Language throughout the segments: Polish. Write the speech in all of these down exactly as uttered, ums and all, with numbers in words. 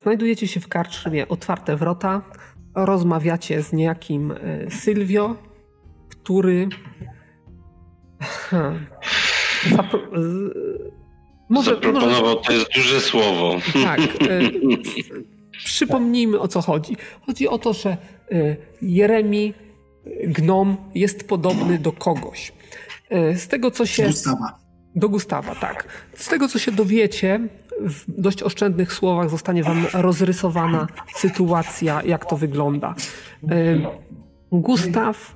Znajdujecie się w karczmie Otwarte Wrota. Rozmawiacie z niejakim Sylwio, który... Zapro... Może, Zaproponował, może... to jest duże słowo. Tak. Przypomnijmy, o co chodzi. Chodzi o to, że Jeremi, gnom, jest podobny do kogoś. Z tego, co się... Gustawa. Do Gustawa, tak. Z tego, co się dowiecie, w dość oszczędnych słowach zostanie wam rozrysowana sytuacja, jak to wygląda. Gustaw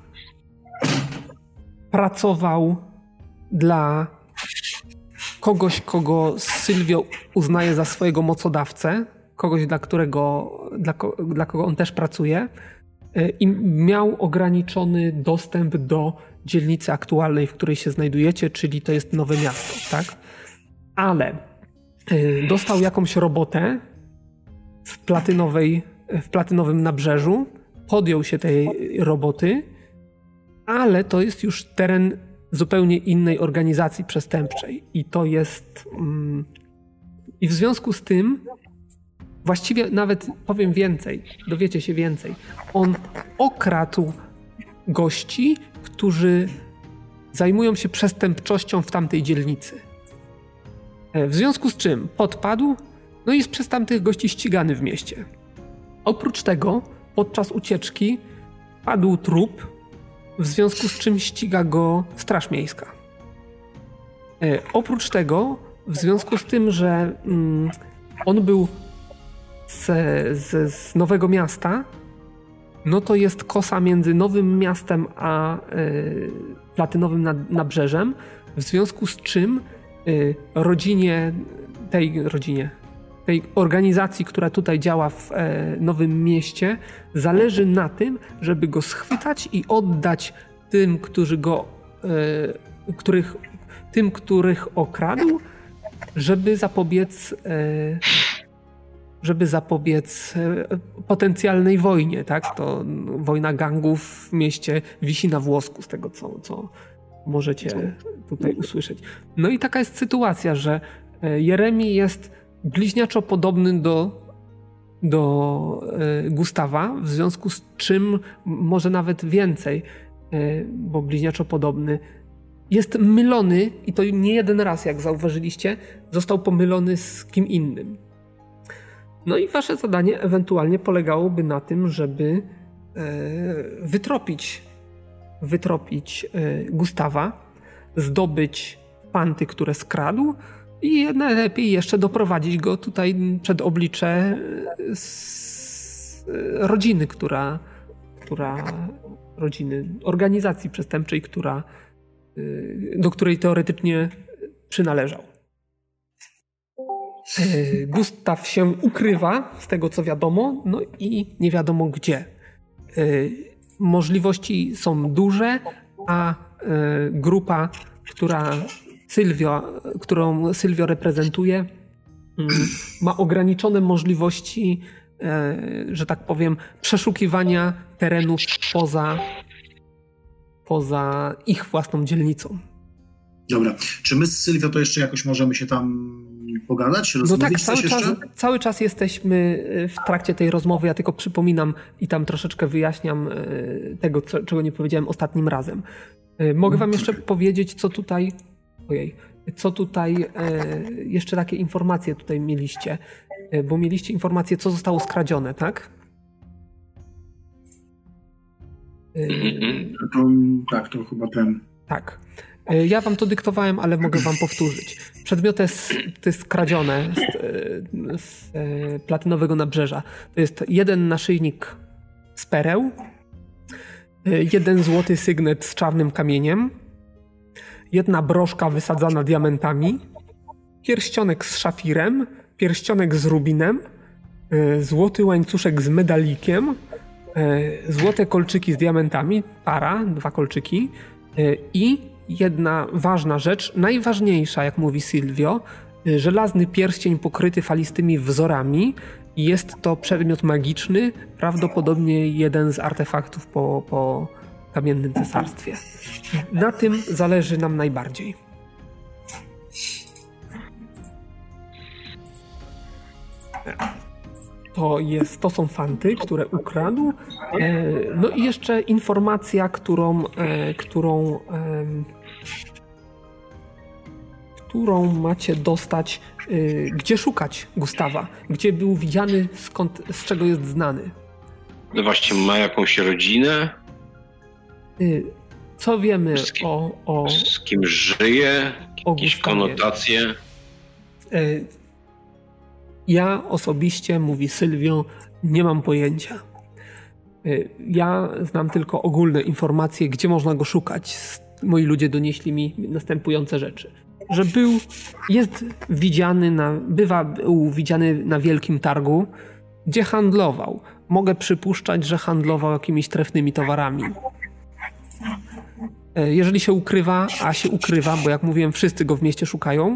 pracował dla kogoś, kogo Sylwio uznaje za swojego mocodawcę, kogoś, dla którego, dla, dla kogo on też pracuje, i miał ograniczony dostęp do dzielnicy aktualnej, w której się znajdujecie, czyli to jest Nowe Miasto, tak? Ale y, dostał jakąś robotę w platynowej, w platynowym nabrzeżu, podjął się tej roboty, ale to jest już teren zupełnie innej organizacji przestępczej i to jest... Mm, i w związku z tym właściwie nawet powiem więcej, dowiecie się więcej. On okradł gości, którzy zajmują się przestępczością w tamtej dzielnicy. W związku z czym podpadł, no i jest przez tamtych gości ścigany w mieście. Oprócz tego podczas ucieczki padł trup, w związku z czym ściga go Straż Miejska. E, oprócz tego, w związku z tym, że mm, on był z, z, z Nowego Miasta, no to jest kosa między Nowym Miastem a y, Platynowym nad, Nabrzeżem, w związku z czym y, rodzinie, tej rodzinie, tej organizacji, która tutaj działa w y, Nowym Mieście, zależy na tym, żeby go schwytać i oddać tym, którzy go, y, których, tym, których okradł, żeby zapobiec y, żeby zapobiec potencjalnej wojnie, tak? To wojna gangów w mieście wisi na włosku, z tego co, co możecie tutaj usłyszeć. No i taka jest sytuacja, że Jeremi jest bliźniaczo podobny do, do Gustawa, w związku z czym może nawet więcej, bo bliźniaczo podobny jest mylony i to nie jeden raz, jak zauważyliście, został pomylony z kim innym. No i wasze zadanie ewentualnie polegałoby na tym, żeby e, wytropić, wytropić e, Gustawa, zdobyć panty, które skradł i najlepiej jeszcze doprowadzić go tutaj przed oblicze z, e, rodziny, która, która rodziny, organizacji przestępczej, która, e, do której teoretycznie przynależał. Gustaw się ukrywa, z tego co wiadomo, no i nie wiadomo gdzie. Możliwości są duże, a grupa, która Sylwio, którą Sylwio reprezentuje, ma ograniczone możliwości, że tak powiem, przeszukiwania terenów poza, poza ich własną dzielnicą. Dobra. Czy my z Sylwio to jeszcze jakoś możemy się tam pogadać? No tak, cały czas, cały czas jesteśmy w trakcie tej rozmowy. Ja tylko przypominam i tam troszeczkę wyjaśniam tego, co, czego nie powiedziałem ostatnim razem. Mogę wam jeszcze powiedzieć, co tutaj... Ojej. Co tutaj... Jeszcze takie informacje tutaj mieliście. Bo mieliście informacje, co zostało skradzione, tak? To, tak, to chyba ten... Tak. Ja wam to dyktowałem, ale mogę wam powtórzyć. Przedmioty skradzione z, z Platynowego Nabrzeża. To jest jeden naszyjnik z pereł, jeden złoty sygnet z czarnym kamieniem, jedna broszka wysadzana diamentami, pierścionek z szafirem, pierścionek z rubinem, złoty łańcuszek z medalikiem, złote kolczyki z diamentami, para, dwa kolczyki i jedna ważna rzecz, najważniejsza, jak mówi Sylwio, żelazny pierścień pokryty falistymi wzorami. Jest to przedmiot magiczny, prawdopodobnie jeden z artefaktów po, po Kamiennym Cesarstwie. Na tym zależy nam najbardziej. To, jest, to są fanty, które ukradł. E, no i jeszcze informacja, którą, e, którą, e, którą macie dostać, e, gdzie szukać Gustawa, gdzie był widziany, skąd, z czego jest znany. No właśnie, ma jakąś rodzinę? E, co wiemy z kim, o, o... Z kim żyje? Jakieś konotacje? E, Ja osobiście, mówi Sylwio, nie mam pojęcia. Ja znam tylko ogólne informacje, gdzie można go szukać. Moi ludzie donieśli mi następujące rzeczy. Że był, jest widziany, na, bywa był widziany na wielkim targu, gdzie handlował. Mogę przypuszczać, że handlował jakimiś trefnymi towarami. Jeżeli się ukrywa, a się ukrywa, bo jak mówiłem, wszyscy go w mieście szukają,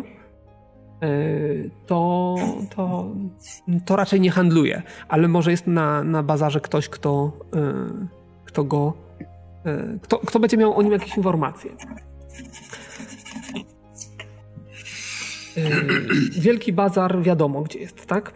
To, to, to raczej nie handluje, ale może jest na, na bazarze ktoś, kto, kto go, kto, kto będzie miał o nim jakieś informacje. Wielki bazar wiadomo, gdzie jest, tak?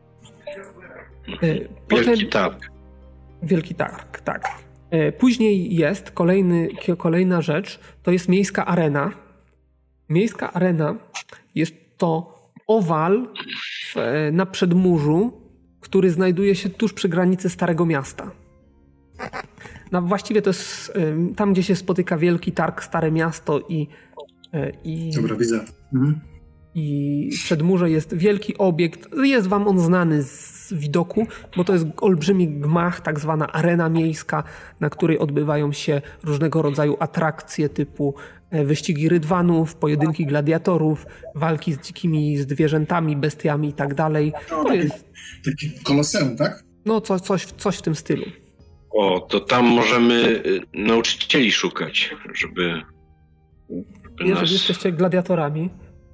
Potem, Wielki targ. Wielki targ, tak. Później jest kolejny, kolejna rzecz, to jest miejska arena. Miejska arena jest to owal w, na przedmurzu, który znajduje się tuż przy granicy Starego Miasta. No, właściwie to jest tam, gdzie się spotyka Wielki Targ, Stare Miasto i... i Dobra, widzę. Mhm. I przedmurze jest wielki obiekt. Jest wam on znany z widoku, bo to jest olbrzymi gmach, tak zwana arena miejska, na której odbywają się różnego rodzaju atrakcje typu wyścigi rydwanów, pojedynki gladiatorów, walki z dzikimi zwierzętami, bestiami i tak dalej. To jest taki koloseum, tak? No coś, coś, coś w tym stylu. O, to tam możemy nauczycieli szukać, żeby... żeby Jeżeli nas... jesteście gladiatorami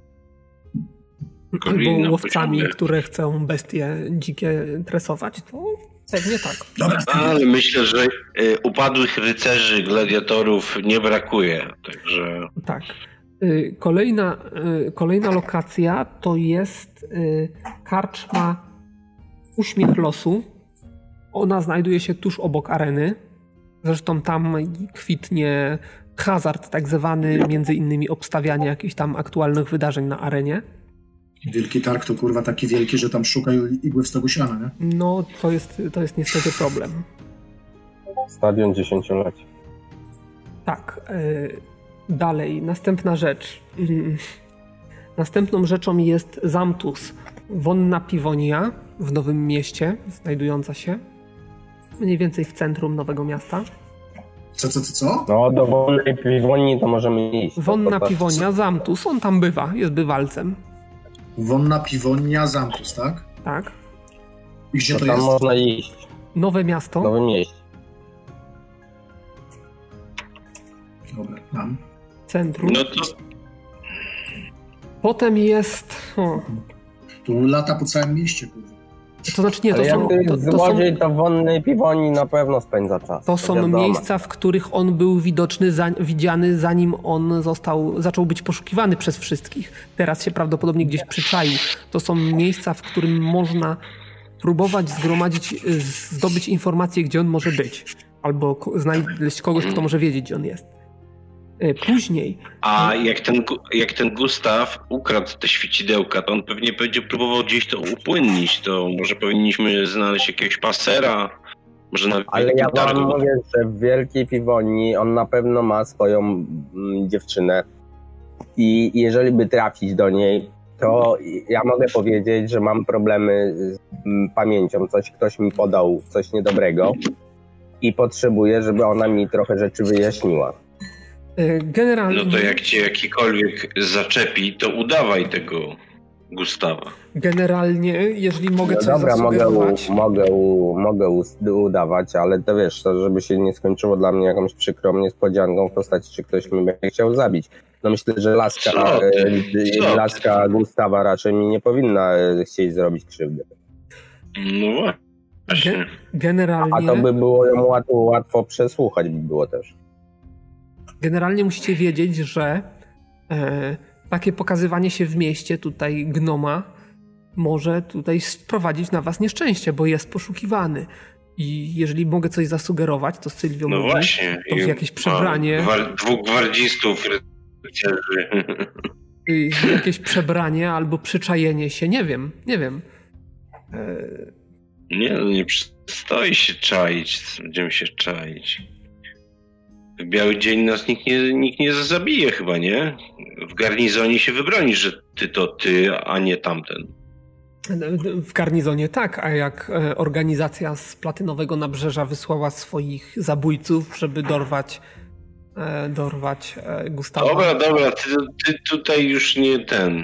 albo łowcami, które chcą bestie dzikie tresować, to pewnie tak. Dobra. Ale myślę, że upadłych rycerzy, gladiatorów nie brakuje, także... Tak. Kolejna, kolejna lokacja to jest karczma Uśmiech Losu. Ona znajduje się tuż obok areny. Zresztą tam kwitnie hazard tak zwany, między innymi obstawianie jakichś tam aktualnych wydarzeń na arenie. Wielki targ to kurwa taki wielki, że tam szukają igły w stogu siana, nie? No to jest, to jest niestety problem. Stadion dziesięciolecia. Tak. Yy, dalej, następna rzecz. Yy. Następną rzeczą jest Zamtus. Wonna Piwonia w Nowym Mieście, znajdująca się mniej więcej w centrum Nowego Miasta. Co, co, co, co? No, do Wonnej Piwonii to możemy iść. Wonna to, to, Piwonia, Zamtus. On tam bywa, jest bywalcem. Wonna Piwonia, Zamtus, tak? Tak. I gdzie to, to tam jest? można iść. Nowe Miasto. Nowe Mieście. Dobra, mam. Centrum. No to... Potem jest... O. Tu lata po całym mieście, kurwa. To znaczy nie, to Ale są... jak to jest to, to złodziej, są, to w Wonnej Piwonii na pewno spędza czas. to są wiadomo. miejsca, w których on był widoczny, za, widziany, zanim on został, zaczął być poszukiwany przez wszystkich. Teraz się prawdopodobnie gdzieś przyczaił. To są miejsca, w którym można próbować zgromadzić, zdobyć informacje, gdzie on może być. Albo znaleźć kogoś, kto może wiedzieć, gdzie on jest. Później... A jak ten, jak ten Gustaw ukradł te świecidełka, to on pewnie będzie próbował gdzieś to upłynnić. To może powinniśmy znaleźć jakiegoś pasera, może na Ale ja wam targu. mówię, że w Wielkiej Piwonii on na pewno ma swoją mm, dziewczynę i jeżeli by trafić do niej, to ja mogę powiedzieć, że mam problemy z mm, pamięcią. Coś ktoś mi podał, coś niedobrego i potrzebuję, żeby ona mi trochę rzeczy wyjaśniła. Generalnie... No to jak cię jakikolwiek zaczepi, to udawaj tego Gustawa. Generalnie, jeżeli mogę no coś dobra, mogę, u, zasugerować... mogę, u, mogę u, udawać, ale to wiesz, to żeby się nie skończyło dla mnie jakąś przykrą niespodzianką w postaci, czy ktoś mnie będzie chciał zabić. No myślę, że laska, Co ty? Co laska Gustawa raczej mi nie powinna chcieć zrobić krzywdy. No właśnie. Ge- generalnie... A to by było ją łatwo, łatwo przesłuchać by było też. Generalnie musicie wiedzieć, że e, takie pokazywanie się w mieście, tutaj gnoma, może tutaj sprowadzić na was nieszczęście, bo jest poszukiwany. I jeżeli mogę coś zasugerować, to Sylwio No mówi, właśnie. to jakieś przebranie... Gwar- dwóch gwardzistów, rycerzy. Jakieś przebranie albo przyczajenie się, nie wiem, nie wiem. E... Nie, no nie przystoi się czaić, co będziemy się czaić. W biały dzień nas nikt nie, nikt nie zabije chyba, nie? W garnizonie się wybronisz, że ty to ty, a nie tamten. W garnizonie tak, a jak organizacja z Platynowego Nabrzeża wysłała swoich zabójców, żeby dorwać dorwać Gustawa. Dobra, dobra, ty, ty tutaj już nie ten...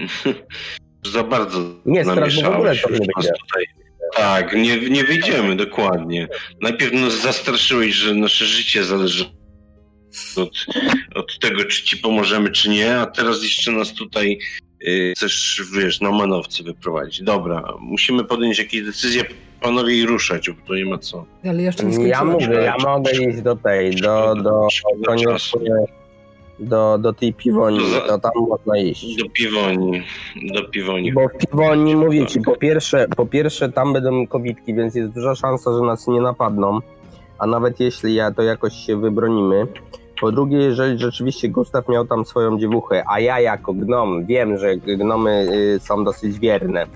Za bardzo nie, namieszałeś. W ogóle to nie tutaj. Tak, nie, nie wyjdziemy, dokładnie. Najpierw nas zastraszyłeś, że nasze życie zależy od, od tego, czy ci pomożemy, czy nie, a teraz jeszcze nas tutaj yy, chcesz, wiesz, na manowce wyprowadzić. Dobra, musimy podjąć jakieś decyzje, panowie, i ruszać, bo to nie ma co. Ale jeszcze nie skończyłem. Ja mówię, ja mogę iść do tej, do, do, do, do, do tej piwoni, to, za, to tam można iść. Do piwoni, do piwoni. Bo w piwoni, mówię ci, po pierwsze, po pierwsze tam będą kobitki, więc jest duża szansa, że nas nie napadną, a nawet jeśli ja to jakoś się wybronimy. Po drugie, jeżeli rzeczywiście Gustaw miał tam swoją dziewuchę, a ja jako gnom wiem, że gnomy y, są dosyć wierne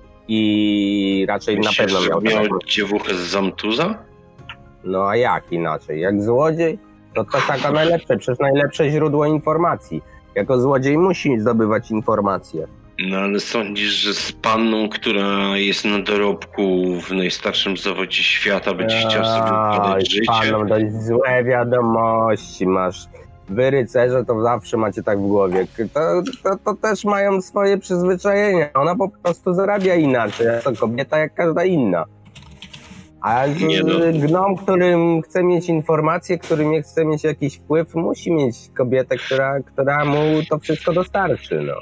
i raczej Myślisz, na pewno miał... miał dziewuchę z Zamtuza? No a jak inaczej? Jak złodziej? To to taka najlepsze, przecież najlepsze źródło informacji. Jako złodziej musi zdobywać informacje. No ale sądzisz, że z panną, która jest na dorobku w najstarszym zawodzie świata, będzie chciał sobie podać życie? Panną dość złe wiadomości masz. Wy rycerze to zawsze macie tak w głowie. To, to, to też mają swoje przyzwyczajenia. Ona po prostu zarabia inaczej. To kobieta jak każda inna. A gnom, którym chce mieć informacje, którym chce mieć jakiś wpływ, musi mieć kobietę, która, która mu to wszystko dostarczy. No.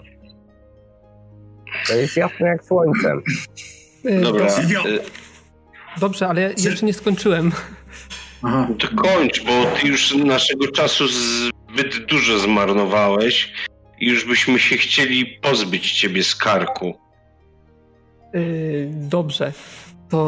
To jest jasne jak słońce. Dobra. Dobrze, ale jeszcze nie skończyłem. Aha. To kończ, bo ty już naszego czasu zbyt dużo zmarnowałeś i już byśmy się chcieli pozbyć ciebie z karku. Yy, dobrze. To...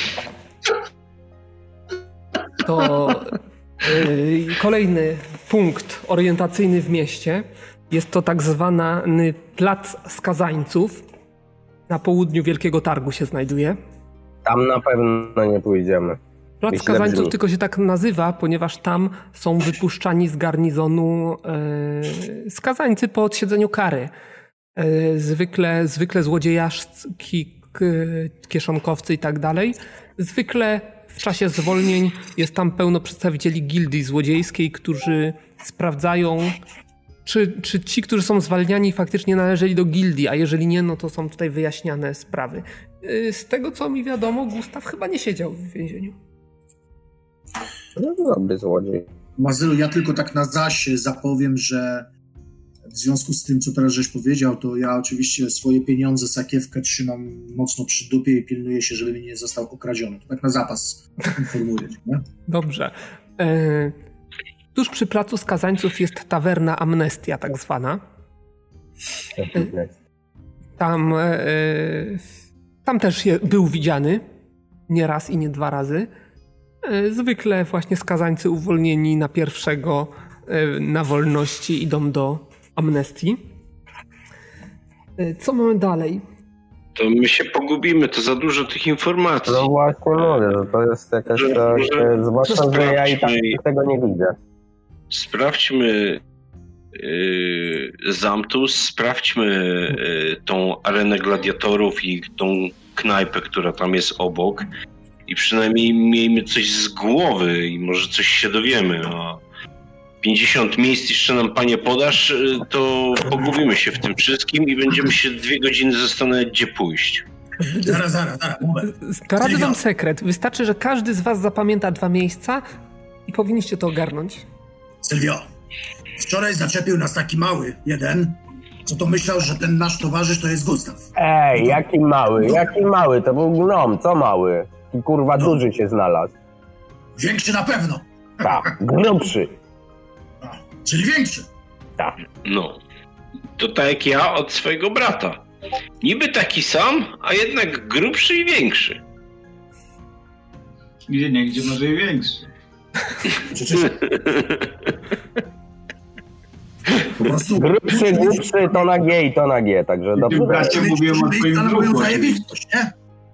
To yy, kolejny punkt orientacyjny w mieście. Jest to tak zwany Plac Skazańców. Na południu Wielkiego Targu się znajduje. Tam na pewno nie pójdziemy. Plac Skazańców brzmi. Tylko się tak nazywa, ponieważ tam są wypuszczani z garnizonu yy, skazańcy po odsiedzeniu kary. Yy, zwykle, zwykle złodziejaszki, kieszonkowcy i tak dalej. Zwykle w czasie zwolnień jest tam pełno przedstawicieli gildii złodziejskiej, którzy sprawdzają, czy, czy ci, którzy są zwalniani, faktycznie należeli do gildii, a jeżeli nie, no to są tutaj wyjaśniane sprawy. Z tego, co mi wiadomo, Gustaw chyba nie siedział w więzieniu. No dobry złodziej. Mazylu, ja tylko tak na zaś zapowiem, że w związku z tym, co teraz żeś powiedział, to ja oczywiście swoje pieniądze, sakiewkę trzymam mocno przy dupie i pilnuję się, żeby mi nie został okradziony. To tak na zapas informuję. Nie? Dobrze. E, tuż przy placu Skazańców jest tawerna Amnestia tak zwana. E, tam, e, tam też je, był widziany nie raz i nie dwa razy. E, zwykle właśnie skazańcy uwolnieni na pierwszego e, na wolności idą do amnestii. Co mamy dalej? To my się pogubimy, to za dużo tych informacji. No właśnie mówię, że to jest jakaś... Że, tak, że, zwłaszcza, że ja i tak tego nie widzę. Sprawdźmy yy, Zamtus, sprawdźmy yy, tą arenę gladiatorów i tą knajpę, która tam jest obok i przynajmniej miejmy coś z głowy i może coś się dowiemy. A pięćdziesiąt miejsc jeszcze nam, panie, podasz, to pogubimy się w tym wszystkim i będziemy się dwie godziny zastanawiać, gdzie pójść. Zaraz, zaraz, zaraz. Zdradzę wam sekret. Wystarczy, że każdy z was zapamięta dwa miejsca i powinniście to ogarnąć. Sylwio, wczoraj zaczepił nas taki mały jeden, co to myślał, że ten nasz towarzysz to jest Gustaw. Ej, jaki mały, jaki mały, to był gnom, co mały? I kurwa no. Duży się znalazł. Większy na pewno. Tak, grubszy. Czyli większy. Tak. No, to tak jak ja od swojego brata. Niby taki sam, a jednak grubszy i większy. Gdzie nie, gdzie może i większy. Po prostu... Grubszy, grubszy, to na G i to na G, także dobrze. Tym bracie mówiłem o twoim brzuchu. nie?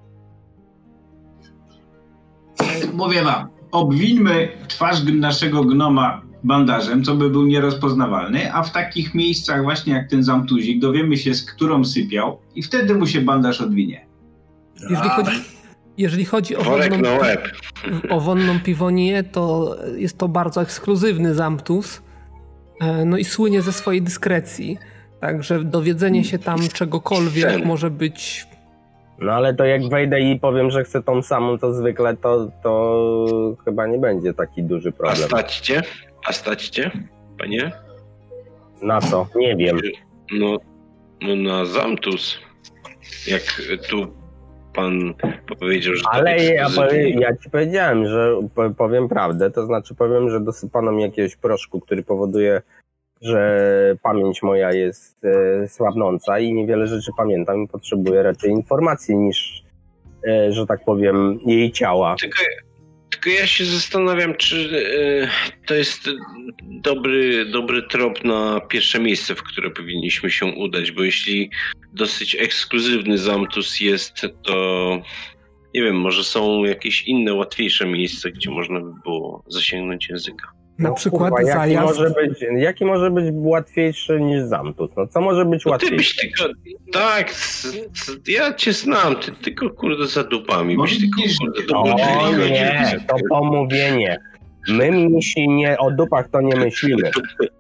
Mówię wam, obwińmy twarz naszego gnoma bandażem, co by był nierozpoznawalny, a w takich miejscach właśnie jak ten zamtuzik dowiemy się, z którą sypiał i wtedy mu się bandaż odwinie. Jeżeli chodzi, jeżeli chodzi o, Worek wonną, na łeb. o wonną piwonię, to jest to bardzo ekskluzywny zamtus. No i słynie ze swojej dyskrecji. Także dowiedzenie się tam czegokolwiek Sen. może być... No ale to jak wejdę i powiem, że chcę tą samą, to zwykle to, to chyba nie będzie taki duży A problem. stać cię? A stać cię, panie? Na co? Nie wiem. No, no na zamtus. Jak tu pan powiedział, że... Ale to ja, ekskluzywnie. ja ci powiedziałem, że powiem prawdę, to znaczy powiem, że dosypano mi jakiegoś proszku, który powoduje, że pamięć moja jest e, słabnąca i niewiele rzeczy pamiętam i potrzebuję raczej informacji niż, e, że tak powiem, jej ciała. Tylko, tylko ja się zastanawiam, czy e, to jest dobry, dobry trop na pierwsze miejsce, w które powinniśmy się udać, bo jeśli dosyć ekskluzywny zamtus jest, to nie wiem, może są jakieś inne, łatwiejsze miejsca, gdzie można by było zasięgnąć języka. Na No, przykład kurwa, jaki zajazd... może być, jaki może być łatwiejszy niż zamtus? No co może być No ty łatwiejsze? byś tylko, tak, s- s- ja cię znam, ty tylko kurde za dupami, Bo byś tylko widzisz, kurde do O budżetu nie, to pomówienie. My misi nie o dupach to nie myślimy.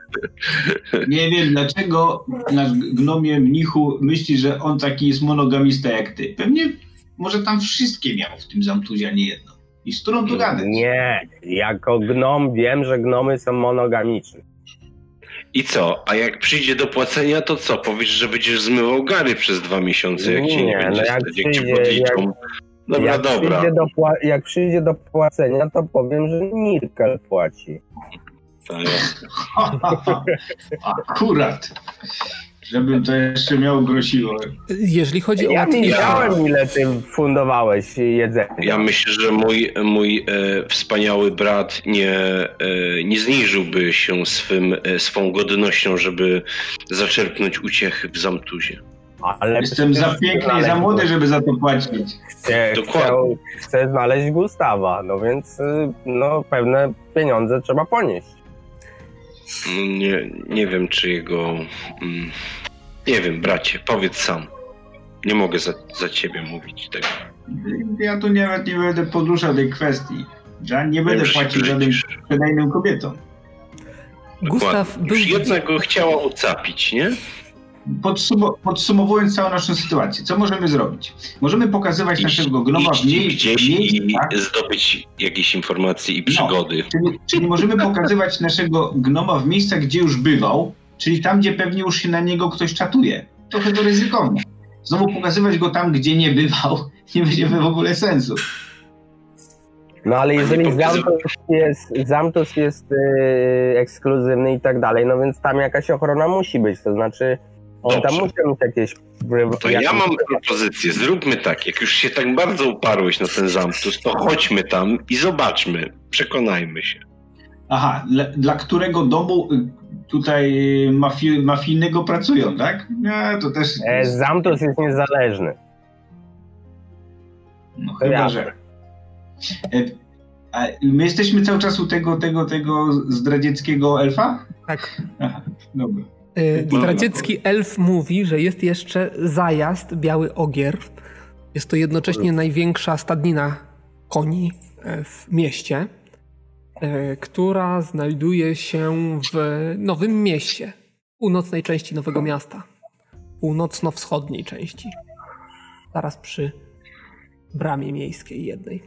Nie wiem, dlaczego nasz gnomie mnichu myśli, że on taki jest monogamista jak ty. Pewnie może tam wszystkie miał w tym zamtuzie, a nie jedno. I z którą tu gadać? Nie, jako gnom wiem, że gnomy są monogamiczne. I co? A jak przyjdzie do płacenia, to co? Powiesz, że będziesz zmywał gary przez dwa miesiące, jak cię nie Nie, no będzie jak stać, jak ci przyjdzie- podliczą. jak- Dobra, jak, dobra. Przyjdzie do pła- jak przyjdzie do płacenia, to powiem, że Nirkel płaci. Tak. Akurat. Żebym to jeszcze miał grosiło. Jeżeli chodzi o Ja nie łatwiejsze... wiedziałem, ile ty fundowałeś jedzenia. Ja myślę, że mój, mój e, wspaniały brat nie, e, nie zniżyłby się swym, e, swą godnością, żeby zaczerpnąć uciechy w zamtuzie. Ale Jestem za piękny i za młody, żeby za to płacić. Chcę, Dokładnie. chcę, chcę znaleźć Gustawa, no więc y, no, pewne pieniądze trzeba ponieść. No nie, nie wiem, czy jego... Mm, nie wiem, bracie, powiedz sam. Nie mogę za, za ciebie mówić tego. Ja tu nawet nie będę podruszał tej kwestii. Ja nie będę Już się płacił żadnym brzydzisz. sprzedajnym kobietom. Gustaw Dokładnie. był... Już jedna go chciała ucapić, nie? Podsumo- podsumowując całą naszą sytuację, co możemy zrobić? Możemy pokazywać naszego gnoma w iść mniej- gdzieś i miejscach, zdobyć jakieś informacje i przygody. czyli, czyli możemy pokazywać naszego gnoma w miejscach, gdzie już bywał, czyli tam, gdzie pewnie już się na niego ktoś czatuje. Trochę to ryzykowne. Znowu pokazywać go tam, gdzie nie bywał, nie będzie w ogóle sensu. No ale nie jeżeli pokazywa- Zamtus jest, Zamtus jest y, ekskluzywny i tak dalej, no więc tam jakaś ochrona musi być, to znaczy on Dobrze. tam musi mieć jakieś... To jakieś ja mam propozycję. Zróbmy tak. Jak już się tak bardzo uparłeś na ten zamtus, to chodźmy tam i zobaczmy. Przekonajmy się. Aha, dla, dla którego domu y, tutaj mafi- mafijnego pracują, tak? Nie, to też... E, Zamtus jest niezależny. No to chyba, jasne. że... E, a my jesteśmy cały czas u tego, tego, tego zdradzieckiego elfa? Tak. Aha, dobra. Y, Zdradziecki elf mówi, że jest jeszcze zajazd, Biały Ogier. Jest to jednocześnie największa stadnina koni e, w mieście, e, która znajduje się w Nowym Mieście, północnej części Nowego Miasta, północno-wschodniej części, zaraz przy bramie miejskiej jednej.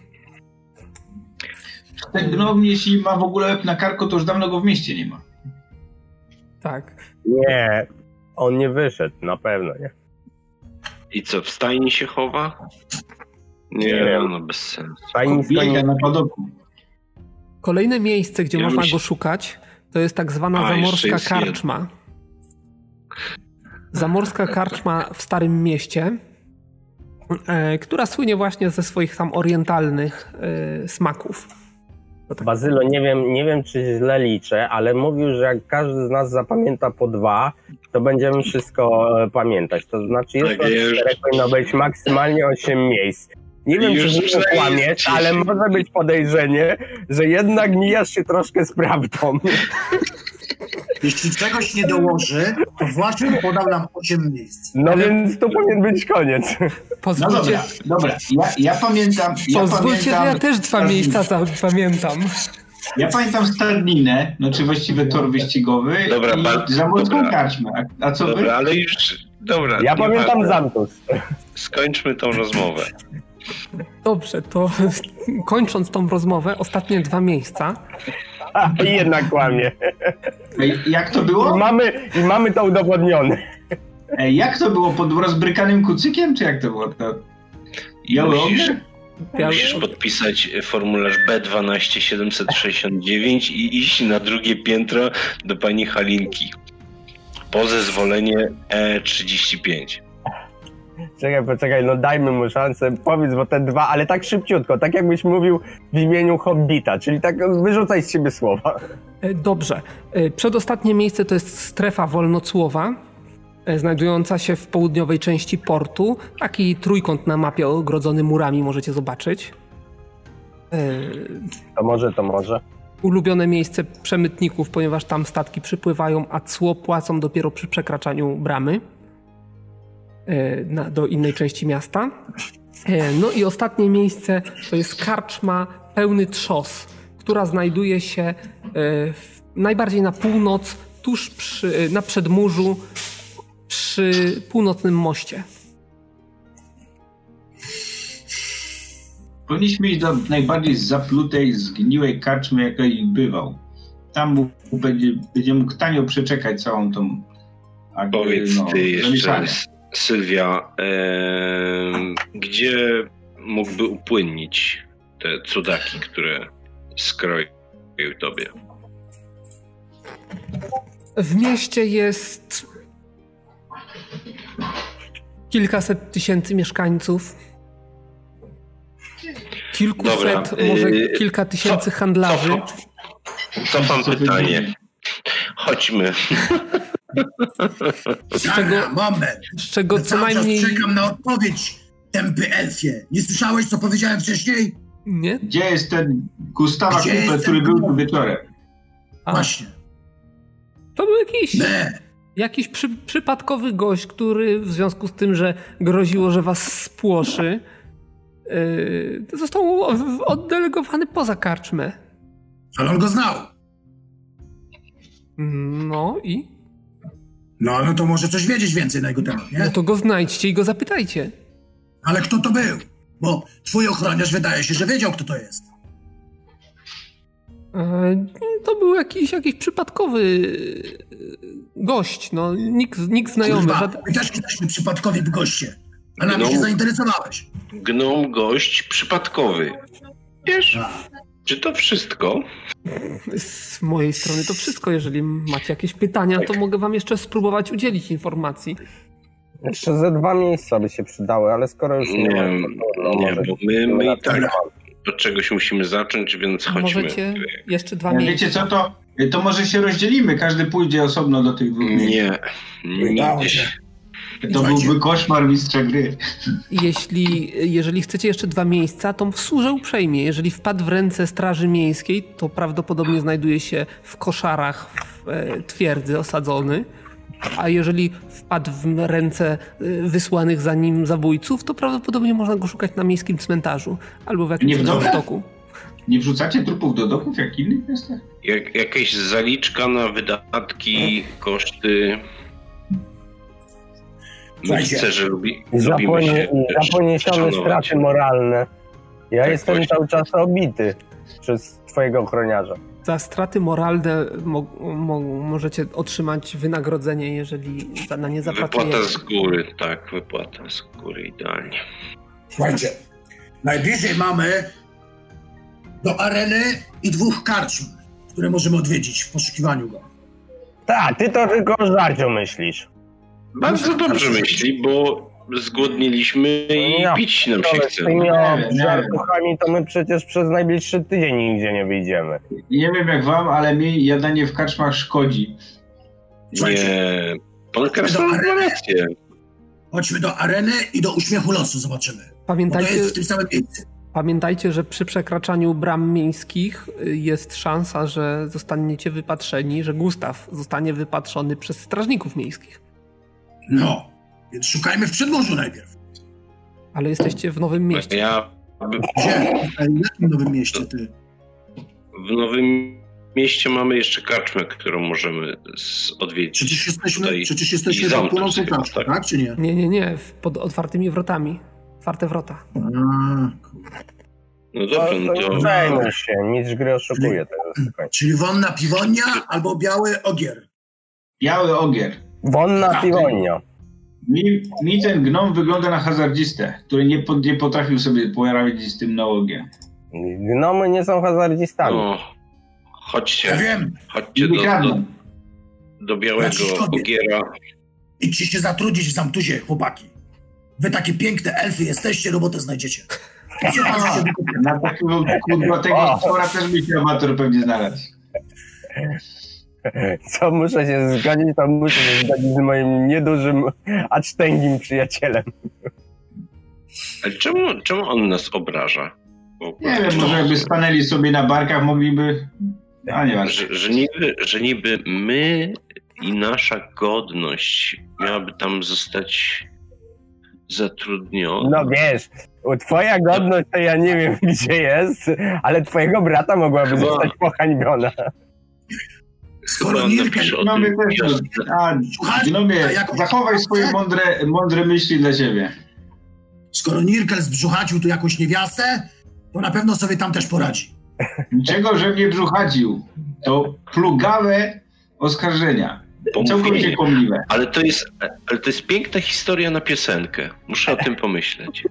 Ten gnom, jeśli ma w ogóle na karku, to już dawno go w mieście nie ma. Tak. Nie, on nie wyszedł, na pewno nie. I co, w stajni się chowa? Nie, Nie wiem. no bez sensu. Fajnie Biega na padoku. Kolejne miejsce, gdzie Ja można myśl- go szukać, to jest tak zwana A, jeszcze zamorska jest karczma. jedno. zamorska karczma w Starym Mieście, e, która słynie właśnie ze swoich tam orientalnych e, smaków. Tak. Bazylo, nie wiem, nie wiem, czy źle liczę, ale mówił, że jak każdy z nas zapamięta po dwa, to będziemy wszystko e, pamiętać. To znaczy jest to czterech, powinno być maksymalnie osiem miejsc. Nie wiem, Już czy znowu kłamiesz, ale może być podejrzenie, że jednak mijasz się troszkę z prawdą. Jeśli czegoś nie dołoży, to właśnie podał nam osiem miejsc. No ale... więc to powinien być koniec. Pozwólcie... No dobra, dobra. Ja, ja pamiętam... Ja Pozwólcie, pamiętam... że ja też dwa miejsca pamiętam. Ja pamiętam Stadninę, no czy właściwie tor wyścigowy Dobra, i ba- zamorską dobra. karczmę. A, a co Dobra, wy? ale już... Dobra. Ja pamiętam ważne. Zamtus. Skończmy tą rozmowę. Dobrze, to kończąc tą rozmowę, ostatnie dwa miejsca. A, i jednak kłamie. Ej, jak to I było? mamy, i mamy to udowodnione. Ej, jak to było? Pod rozbrykanym kucykiem, czy jak to było? To... Musisz, Ja... musisz podpisać formularz B dwanaście siedemset sześćdziesiąt dziewięć i iść na drugie piętro do pani Halinki. Po zezwolenie E trzydzieści pięć. Czekaj, poczekaj, no dajmy mu szansę, powiedz, bo te dwa, ale tak szybciutko, tak jakbyś mówił w imieniu Hobbita, czyli tak wyrzucaj z siebie słowa. Dobrze. Przedostatnie miejsce to jest strefa wolnocłowa, znajdująca się w południowej części portu. Taki trójkąt na mapie ogrodzony murami możecie zobaczyć. To może, to może. Ulubione miejsce przemytników, ponieważ tam statki przypływają, a cło płacą dopiero przy przekraczaniu bramy na, do innej części miasta. No i ostatnie miejsce to jest karczma Pełny Trzos, która znajduje się w, najbardziej na północ, tuż przy, na przedmurzu, przy północnym moście. Powinniśmy iść do najbardziej zaplutej, zgniłej karczmy, jaka ich bywał. Tam mu będzie, będzie mógł tanio przeczekać całą tą... Powiedz no, ty jeszcze, zamieszanie. Sylwia, e, gdzie mógłby upłynnić te cudaki, które skroił tobie? W mieście jest kilkaset tysięcy mieszkańców. Kilkuset, Dobra, może yy, kilka tysięcy co, handlarzy. Co, co mam pytanie? Chodźmy. Z czego, moment. z czego Ja co cały najmniej... czas czekam na odpowiedź, tępy elfie. Nie słyszałeś, co powiedziałem wcześniej? Nie? Gdzie jest ten Gustawa Gdzie Kupę, jest który ten był tu wieczorem? A, Właśnie. to był jakiś, Ne. jakiś przy, przypadkowy gość, który w związku z tym, że groziło, że was spłoszy, yy, został oddelegowany poza karczmę. Ale on go znał. No i? No, no to może coś wiedzieć więcej na jego temat, nie? No to go znajdźcie i go zapytajcie. Ale kto to był? Bo twój ochroniarz wydaje się, że wiedział, kto to jest. E, To był jakiś, jakiś przypadkowy gość, no, nikt, nikt znajomy. Kurwa, Żaden... my też jesteśmy przypadkowi w goście. A nami No. się zainteresowałeś. Gnom gość przypadkowy. Wiesz, A. czy to wszystko? Z mojej strony to wszystko. Jeżeli macie jakieś pytania, to mogę wam jeszcze spróbować udzielić informacji. Jeszcze ze dwa miejsca by się przydały, ale skoro już nie, Nie, ma, to, to nie, może bo my, my i na tak tyle. od czegoś musimy zacząć, więc chodźmy. Możecie jeszcze dwa Ja, miejsca. wiecie co, to, to może się rozdzielimy, każdy pójdzie osobno do tych dwóch miejsc. Nie, Udało nigdy. się. To Słuchajcie. byłby koszmar mistrza gry. Jeśli, jeżeli chcecie jeszcze dwa miejsca, to służę uprzejmie. Jeżeli wpadł w ręce Straży Miejskiej, to prawdopodobnie znajduje się w koszarach w e, twierdzy osadzony. A jeżeli wpadł w ręce e, wysłanych za nim zabójców, to prawdopodobnie można go szukać na miejskim cmentarzu albo w Nie jakimś w domach? stoku. Nie wrzucacie trupów do doków jak w innych miastach? Jak, jakaś zaliczka na wydatki, koszty. Słuchajcie, Myślę, że lubi, Za, lubimy ponie, się za poniesione szanować. straty moralne. Ja Tak, jestem właśnie. cały czas obity przez twojego ochroniarza. Za straty moralne mo, mo, możecie otrzymać wynagrodzenie, jeżeli za, na nie zapracujecie. Wypłata z góry, tak, wypłata z góry, idealnie. Słuchajcie, najbliżej mamy do areny i dwóch karczm, które możemy odwiedzić w poszukiwaniu go. Tak, ty to tylko o żarciu myślisz. Bardzo dobrze myśli, bo zgłodniliśmy i Ja, pić nam się chce. Z tymi Nie wiem, nie żartuchami to my przecież przez najbliższy tydzień nigdzie nie wyjdziemy. Nie wiem jak wam, ale mi jadanie w karczmach szkodzi. Nie, pan Krasnal ma rację. Chodźmy do areny i do uśmiechu losu zobaczymy. Bo to Pamiętajcie, jest w tym samym miejscu. pamiętajcie, że przy przekraczaniu bram miejskich jest szansa, że zostaniecie wypatrzeni, że Gustaw zostanie wypatrzony przez strażników miejskich. No, więc szukajmy w przedmorzu najpierw. Ale jesteście w Nowym Mieście. Ja Gdzie? W jakim Nowym Mieście ty? w Nowym Mieście mamy jeszcze karczmę, którą możemy z- odwiedzić. Przecież jesteśmy, Tutaj przecież i jesteśmy pod zamknąć płonącą chyba, karczmą, tak. tak czy nie? Nie, nie, nie, w- pod otwartymi wrotami. Otwarte wrota. A, kurde. No dobrze, no to nie to... przejmuj się, mistrz gry oszukuje tego spokojnie. Czyli wonna piwonia albo biały ogier. Biały ogier. Wonna piwonia. Mi, mi ten gnom wygląda na hazardzistę, który nie, po, nie potrafił sobie poradzić z tym nałogiem. Gnomy nie są hazardzistami. No, Ja chodźcie, wiem, chodźcie Nie do, do, kradną. do Białego Franciszkowie. Ogiera. idźcie się zatrudnić w Zamtuzie, chłopaki. Wy takie piękne elfy jesteście, robotę znajdziecie. A, na takiego kurwa tego stwora też by się amator pewnie znalazł. Co muszę się zgodzić, to muszę się zgodzić z moim niedużym, acz tęgim przyjacielem. Ale czemu, czemu on nas obraża? Bo, Nie wiem, może jakby stanęli sobie na barkach, mogliby... A nie ważne. że, że, niby, że niby my i nasza godność miałaby tam zostać zatrudniona. No wiesz, twoja godność to ja nie wiem gdzie jest, ale twojego brata mogłaby Chyba- zostać pohańbiona. Skoro Chyba Nirkel... napisze o Gnomie tym też... wiosnę. A, gnomie, zachowaj swoje mądre, mądre myśli dla siebie. Skoro Nirkel zbrzuchacił tu jakąś niewiastę, to na pewno sobie tam też poradzi. Niczego, że mnie brzuchacił. To plugawe oskarżenia. Całkowicie Pomówienie. kłamliwe. Ale to jest, ale to jest piękna historia na piosenkę. Muszę o tym pomyśleć.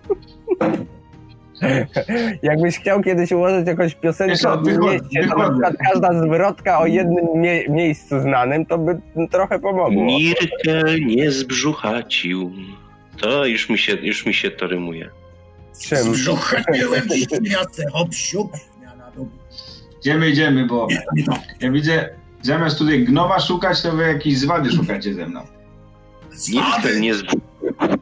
Jakbyś chciał kiedyś ułożyć jakąś piosenkę Wiesz co, o tym wychodzę, mieście, to na wychodzę. przykład każda zwrotka o jednym mie- miejscu znanym, to by trochę pomogło. Nirkel nie zbrzuchacił. To już mi się, już mi się to rymuje. Z czym? Zbrzuchaciłem dziś niewiastę, hop, siup. Zmiana do... Idziemy, idziemy, bo Nie, nie to. ja widzę, zamiast tutaj gnoma szukać, to wy jakieś zwady szukacie ze mną. Nirkel Zwady. nie zbrzuchacił.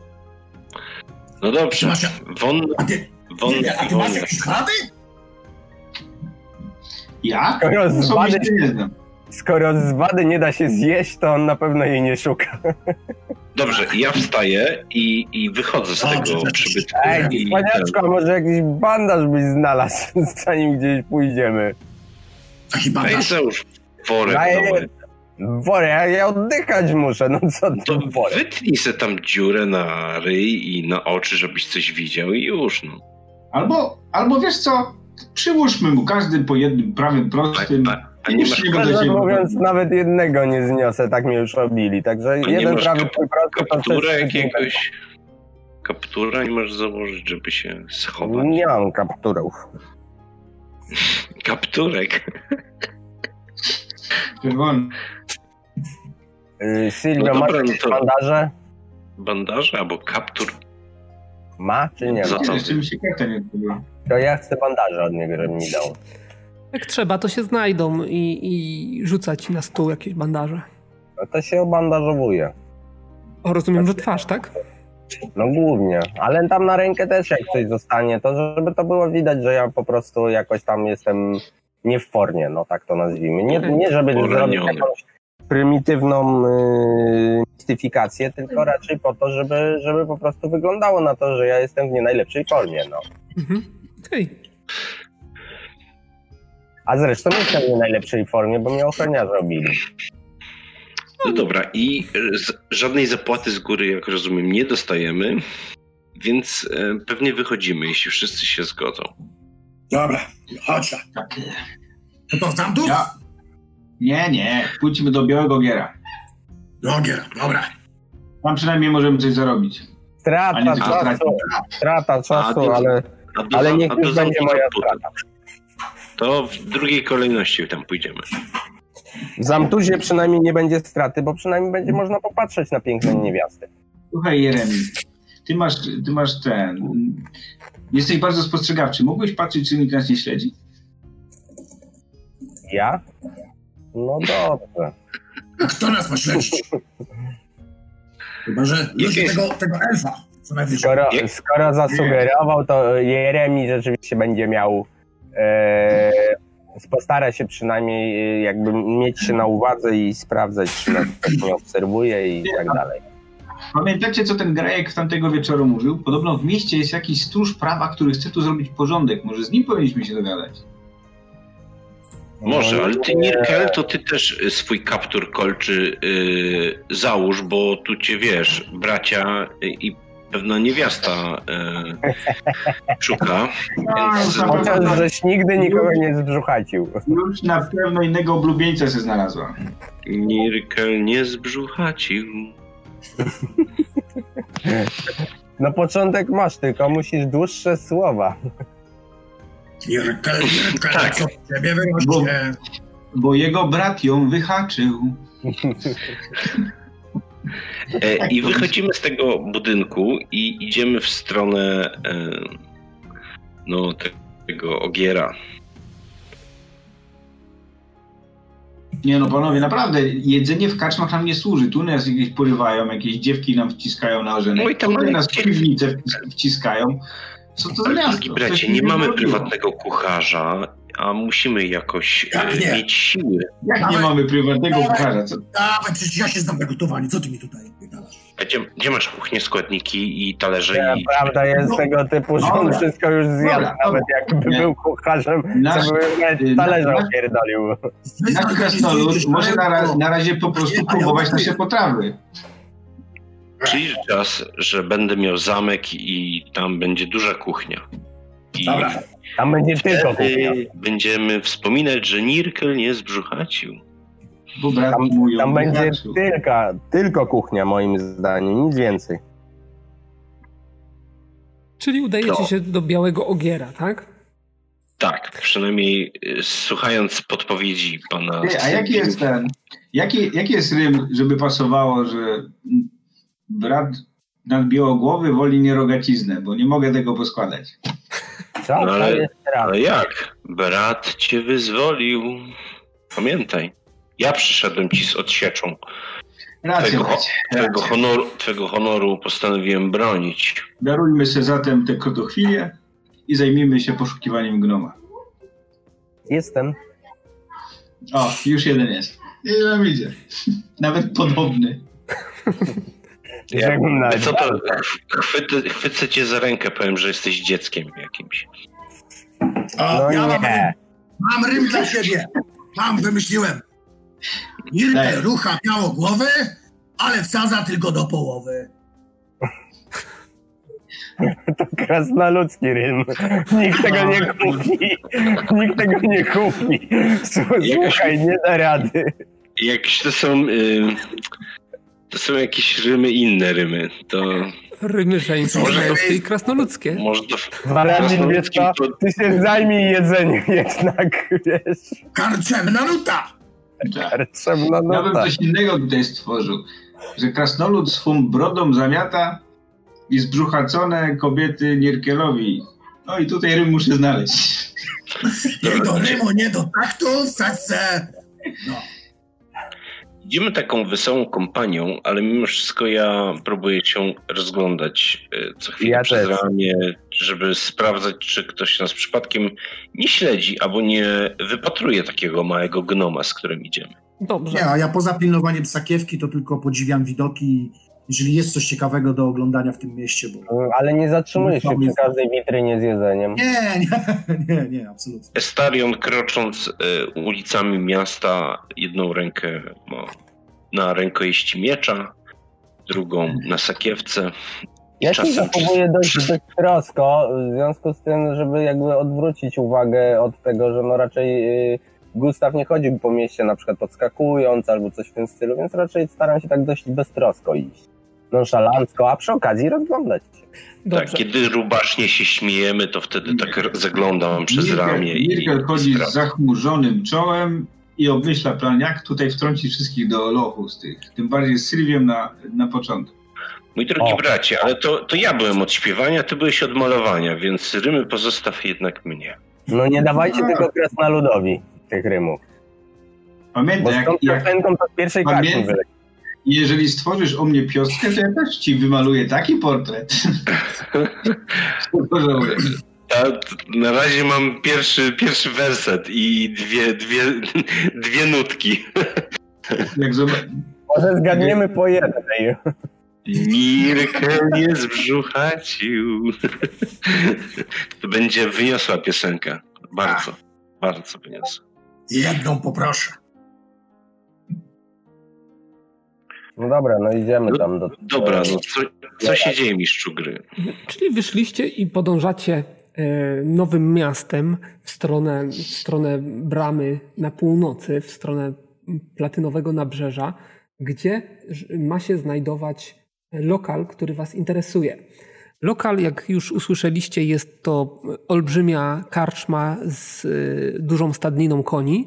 No dobrze. Masz- Won, A ty, won, nie, a ty masz won. jakieś chlady? Ja? Skoro zwady, Osobiście nie znam. skoro zwady nie da się zjeść, to on na pewno jej nie szuka. Dobrze, ja wstaję i, i wychodzę z Dobrze, tego dobrze. przybytku. Ej, I wspaniaczko, a może jakiś bandaż byś znalazł, zanim gdzieś pójdziemy. Taki ten, Ej, bandaż. załóż worek Daję- nowy. Worek, ja, ja oddychać muszę, no co To to worek? wytnij se tam dziurę na ryj i na oczy, żebyś coś widział i już, no. Albo, albo wiesz co, przyłóżmy mu każdy po jednym prawym prostym. A, a nie masz, Już nie będę Szczerze się mówiąc, nawet jednego nie zniosę, tak mnie już robili, także nie jeden masz prawy, kap- twój prosty, to kaptura wszyscy jakiegoś... Kaptura nie masz założyć, żeby się schować. nie mam kapturów. Kapturek. Czerwony. Yy, Sylwia, No masz dobra, no jakieś to- bandaże? Bandaże albo kaptur. Ma czy nie Za ma? co? Jeszcze mi się karta nie odbyła. To ja chcę bandaże od niego, żeby mi dał. Jak trzeba, to się znajdą i, i rzuca ci na stół jakieś bandaże. No to się obandażowuje. O, rozumiem, że twarz, tak? No głównie, ale tam na rękę też jak coś zostanie, to żeby to było widać, że ja po prostu jakoś tam jestem nie w formie, no tak to nazwijmy. Nie, nie żeby zrobić Poraniony. jakąś prymitywną yy, mistyfikację, tylko raczej po to, żeby, żeby po prostu wyglądało na to, że ja jestem w nie najlepszej formie, no. Mhm. Okej. A zresztą jestem w nie najlepszej formie, bo mnie ochroniarze robili. No dobra, i z, żadnej zapłaty z góry, jak rozumiem, nie dostajemy, więc e, pewnie wychodzimy, jeśli wszyscy się zgodzą. Dobra, chodź tam. To to w Zamtu? Ja. Nie, nie, pójdźmy do Białego Giera. Dogier, dobra. Tam przynajmniej możemy coś zarobić. A Strata nie tylko czasu, stracić. strata A czasu, to- ale, A do, ale niech a do już będzie zamku moja potem. strata. To w drugiej kolejności tam pójdziemy. W Zamtuzie przynajmniej nie będzie straty, bo przynajmniej będzie można popatrzeć na piękną niewiastę. Słuchaj, Jeremi, ty masz, ty masz ten... Jesteś bardzo spostrzegawczy. Mógłbyś patrzeć, czy nikt nas nie śledzi? Ja? No dobrze. A kto nas ma śledzić? Chyba, że ludzie tego, tego elfa, co najwyżej. Skoro, skoro zasugerował, to Jeremi rzeczywiście będzie miał... E, postara się przynajmniej jakby mieć się na uwadze i sprawdzać, czy nas ktoś nie obserwuje i tak dalej. Pamiętacie, co ten Grajek w tamtego wieczoru mówił? Podobno w mieście jest jakiś stróż prawa, który chce tu zrobić porządek. Może z nim powinniśmy się dogadać? Może, ale ty, Nirkel, to ty też swój kaptur kolczy yy, załóż, bo tu cię, wiesz, bracia i pewna niewiasta yy, szuka. Więc... Chociaż żeś nigdy nikogo nie zbrzuchacił. Już na pewno innego oblubieńca się znalazła. Nirkel nie zbrzuchacił. Na początek masz, tylko musisz dłuższe słowa. Nirkel, Nirkel, tak. Co ciebie wyrośnie? Bo, bo jego brat ją wyhaczył. E, I wychodzimy z tego budynku i idziemy w stronę e, no, tego ogiera. Nie no, panowie, naprawdę, jedzenie w karczmach nam nie służy. Tu nas jakieś porywają, jakieś dziewki nam wciskają na ożenek. No i tam Tutaj nas w piwnicę wciskają. Co to za Ale miasto? drogi bracie, nie mamy prywatnego kucharza, a musimy jakoś e, mieć siły. Jak nie Dawaj. mamy prywatnego Dawaj. kucharza? Co? Dawaj, przecież ja się znam na gotowaniu, co ty mi tutaj wydalasz? A gdzie, gdzie masz kuchnię, składniki i talerze? Ja, I... Prawda jest No. tego typu, że on Dobra. wszystko już zjadł, Dobra, nawet dobra. jakby Nie. był kucharzem, Nasz- to by nawet na- talerza nasz- opierdolił. Nasz krasnolud może na, ra- na razie po prostu A ja próbować gotuję. nasze potrawy. Przyjdzie czas, że będę miał zamek i tam będzie duża kuchnia. I Dobra. Tam będzie tylko kuchnia. wtedy będziemy wspominać, że Nirkel nie zbrzuchacił. Bo brat Tam, mój ją tam będzie wyhaczył. tylko, tylko kuchnia moim zdaniem, nic więcej. Czyli udajecie No. się do Białego Ogiera, tak? Tak, przynajmniej y, słuchając podpowiedzi pana... Ty, a jaki jest ten, jaki, jaki jest rym, żeby pasowało, że brat nad Białogłowy woli nierogaciznę, bo nie mogę tego poskładać. Co? No To ale, jest raz. ale jak? Brat cię wyzwolił. Pamiętaj, ja przyszedłem ci z odsieczą. Racja, Twego, ho- bracie, twego, racja. honoru, twego honoru postanowiłem bronić. Darujmy sobie zatem tę krotochwilię i zajmijmy się poszukiwaniem gnoma. Jestem. O, już jeden jest. Nie nam idzie. Nawet podobny. Ja, Żegnaj. co to? Chwycę, chwycę cię za rękę, powiem, że jesteś dzieckiem jakimś. O, No ja mam rym, nie. mam rym dla siebie. Mam, wymyśliłem. Nirkel Daj. rucha białogłowy, ale wsadza tylko do połowy. To krasnoludzki rym. Nikt tego nie kupi. Nikt tego nie kupi. Słuchaj, nie da rady. Jakieś to są... Y, to są jakieś rymy, inne rymy. To Rymy żeńskie i krasnoludzkie. może to... Waladin, wiesz co? Ty się zajmij jedzeniem jednak, wiesz. Karczemna nuta. Karczemna Ja bym nota. coś innego tutaj stworzył. Że krasnolud swą brodą zamiata i zbrzuchacone kobiety Nirkelowi. No i tutaj rym muszę znaleźć. Nie do rymu, nie do taktu, wsadź se. No. Idziemy taką wesołą kompanią, ale mimo wszystko ja próbuję się rozglądać y, co chwilę Ja przez też. ramię, żeby sprawdzać, czy ktoś nas przypadkiem nie śledzi, albo nie wypatruje takiego małego gnoma, z którym idziemy. Dobrze. Nie, a ja poza pilnowaniem sakiewki to tylko podziwiam widoki, jeżeli jest coś ciekawego do oglądania w tym mieście, bo... Ale nie zatrzymujesz się przy każdej witrynie z jedzeniem. Nie, nie, nie, nie, absolutnie. Estarion, krocząc y, ulicami miasta, jedną rękę ma na rękojeści miecza, drugą na sakiewce. Ja się Czasem zachowuję dość przez- beztrosko, w związku z tym, żeby jakby odwrócić uwagę od tego, że no raczej y, Gustaw nie chodził po mieście na przykład podskakując albo coś w tym stylu, więc raczej staram się tak dość beztrosko iść. Nonszalancko, a przy okazji rozglądać się. Dobrze. Tak, kiedy rubasznie się śmiejemy, to wtedy tak zaglądam przez Nirkel, ramię i, Nirkel i chodzi z sprawdzam. zachmurzonym czołem i obmyśla plan, jak tutaj wtrącić wszystkich do lochu z tych. Tym bardziej z Sylwią na, na początku. Mój drogi O. bracie, ale to, to ja byłem od śpiewania, ty byłeś od malowania, więc rymy pozostaw jednak mnie. No nie dawajcie tylko krasnoludowi tych rymów. Bo Pamiętaj, z jak, tą jak, piosenką to w pierwszej karcie Pamiętaj. wyleci. jeżeli stworzysz o mnie pioskę, to ja też ci wymaluję taki portret. Ja na razie mam pierwszy, pierwszy werset i dwie, dwie, dwie nutki. Jak zob- Może zgadniemy po jednej. Mirkę nie zbrzuchacił. To będzie wyniosła piosenka. Bardzo, bardzo wyniosła. Jedną poproszę. No dobra, no idziemy tam do... Dobra, no co, co się dzieje, mistrzu gry? Czyli wyszliście i podążacie e, nowym miastem w stronę, w stronę bramy na północy, w stronę platynowego nabrzeża, gdzie ma się znajdować lokal, który was interesuje. Lokal, jak już usłyszeliście, jest to olbrzymia karczma z e, dużą stadniną koni.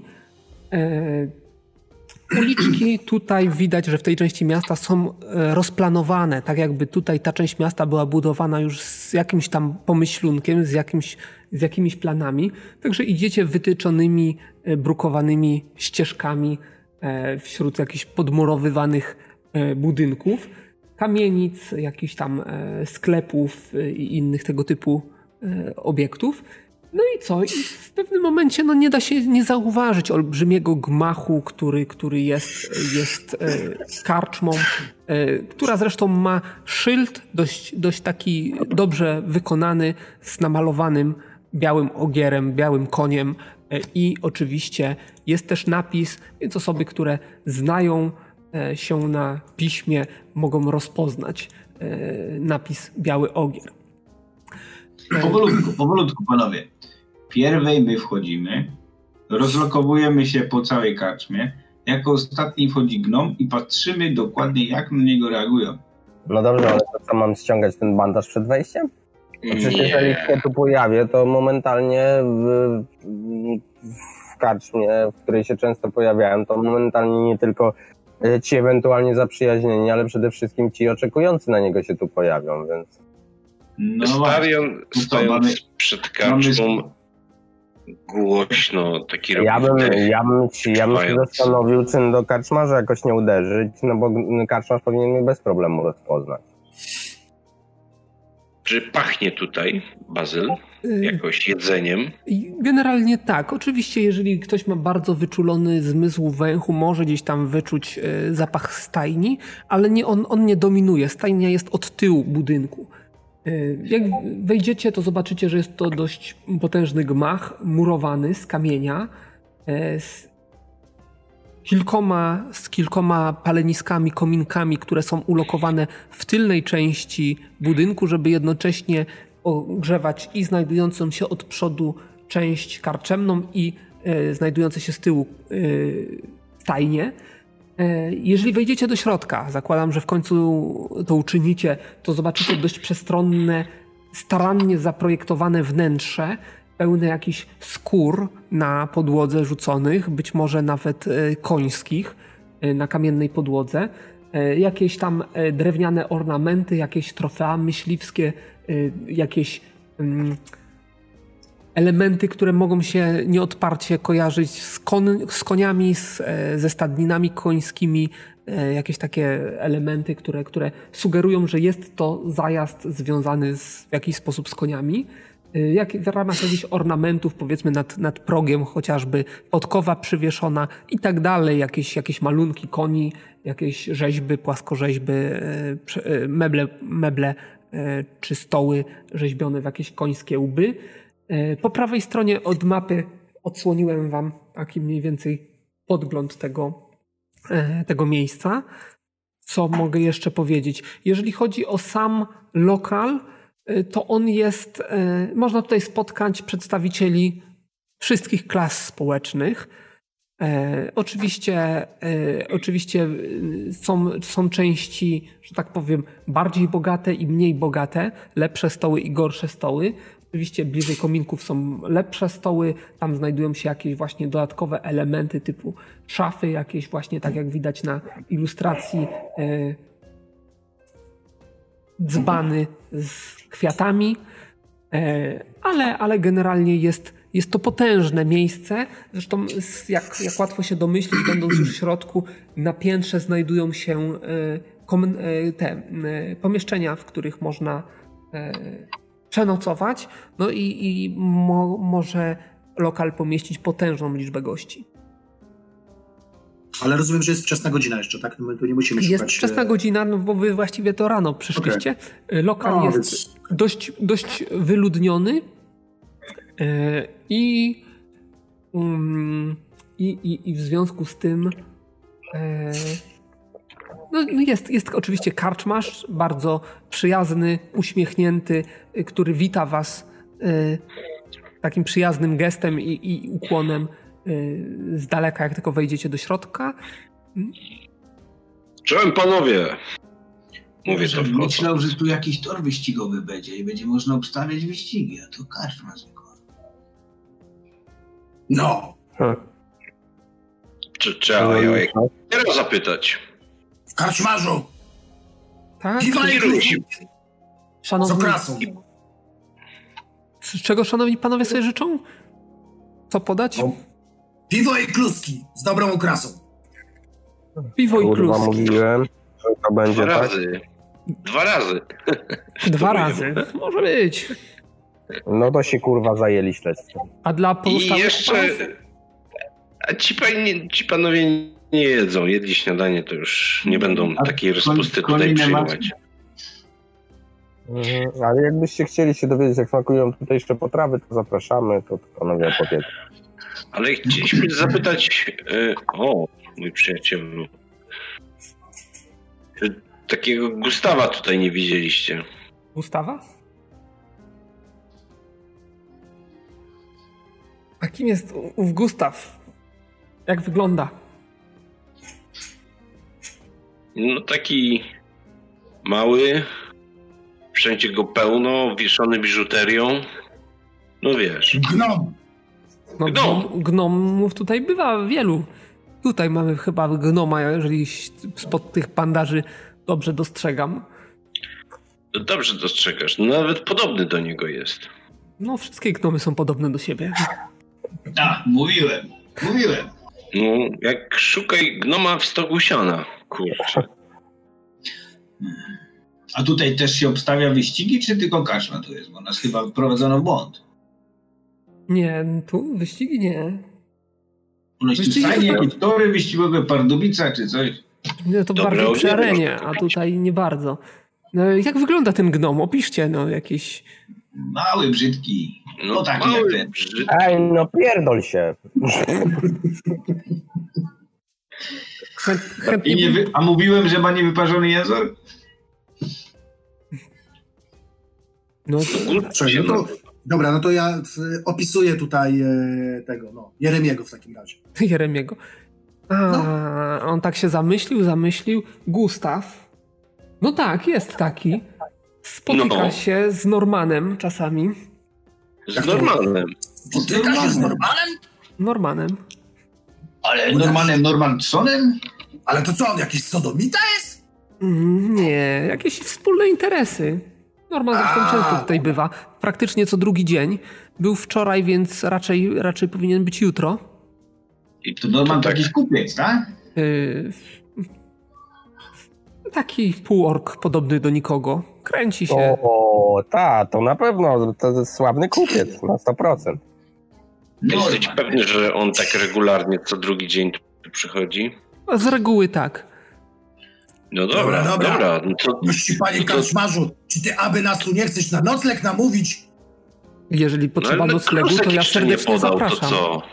E, Uliczki tutaj widać, że w tej części miasta są rozplanowane, tak jakby tutaj ta część miasta była budowana już z jakimś tam pomyślunkiem, z, jakimś, z jakimiś planami. Także idziecie wytyczonymi, brukowanymi ścieżkami wśród jakichś podmurowywanych budynków, kamienic, jakichś tam sklepów i innych tego typu obiektów. No i co? I w pewnym momencie no nie da się nie zauważyć olbrzymiego gmachu, który, który jest, jest e, karczmą, e, która zresztą ma szyld dość, dość taki dobrze wykonany z namalowanym białym ogierem, białym koniem e, i oczywiście jest też napis, więc osoby, które znają e, się na piśmie, mogą rozpoznać e, napis Biały Ogier. Powolutku, powolutku, panowie. Pierwej my wchodzimy, rozlokowujemy się po całej karczmie. Jako ostatni wchodzi gnom i patrzymy dokładnie, jak na niego reagują. No dobrze, ale to co, mam ściągać ten bandaż przed wejściem? No przecież Nie. jeżeli się tu pojawię, to momentalnie w, w karczmie, w której się często pojawiałem, to momentalnie nie tylko ci ewentualnie zaprzyjaźnieni, ale przede wszystkim ci oczekujący na niego się tu pojawią, więc... No Starion, to stojąc mamy- przed karczmą, mamy- głośno taki Ja bym, robi dech, ja, bym ci, ja bym się trwając. zastanowił, czy do karczmarza jakoś nie uderzyć, no bo karczmarz powinien mnie bez problemu rozpoznać. Czy pachnie tutaj, Bazyl, jakoś jedzeniem? Generalnie tak. Oczywiście, jeżeli ktoś ma bardzo wyczulony zmysł węchu, może gdzieś tam wyczuć e, zapach stajni, ale nie, on, on nie dominuje. Stajnia jest od tyłu budynku. E, Jak wejdziecie, to zobaczycie, że jest to dość potężny gmach, murowany z kamienia, e, z kilkoma, z kilkoma paleniskami, kominkami, które są ulokowane w tylnej części budynku, żeby jednocześnie ogrzewać i znajdującą się od przodu część karczemną i e, znajdujące się z tyłu e, stajnie. E, jeżeli wejdziecie do środka, zakładam, że w końcu to uczynicie, to zobaczycie dość przestronne, starannie zaprojektowane wnętrze, pełne jakichś skór na podłodze rzuconych, być może nawet e, końskich e, na kamiennej podłodze. E, jakieś tam e, drewniane ornamenty, jakieś trofea myśliwskie, e, jakieś mm, elementy, które mogą się nieodparcie kojarzyć z, kon, z koniami, z, e, ze stadninami końskimi, e, jakieś takie elementy, które, które sugerują, że jest to zajazd związany z, w jakiś sposób z koniami. Jak w ramach jakichś ornamentów, powiedzmy nad, nad progiem chociażby podkowa przywieszona i tak dalej, jakieś, jakieś malunki koni, jakieś rzeźby, płaskorzeźby, meble, meble czy stoły rzeźbione w jakieś końskie łby. Po prawej stronie od mapy odsłoniłem wam taki mniej więcej podgląd tego, tego miejsca. Co mogę jeszcze powiedzieć? Jeżeli chodzi o sam lokal, to on jest, można tutaj spotkać przedstawicieli wszystkich klas społecznych. E, oczywiście e, oczywiście są, są części, że tak powiem, bardziej bogate i mniej bogate, lepsze stoły i gorsze stoły. Oczywiście bliżej kominków są lepsze stoły, tam znajdują się jakieś właśnie dodatkowe elementy typu szafy, jakieś właśnie tak jak widać na ilustracji e, dzbany z kwiatami, e, ale, ale generalnie jest, jest to potężne miejsce. Zresztą jak, jak łatwo się domyślić, będąc już w środku, na piętrze znajdują się e, kom, e, te e, pomieszczenia, w których można e, przenocować, no i, i mo, może lokal pomieścić potężną liczbę gości. Ale rozumiem, że jest wczesna godzina jeszcze, tak? My tu nie musimy jest szukać... Jest wczesna godzina, no bo wy właściwie to rano przyszliście. Okay. Lokal no, jest więc... dość, dość wyludniony yy, i, um, i, i, i w związku z tym yy, no jest, jest oczywiście karczmarz, bardzo przyjazny, uśmiechnięty, który wita was y, takim przyjaznym gestem i, i ukłonem y, z daleka, jak tylko wejdziecie do środka. Czołem panowie! Mówię to wchodzę. Myślał, że tu jakiś tor wyścigowy będzie i będzie można obstawiać wyścigi, a to karczma zwykła. No! Hmm. Czy trzeba ja teraz zapytać? Karczmarzu! Tak? Piwa i kluski! Szanowni... Z okrasą! Z czego szanowni panowie sobie życzą? Co podać? No. Piwo i kluski z dobrą okrasą. Piwo i kluski. Mówiłem, że to będzie Dwa tak. razy. Dwa razy. Dwa razy. Może być. No to się kurwa zajęli śledztwem. A dla pozostałych I jeszcze... panów? A ci, pani, ci panowie nie jedzą. Jedli śniadanie, to już nie będą A takiej rozpusty tutaj przyjmować. Mhm. Ale jakbyście chcieli się dowiedzieć, jak smakują tutaj jeszcze potrawy, to zapraszamy, to panowie opowiedzą. Ale chcieliśmy zapytać, yy, o, mój przyjacielu, czy takiego Gustawa tutaj nie widzieliście? Gustawa? A kim jest ów Gustaw? Jak wygląda? No taki mały, wszędzie go pełno, wieszony biżuterią. No wiesz. Gnom! No, gnom. Gnom, gnomów tutaj bywa wielu. Tutaj mamy chyba gnoma, jeżeli spod tych bandaży dobrze dostrzegam. No dobrze dostrzegasz, nawet podobny do niego jest. No wszystkie gnomy są podobne do siebie. A, mówiłem, mówiłem. No, jak szukaj gnoma w stogu siana, kurczę. A tutaj też się obstawia wyścigi, czy tylko karczma tu jest? Bo nas chyba wprowadzono w błąd. Nie, tu wyścigi nie. Wyścigi fajnie, jakieś tory wyścigowe, Pardubica czy coś. No to Dobre bardziej przy arenie, a tutaj nie bardzo. No, jak wygląda ten gnom? Opiszcie, no jakieś... Mały, brzydki. No, no taki mały, jak ten. brzydki. Ej, no pierdol się. Chętnie... I nie wy... A mówiłem, że ma niewyparzony język? No to... no to... Dobra, no to ja opisuję tutaj e, tego, no, Jeremiego w takim razie. Jeremiego. A, no. On tak się zamyślił, zamyślił. Gustaw. No tak, jest taki. Spotyka no. się z Normanem czasami. Z Normanem? Spotyka się z Normanem? Normanem. Ale Normanem Normansonem? Ale to co, on jakiś sodomita jest? Nie, jakieś wspólne interesy. Norman zresztą często tutaj bywa. Praktycznie co drugi dzień. Był wczoraj, więc raczej, raczej powinien być jutro. I to Norman to jakiś kupiec, tak? Yy, taki półork podobny do nikogo. Kręci się. O, ta, to na pewno. To jest sławny kupiec, na sto procent. Jesteś pewny, że on tak regularnie co drugi dzień tu przychodzi? A z reguły tak. No dobra, dobra. dobra. No to, Już ci, panie no to... karczmarzu, czy ty aby nas tu nie chcesz na nocleg namówić? Jeżeli potrzeba no, noclegu, to ja serdecznie podał, zapraszam. To co?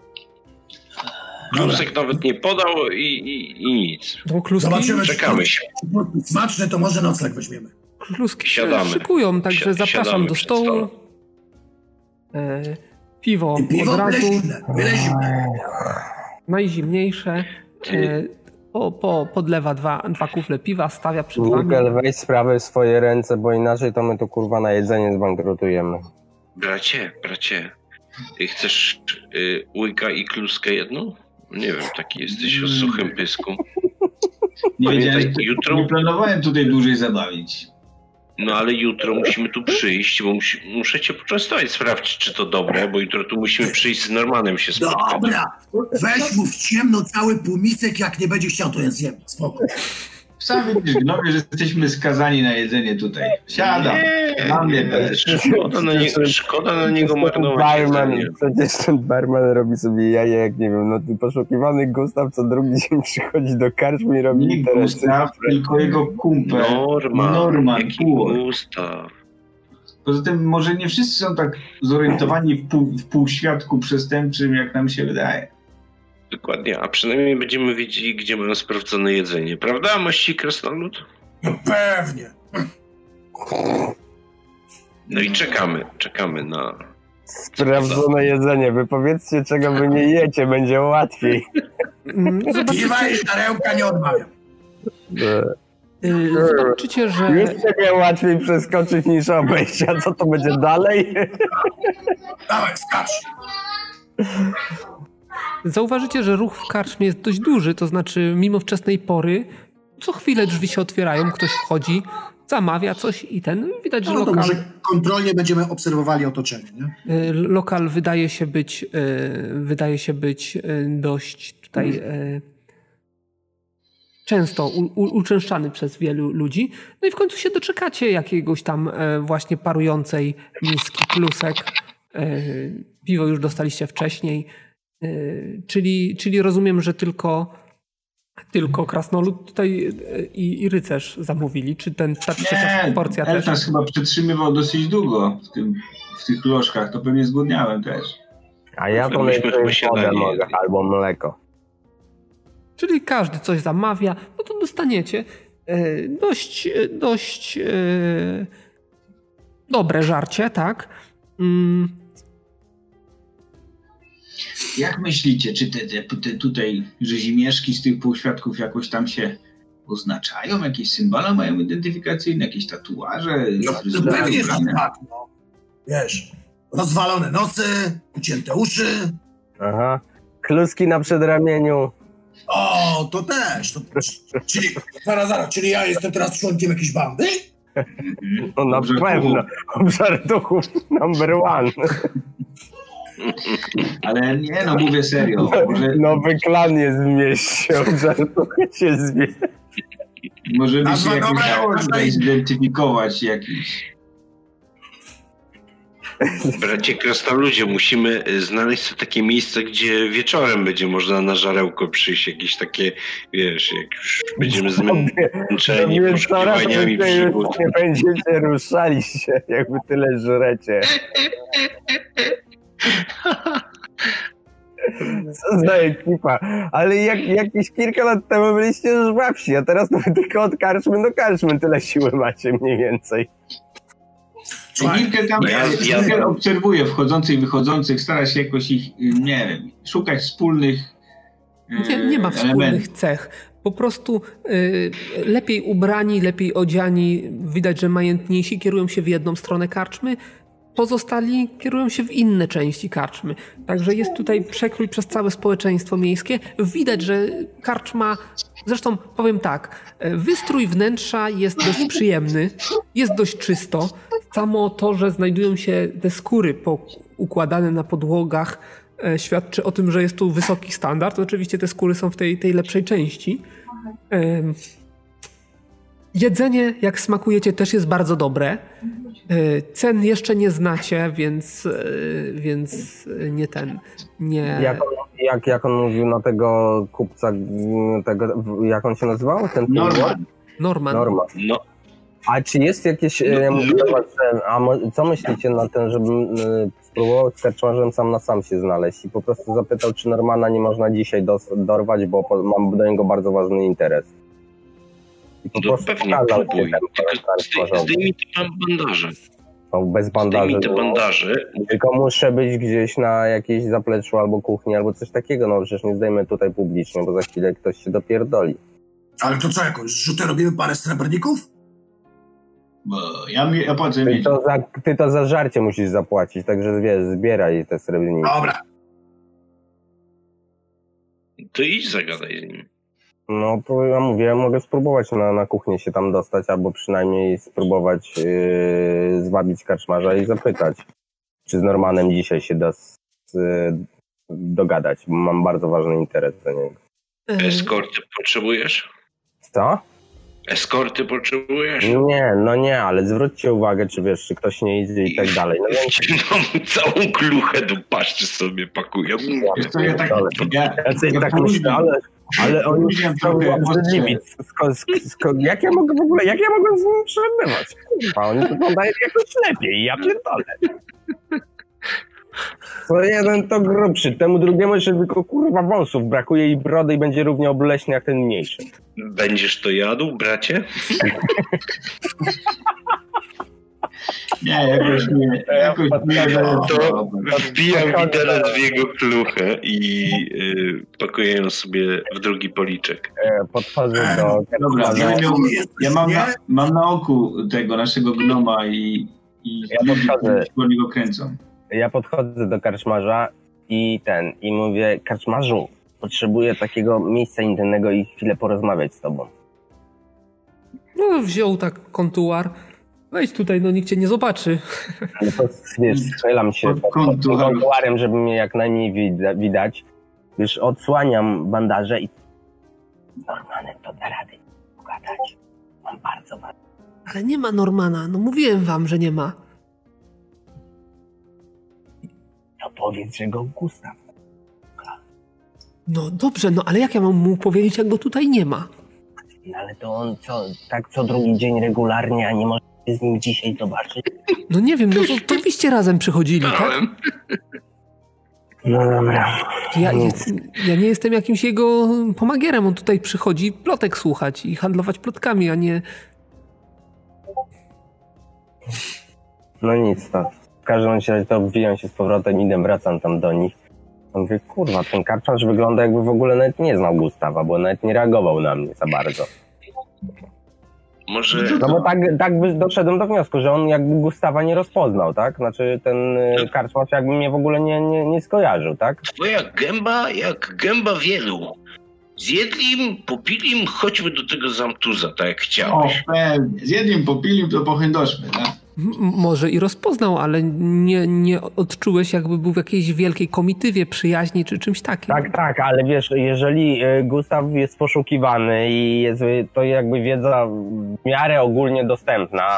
Klusek nawet nie podał i, i, i nic. No, kluski... Zobaczymy, czekamy się. Smaczne, to może nocleg weźmiemy. Kluski Siadamy. się szykują, także si- zapraszam do stołu. E, piwo, piwo od razu. Byle zimne. Najzimniejsze. E, po, po, podlewa dwa, dwa kufle piwa, stawia przed wami. Nikel, weź sprawę w swoje ręce, bo inaczej to my tu kurwa na jedzenie zbankrutujemy. Bracie, bracie, chcesz y, ujka i kluskę jedną? Nie wiem, taki jesteś o suchym pysku. Nie wiedziałem, jutro... nie planowałem tutaj dłużej zabawić. No ale jutro musimy tu przyjść, bo musi, muszę cię poczęstować, sprawdzić, czy to dobre, bo jutro tu musimy przyjść z Normanem się spotkać. Dobra, weź mu w ciemno cały półmisek, jak nie będzie chciał, to ja zjem. Spoko. Sam widzisz, gnomie, że jesteśmy skazani na jedzenie tutaj. Siadam. Na mnie też. Szkoda na, nie, szkoda na niego marnować barman, jedzenie. przecież ten barman robi sobie jaja, jak nie wiem, no ty poszukiwany Gustaw co drugi dzień przychodzi do karczmy i robi Nie interesy. Gustaw, tylko jego kumpel. Norman, Norman, jaki Pur. Gustaw. Poza tym może nie wszyscy są tak zorientowani w, pół, w półświadku przestępczym, jak nam się wydaje. Dokładnie, a przynajmniej będziemy wiedzieli, gdzie mają sprawdzone jedzenie. Prawda, mości krasnolud? No pewnie. No i czekamy, czekamy na... Sprawdzone jedzenie, wy powiedzcie, czego wy nie jecie, będzie łatwiej. Piwa i sztarełka nie odmawiam. Zobaczycie, że... Już ciebie łatwiej przeskoczyć niż obejść, a co to będzie dalej? Dawaj, skacz. Zauważycie, że ruch w karczmie jest dość duży, to znaczy mimo wczesnej pory co chwilę drzwi się otwierają, ktoś wchodzi, zamawia coś i ten, widać, że No to lokal... może kontrolnie będziemy obserwowali otoczenie, nie? Lokal wydaje się być, wydaje się być dość tutaj często u, u, uczęszczany przez wielu ludzi. No i w końcu się doczekacie jakiegoś tam właśnie parującej miski klusek. Piwo już dostaliście wcześniej. Czyli, czyli rozumiem, że tylko, tylko krasnolud tutaj i, i rycerz zamówili. Czy ten ta trzecia Nie, porcja też? Elfas chyba przetrzymywał dosyć długo w, tym, w tych lożkach, to pewnie zgłodniałem też. A ja to Myśmy chyba się wodę dali. mogę, albo mleko. Czyli każdy coś zamawia, no to dostaniecie e, dość, dość e, dobre żarcie, tak? Mm. Jak myślicie, czy te, te, te tutaj rzezimieszki z tych półświadków jakoś tam się oznaczają? Jakieś symbole mają identyfikacyjne, jakieś tatuaże? No, no pewnie, że tak, no. Wiesz, rozwalone nosy, ucięte uszy. Aha. Kluski na przedramieniu. O, to też. To, czyli, zaraz, zaraz, czyli ja jestem teraz członkiem jakiejś bandy? No na Obżar pewno. duchów. Obżar duchów number one. Ale nie, no mówię serio. Może, Nowy klan jest w mieście. Obżar duchów się zwie. może by się Nazwa jakoś dobra, dało nazwa tutaj i- zidentyfikować jakiś... Bracie krasnoludzie, musimy znaleźć sobie takie miejsce, gdzie wieczorem będzie można na żarełko przyjść. Jakieś takie, wiesz, jak już będziemy zmęczeni No więc coraz poszukiwaniami więcej już przygód. nie będziecie ruszali się, jakby tyle żrecie. Co za ekipa. Ale jak, jakieś kilka lat temu byliście żwawsi, a teraz to wy tylko od karczmy do karczmy tyle siły macie mniej więcej. Słuchaj, Nilkę tam ja- ja- Nilkę obserwuję wchodzących, wychodzących, stara się jakoś ich, nie wiem, szukać wspólnych Nie, nie ma e, wspólnych elementów. cech. Po prostu y, lepiej ubrani, lepiej odziani, widać, że majętniejsi kierują się w jedną stronę karczmy, pozostali kierują się w inne części karczmy. Także jest tutaj przekrój przez całe społeczeństwo miejskie. Widać, że karczma, zresztą powiem tak, wystrój wnętrza jest dość przyjemny, jest dość czysto. Samo to, że znajdują się te skóry układane na podłogach, e, świadczy o tym, że jest tu wysoki standard. Oczywiście te skóry są w tej, tej lepszej części. Em, Jedzenie, jak smakujecie, też jest bardzo dobre. E, Cen jeszcze nie znacie, więc, e, więc nie ten, nie... Jak on, jak, jak on mówił na tego kupca, m, tego, jak on się nazywał? Ten Norman. Norman. Norma. No, A czy jest jakieś, No, ja mówię no. do was, że, a mo, co myślicie na ten, żebym y, spróbował z karczmarzem sam na sam się znaleźć i po prostu zapytał, czy Normana nie można dzisiaj dos, dorwać, bo po, mam do niego bardzo ważny interes. I po to prostu pewnie pokazał się próbuj. temu Tylko zdej- karczmarzowi. zdejmij te pan- bandaże. No, bez bandaży. Zdejmij te no. bandaże. Tylko muszę być gdzieś na jakiejś zapleczu albo kuchni, albo coś takiego. No przecież nie zdejmę tutaj publicznie, bo za chwilę ktoś się dopierdoli. Ale to co, jakoś zrzutę robimy parę srebrników? Bo ja, mi, ja po co Ty to, za, ty to za żarcie musisz zapłacić, także wiesz, zbieraj te srebrniki. Dobra. To idź zagadaj z nim. No to ja mówię, ja mogę spróbować na, na kuchnię się tam dostać, albo przynajmniej spróbować yy, zwabić karczmarza i zapytać, czy z Normanem dzisiaj się da z, yy, dogadać, bo mam bardzo ważny interes do niego. Eskorty potrzebujesz? Co? Eskorty potrzebujesz? Nie, no nie, ale zwróćcie uwagę, czy wiesz, czy ktoś nie idzie i tak dalej. No więc... Mam całą kluchę do paszczy sobie pakuję. Wiesz co, ja tak, ja, Ja sobie ja tak myślę, ale, ale oni są obrzydliwi. Jak ja mogę w ogóle, jak ja mogę z nimi przebywać? Kurwa, oni wyglądają jakoś lepiej, ja pierdolę. Co jeden to grubszy, temu drugiemu jeszcze tylko kurwa wąsów brakuje i brody i będzie równie obleśny jak ten mniejszy. Będziesz to jadł, bracie? Nie, jakoś nie. Jakoś nie, to wbijam widelec w jego kluchę i yy, pakuję ją sobie w drugi policzek. Podchodzę do... Dobra, ja, miał, ja mam, na, mam na oku tego naszego gnoma i, i ja podchodzę, po niego kręcą. Ja podchodzę do karczmarza i ten, i mówię, karczmarzu, potrzebuję takiego miejsca intymnego i chwilę porozmawiać z tobą. No wziął tak kontuar. Wejdź tutaj, no nikt cię nie zobaczy. No to wiesz, strzelam się pod kontuarem, żeby mnie jak najmniej widać. Wiesz, odsłaniam bandaże i Normanem to da rady pogadać. Mam bardzo ważne. Ale nie ma Normana, no mówiłem wam, że nie ma. To powiedz, że go Gustaw. No dobrze, no ale jak ja mam mu powiedzieć, jak go tutaj nie ma? No ale to on co, tak co drugi dzień regularnie, a nie może z nim dzisiaj zobaczyć? No nie wiem, no to, to wyście razem przychodzili, tak? No dobra. Ja, ja, ja nie jestem jakimś jego pomagierem, on tutaj przychodzi plotek słuchać i handlować plotkami, a nie... No nic, to w każdym razie to wbijam się z powrotem, idę, wracam tam do nich. On mówi, kurwa, ten karczmarz wygląda jakby w ogóle nawet nie znał Gustawa, bo nawet nie reagował na mnie za bardzo. Może... No bo tak, tak doszedłem do wniosku, że on jakby Gustawa nie rozpoznał, tak? Znaczy ten karczmarz jakby mnie w ogóle nie, nie, nie skojarzył, tak? Twoja gęba jak gęba wielu. Zjedlim, popilim, chodźmy do tego Zamtuza, tak jak chciałeś. O, pewnie. Zjedlim, popilim, to pochędoszmy, tak? M- może i rozpoznał, ale nie, nie odczułeś, jakby był w jakiejś wielkiej komitywie przyjaźni czy czymś takim. Tak, tak, ale wiesz, jeżeli Gustaw jest poszukiwany i jest to jakby wiedza w miarę ogólnie dostępna,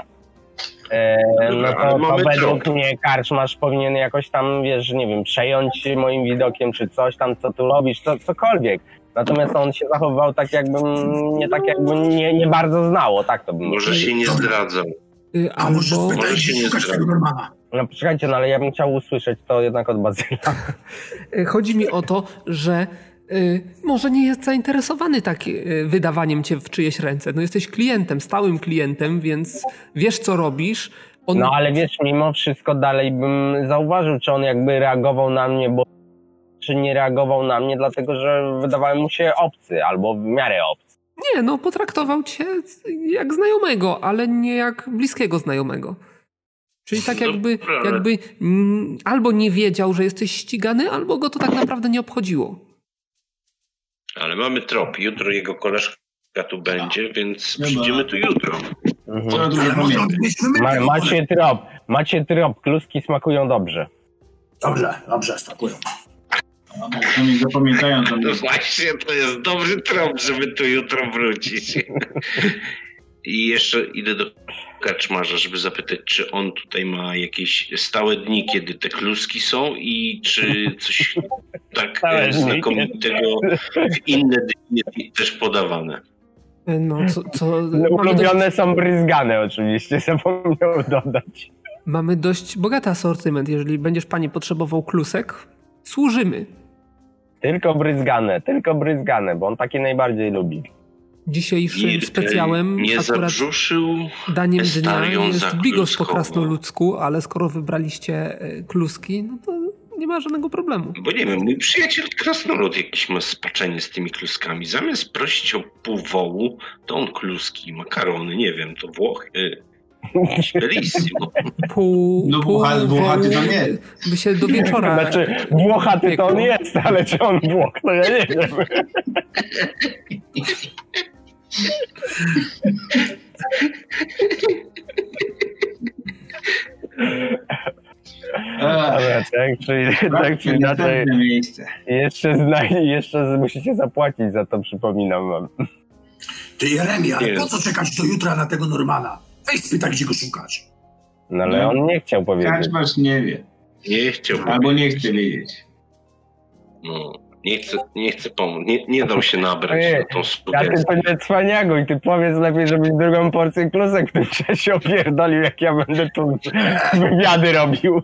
no to, to według mnie karczmarz powinien jakoś tam, wiesz, nie wiem, przejąć moim widokiem czy coś tam, co tu robisz, co, cokolwiek. Natomiast on się zachowywał tak jakbym, nie tak jakby nie, nie bardzo znało, tak to bym Może mówił. Się nie zdradzał. Y, albo... może, może się nie zdradzał. No poczekajcie, no ale ja bym chciał usłyszeć to jednak od Bazyla. Chodzi mi o to, że y, może nie jest zainteresowany tak y, wydawaniem cię w czyjeś ręce. No jesteś klientem, stałym klientem, więc wiesz co robisz. On... No ale wiesz, mimo wszystko dalej bym zauważył, czy on jakby reagował na mnie, bo czy nie reagował na mnie, dlatego że wydawałem mu się obcy, albo w miarę obcy. Nie, no potraktował cię jak znajomego, ale nie jak bliskiego znajomego. Czyli tak jakby, jakby mm, albo nie wiedział, że jesteś ścigany, albo go to tak naprawdę nie obchodziło. Ale mamy trop. Jutro jego koleżka tu będzie, więc przyjdziemy tu jutro. Mhm. Ma, macie trop, macie trop. Kluski smakują dobrze. Dobrze, dobrze, smakują. No mi zapamiętają to. No właśnie, to jest dobry trop, żeby tu jutro wrócić. I jeszcze idę do karczmarza, żeby zapytać, czy on tutaj ma jakieś stałe dni, kiedy te kluski są i czy coś tak znakomitego w inne dni też podawane. No, co, co, ulubione dość... są bryzgane oczywiście, zapomniał dodać. Mamy dość bogaty asortyment. Jeżeli będziesz, panie, potrzebował klusek, służymy. Tylko bryzgane, tylko bryzgane, bo on takie najbardziej lubi. Dzisiejszym Irkel specjałem nie akurat zabrzuszył daniem dnia jest bigos po kluskowo. krasnoludzku, ale skoro wybraliście kluski, no to nie ma żadnego problemu. Bo nie wiem, mój przyjaciel krasnolud jakiś ma spaczenie z tymi kluskami. Zamiast prosić o pół wołu, to on kluski, makarony, nie wiem, to Włochy. Bellissimo. Pół, No pół Włocha- Włochaty to nie. by się do wieczora... Znaczy, Włochaty to on jest, ale czy on Włoch, to ja nie wiem. Dobra, tak czy, tak czy inaczej, jeszcze, zna, jeszcze musicie zapłacić za to, przypominam wam. Ty Jeremi, ale po co czekać do jutra na tego Normana? Weź spytaj, gdzie go szukać. No ale on nie chciał powiedzieć. Kaczmarz nie wie. Nie chciał Albo nie chce wiedzieć. No, nie chce, nie chce pomóc. Nie, nie dał się nabrać Ej, na tą Ja sugestię. ty to nie cwaniaguj, ty powiedz lepiej, żebyś drugą porcję klusek w tym czasie opierdolił, jak ja będę tu wywiady robił.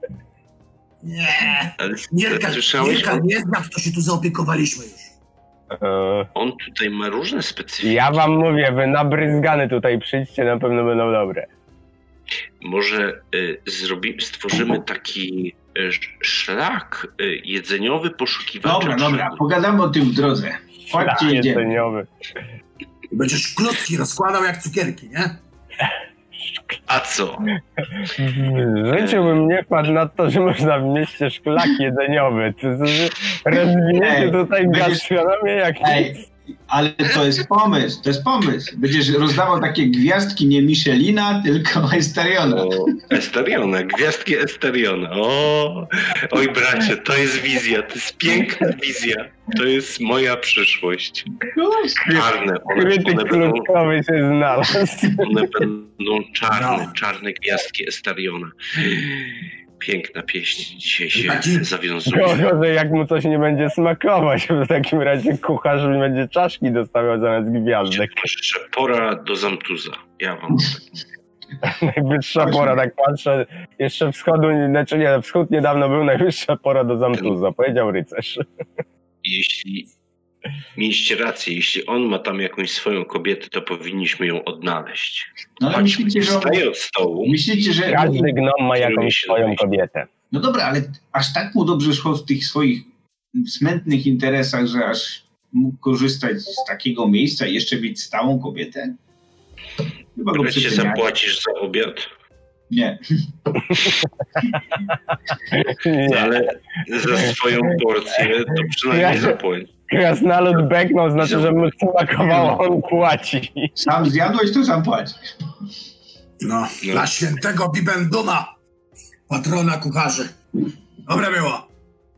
Nie. Ale Gierka, słyszałeś? Gierka On, nie zna, to się tu zaopiekowaliśmy już. E, on tutaj ma różne specyfiki. Ja wam mówię, wy nabryzgane tutaj przyjdźcie, na pewno będą dobre. Może y, zrobi, stworzymy taki y, szlak y, jedzeniowy poszukiwacza. Dobra, dobra, pogadamy o tym w drodze. Chodźcie, idziemy. Jedzeniowy. Będziesz klocki rozkładał jak cukierki, nie? A co? W życiu bym nie wpadł na to, że można w mieście szlak jedzeniowy. To, to, to, rozwiniecie Ej, tutaj będziesz- gastronomię jak Ej, ale to jest pomysł, to jest pomysł. Będziesz rozdawał takie gwiazdki nie Michelina, tylko Esteriona. O, Esteriona, gwiazdki Esteriona. O, oj bracie, to jest wizja, to jest piękna wizja. To jest moja przyszłość. Czarne, one, krytyk one, będą, kluczowy się znalazł. one będą czarne, czarne gwiazdki Esteriona. Piękna pieśń dzisiaj się Taki- zawiązuje. Gorzej, jak mu coś nie będzie smakować, w takim razie kucharz będzie czaszki dostawał zamiast gwiazdek. Jeszcze pora do Zamtuza. Ja wam tak Najwyższa pora, tak patrzę, jeszcze wschodu, znaczy nie, wschód niedawno był, najwyższa pora do Zamtuza, powiedział rycerz. Jeśli mieliście rację, jeśli on ma tam jakąś swoją kobietę, to powinniśmy ją odnaleźć. No ale Chodźmy, myślicie, że... wstaję od stołu. Myślicie, że... Każdy gnom ma jakąś swoją kobietę. No dobra, ale aż tak mu dobrze szło w tych swoich smętnych interesach, że aż mógł korzystać z takiego miejsca i jeszcze mieć stałą kobietę? Chyba go Wreszcie przeceniacie. zapłacisz za obiad, Nie. Nie. ale za swoją porcję to przynajmniej zapłać. Krasnalud beknął, znaczy, że mu smakowało, on płaci. Sam zjadłeś, to sam płacisz. No, No. dla świętego Bibenduma, patrona kucharzy. Dobre było.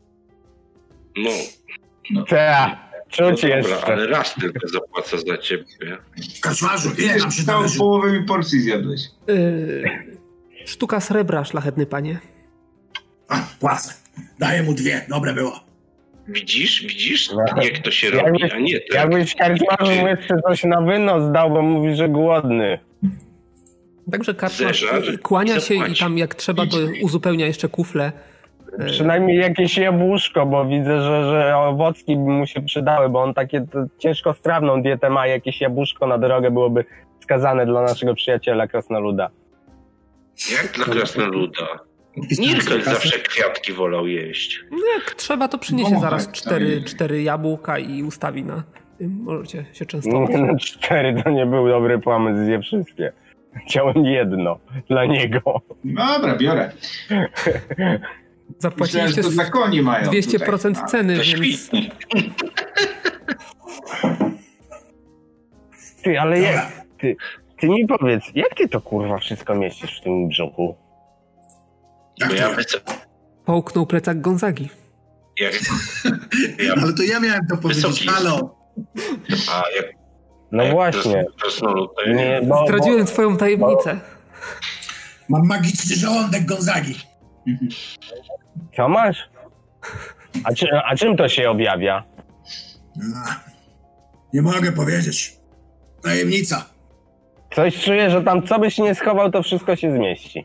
No, Ta, no czuć dobra, jeszcze. ale raz tylko zapłacę za ciebie. Kaczmarzu, ile nam się Całą należy? połowę mi porcji zjadłeś. Yy, sztuka srebra, szlachetny panie. A, płacę. Daję mu dwie, dobre było. Widzisz, widzisz, No. jak to się robi, a nie tak. Jakbyś karczmarzu mu jeszcze coś na wynos dał, bo mówi, że głodny. Także karczmarz Zeżar kłania i się i zapłaci. tam jak trzeba, to uzupełnia jeszcze kufle. Przynajmniej jakieś jabłuszko, bo widzę, że, że owocki by mu się przydały, bo on takie to, ciężko strawną dietę ma, jakieś jabłuszko na drogę byłoby wskazane dla naszego przyjaciela krasnoluda. Jak dla krasnoluda. Nirkel zawsze kwiatki wolał jeść. No jak trzeba, to przyniesie Pomachaj, zaraz cztery, tak. cztery jabłka i ustawi na tym. Możecie się częstować. No, cztery to nie był dobry pomysł, zje wszystkie. Chciałem jedno dla niego. Dobra, biorę. Myślałem, że Zapłaciliście to dla koni mają dwieście procent tutaj. ceny, To więc świetnie. Ty, ale Dobra. jak, ty, ty mi powiedz, jak ty to kurwa wszystko mieścisz w tym brzuchu? Jak Bo to ja ja? wyce... połknął plecak Gonzagi. Jak... ja... Ale to ja miałem to powiedzieć, Wysoki. halo. A, jak... No jak właśnie. krasnolud, to Nie, bo, Zdradziłem swoją tajemnicę. Mam magiczny żołądek Gonzagi. bo, co masz? A, czy, a czym to się objawia? A, nie mogę powiedzieć. Tajemnica. Coś czuję, że tam co byś nie schował, to wszystko się zmieści.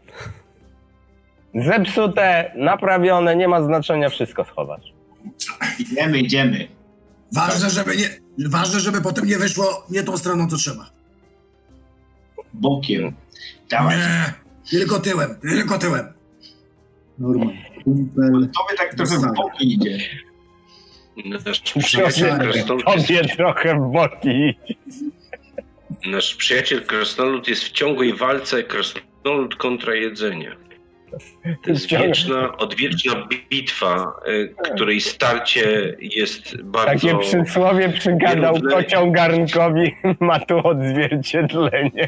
Zepsute, naprawione, nie ma znaczenia, wszystko schowasz. Idziemy, idziemy. Ważne, żeby nie, ważne, żeby potem nie wyszło nie tą stroną, co trzeba. Bokiem. Dawaj. Nie, tylko tyłem, tylko tyłem. Norman, kumpel. To by tak trochę w boki idzie. Nasz przyjaciel krasnolud jest... Tobie trochę w boki. Nasz przyjaciel krasnolud jest w ciągłej walce krasnolud kontra jedzenie. To jest wieczna, odwieczna bitwa, której starcie jest bardzo... Takie przysłowie przygadał kocioł garnkowi, ma tu odzwierciedlenie.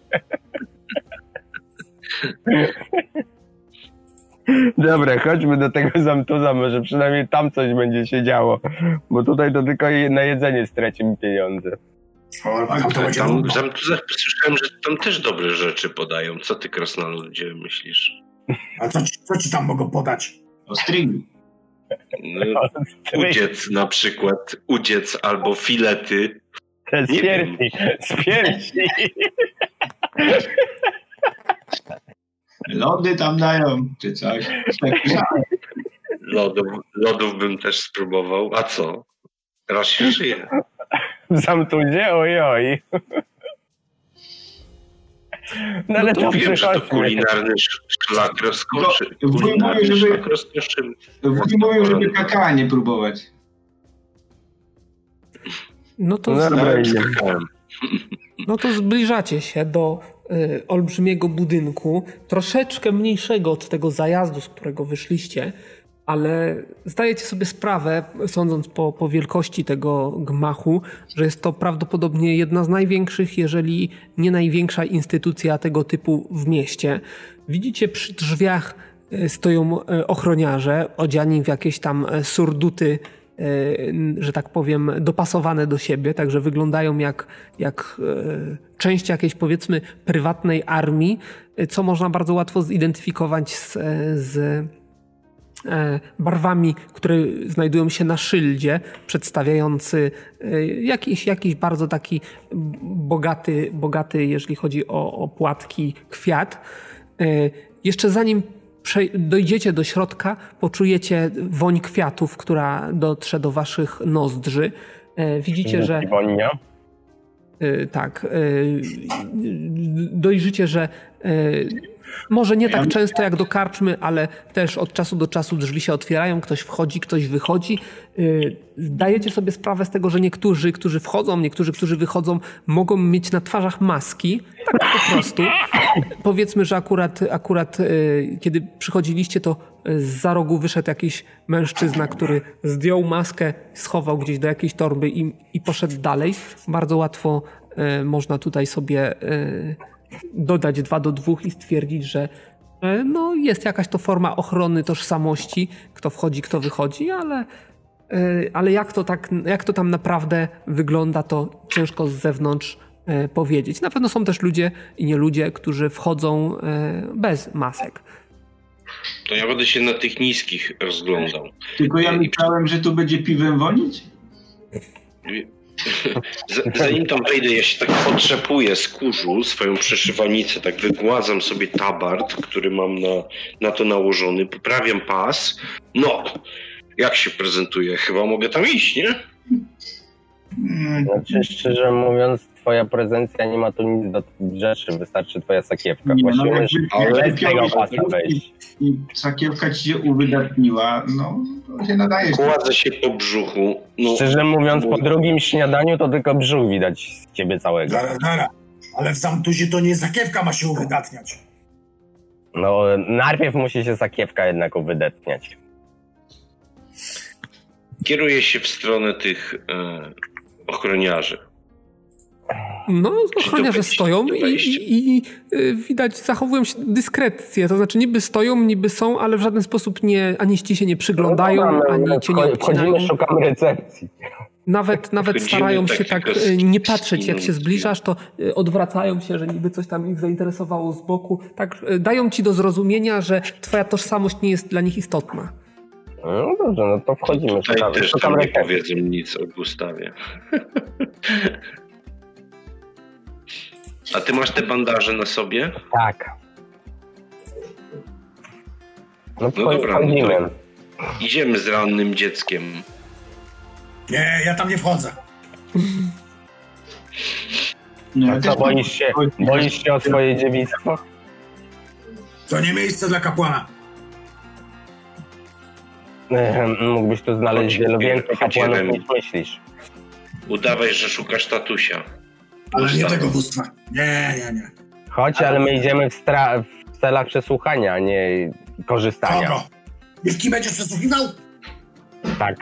Dobra, chodźmy do tego Zamtuza, może przynajmniej tam coś będzie się działo, bo tutaj to tylko na jedzenie stracimy pieniądze. O, tam to będzie tam, w Zamtuzach słyszałem, że tam też dobre rzeczy podają. Co ty, krasnoludzie, myślisz? A co, co ci tam mogą podać? Ostrygi. No, udziec na przykład, udziec albo filety. Z piersi, z piersi. Lody tam dają, czy coś. Lodów, lodów bym też spróbował. A co? Raz się żyje. W Zamtuzie? Oj, oj. No ale no to wiem, że to kulinarny szlak rozkoszy. Kulinarny żeby, szlak rozkoszy. Wuj mówił, żeby kakao nie próbować. No to, no, z... no to zbliżacie się do y, olbrzymiego budynku, troszeczkę mniejszego od tego zajazdu, z którego wyszliście, ale zdajecie sobie sprawę, sądząc po, po wielkości tego gmachu, że jest to prawdopodobnie jedna z największych, jeżeli nie największa instytucja tego typu w mieście. Widzicie, przy drzwiach stoją ochroniarze odziani w jakieś tam surduty, że tak powiem, dopasowane do siebie, także wyglądają jak, jak część jakiejś, powiedzmy, prywatnej armii, co można bardzo łatwo zidentyfikować z, z barwami, które znajdują się na szyldzie, przedstawiający jakiś, jakiś bardzo taki bogaty, bogaty, jeżeli chodzi o, o płatki, kwiat. Jeszcze zanim dojdziecie do środka, poczujecie woń kwiatów, która dotrze do waszych nozdrzy. Widzicie, że... Wonia? Tak. Dojrzycie, że może nie tak często jak do karczmy, ale też od czasu do czasu drzwi się otwierają, ktoś wchodzi, ktoś wychodzi. Zdajecie sobie sprawę z tego, że niektórzy, którzy wchodzą, niektórzy, którzy wychodzą, mogą mieć na twarzach maski, tak po prostu. Powiedzmy, że akurat, akurat kiedy przychodziliście, to zza rogu wyszedł jakiś mężczyzna, który zdjął maskę, schował gdzieś do jakiejś torby i, i poszedł dalej. Bardzo łatwo można tutaj sobie dodać dwa do dwóch i stwierdzić, że no, jest jakaś to forma ochrony tożsamości, kto wchodzi, kto wychodzi, ale, ale jak, to tak, jak to tam naprawdę wygląda, to ciężko z zewnątrz powiedzieć. Na pewno są też ludzie i nie ludzie, którzy wchodzą bez masek. To ja będę się na tych niskich rozglądał. Tylko ja myślałem, że tu będzie piwem wonić? Zanim tam wejdę, ja się tak potrzepuję z kurzu swoją przyszywanicę, tak wygładzam sobie tabard, który mam na, na to nałożony, poprawiam pas. No, jak się prezentuje? Chyba mogę tam iść, nie? Znaczy, szczerze mówiąc, twoja prezencja nie ma tu nic do rzeczy, wystarczy twoja sakiewka. Nie, Właściwie no, możesz ale bez tego pasa wejść. I sakiewka ci się uwydatniła, no to się nadaje. Kładzę się po brzuchu. No, szczerze mówiąc, po drugim śniadaniu to tylko brzuch widać z ciebie całego. Zara, zara. Ale w Zamtuzie to nie sakiewka ma się uwydatniać. No, najpierw musi się sakiewka jednak uwydatniać. Kieruję się w stronę tych e, ochroniarzy. No, ochroniarze stoją i, i, i widać, zachowują się dyskrecję. To znaczy niby stoją, niby są, ale w żaden sposób nie, ani ci się nie przyglądają, no, no, ani cię nie obcinają. Wchodzimy, szukamy recepcji. Nawet, nawet starają się tak nie patrzeć, jak się zbliżasz, to odwracają się, że niby coś tam ich zainteresowało z boku. Tak dają ci do zrozumienia, że twoja tożsamość nie jest dla nich istotna. No dobrze, no to wchodzimy. Tutaj szukamy, też szukamy tam nie recepcji. powiedzą nic o Gustawie. A ty masz te bandaże na sobie? Tak. No, No dobra, wchodzimy. no idziemy z rannym dzieckiem. Nie, ja tam nie wchodzę. No, A co, boisz się, boisz się o swoje dziewictwo? To nie miejsce dla kapłana. Mógłbyś tu znaleźć Chodź, wielu więcej kapłanów idziemy. niż myślisz. Udawaj, że szukasz tatusia. Ale nie tego bóstwa. Nie, nie, nie. Chodź, ale my idziemy w, stra- w celach przesłuchania, a nie korzystania. Kogo? Jewki będziesz przesłuchiwał? Tak.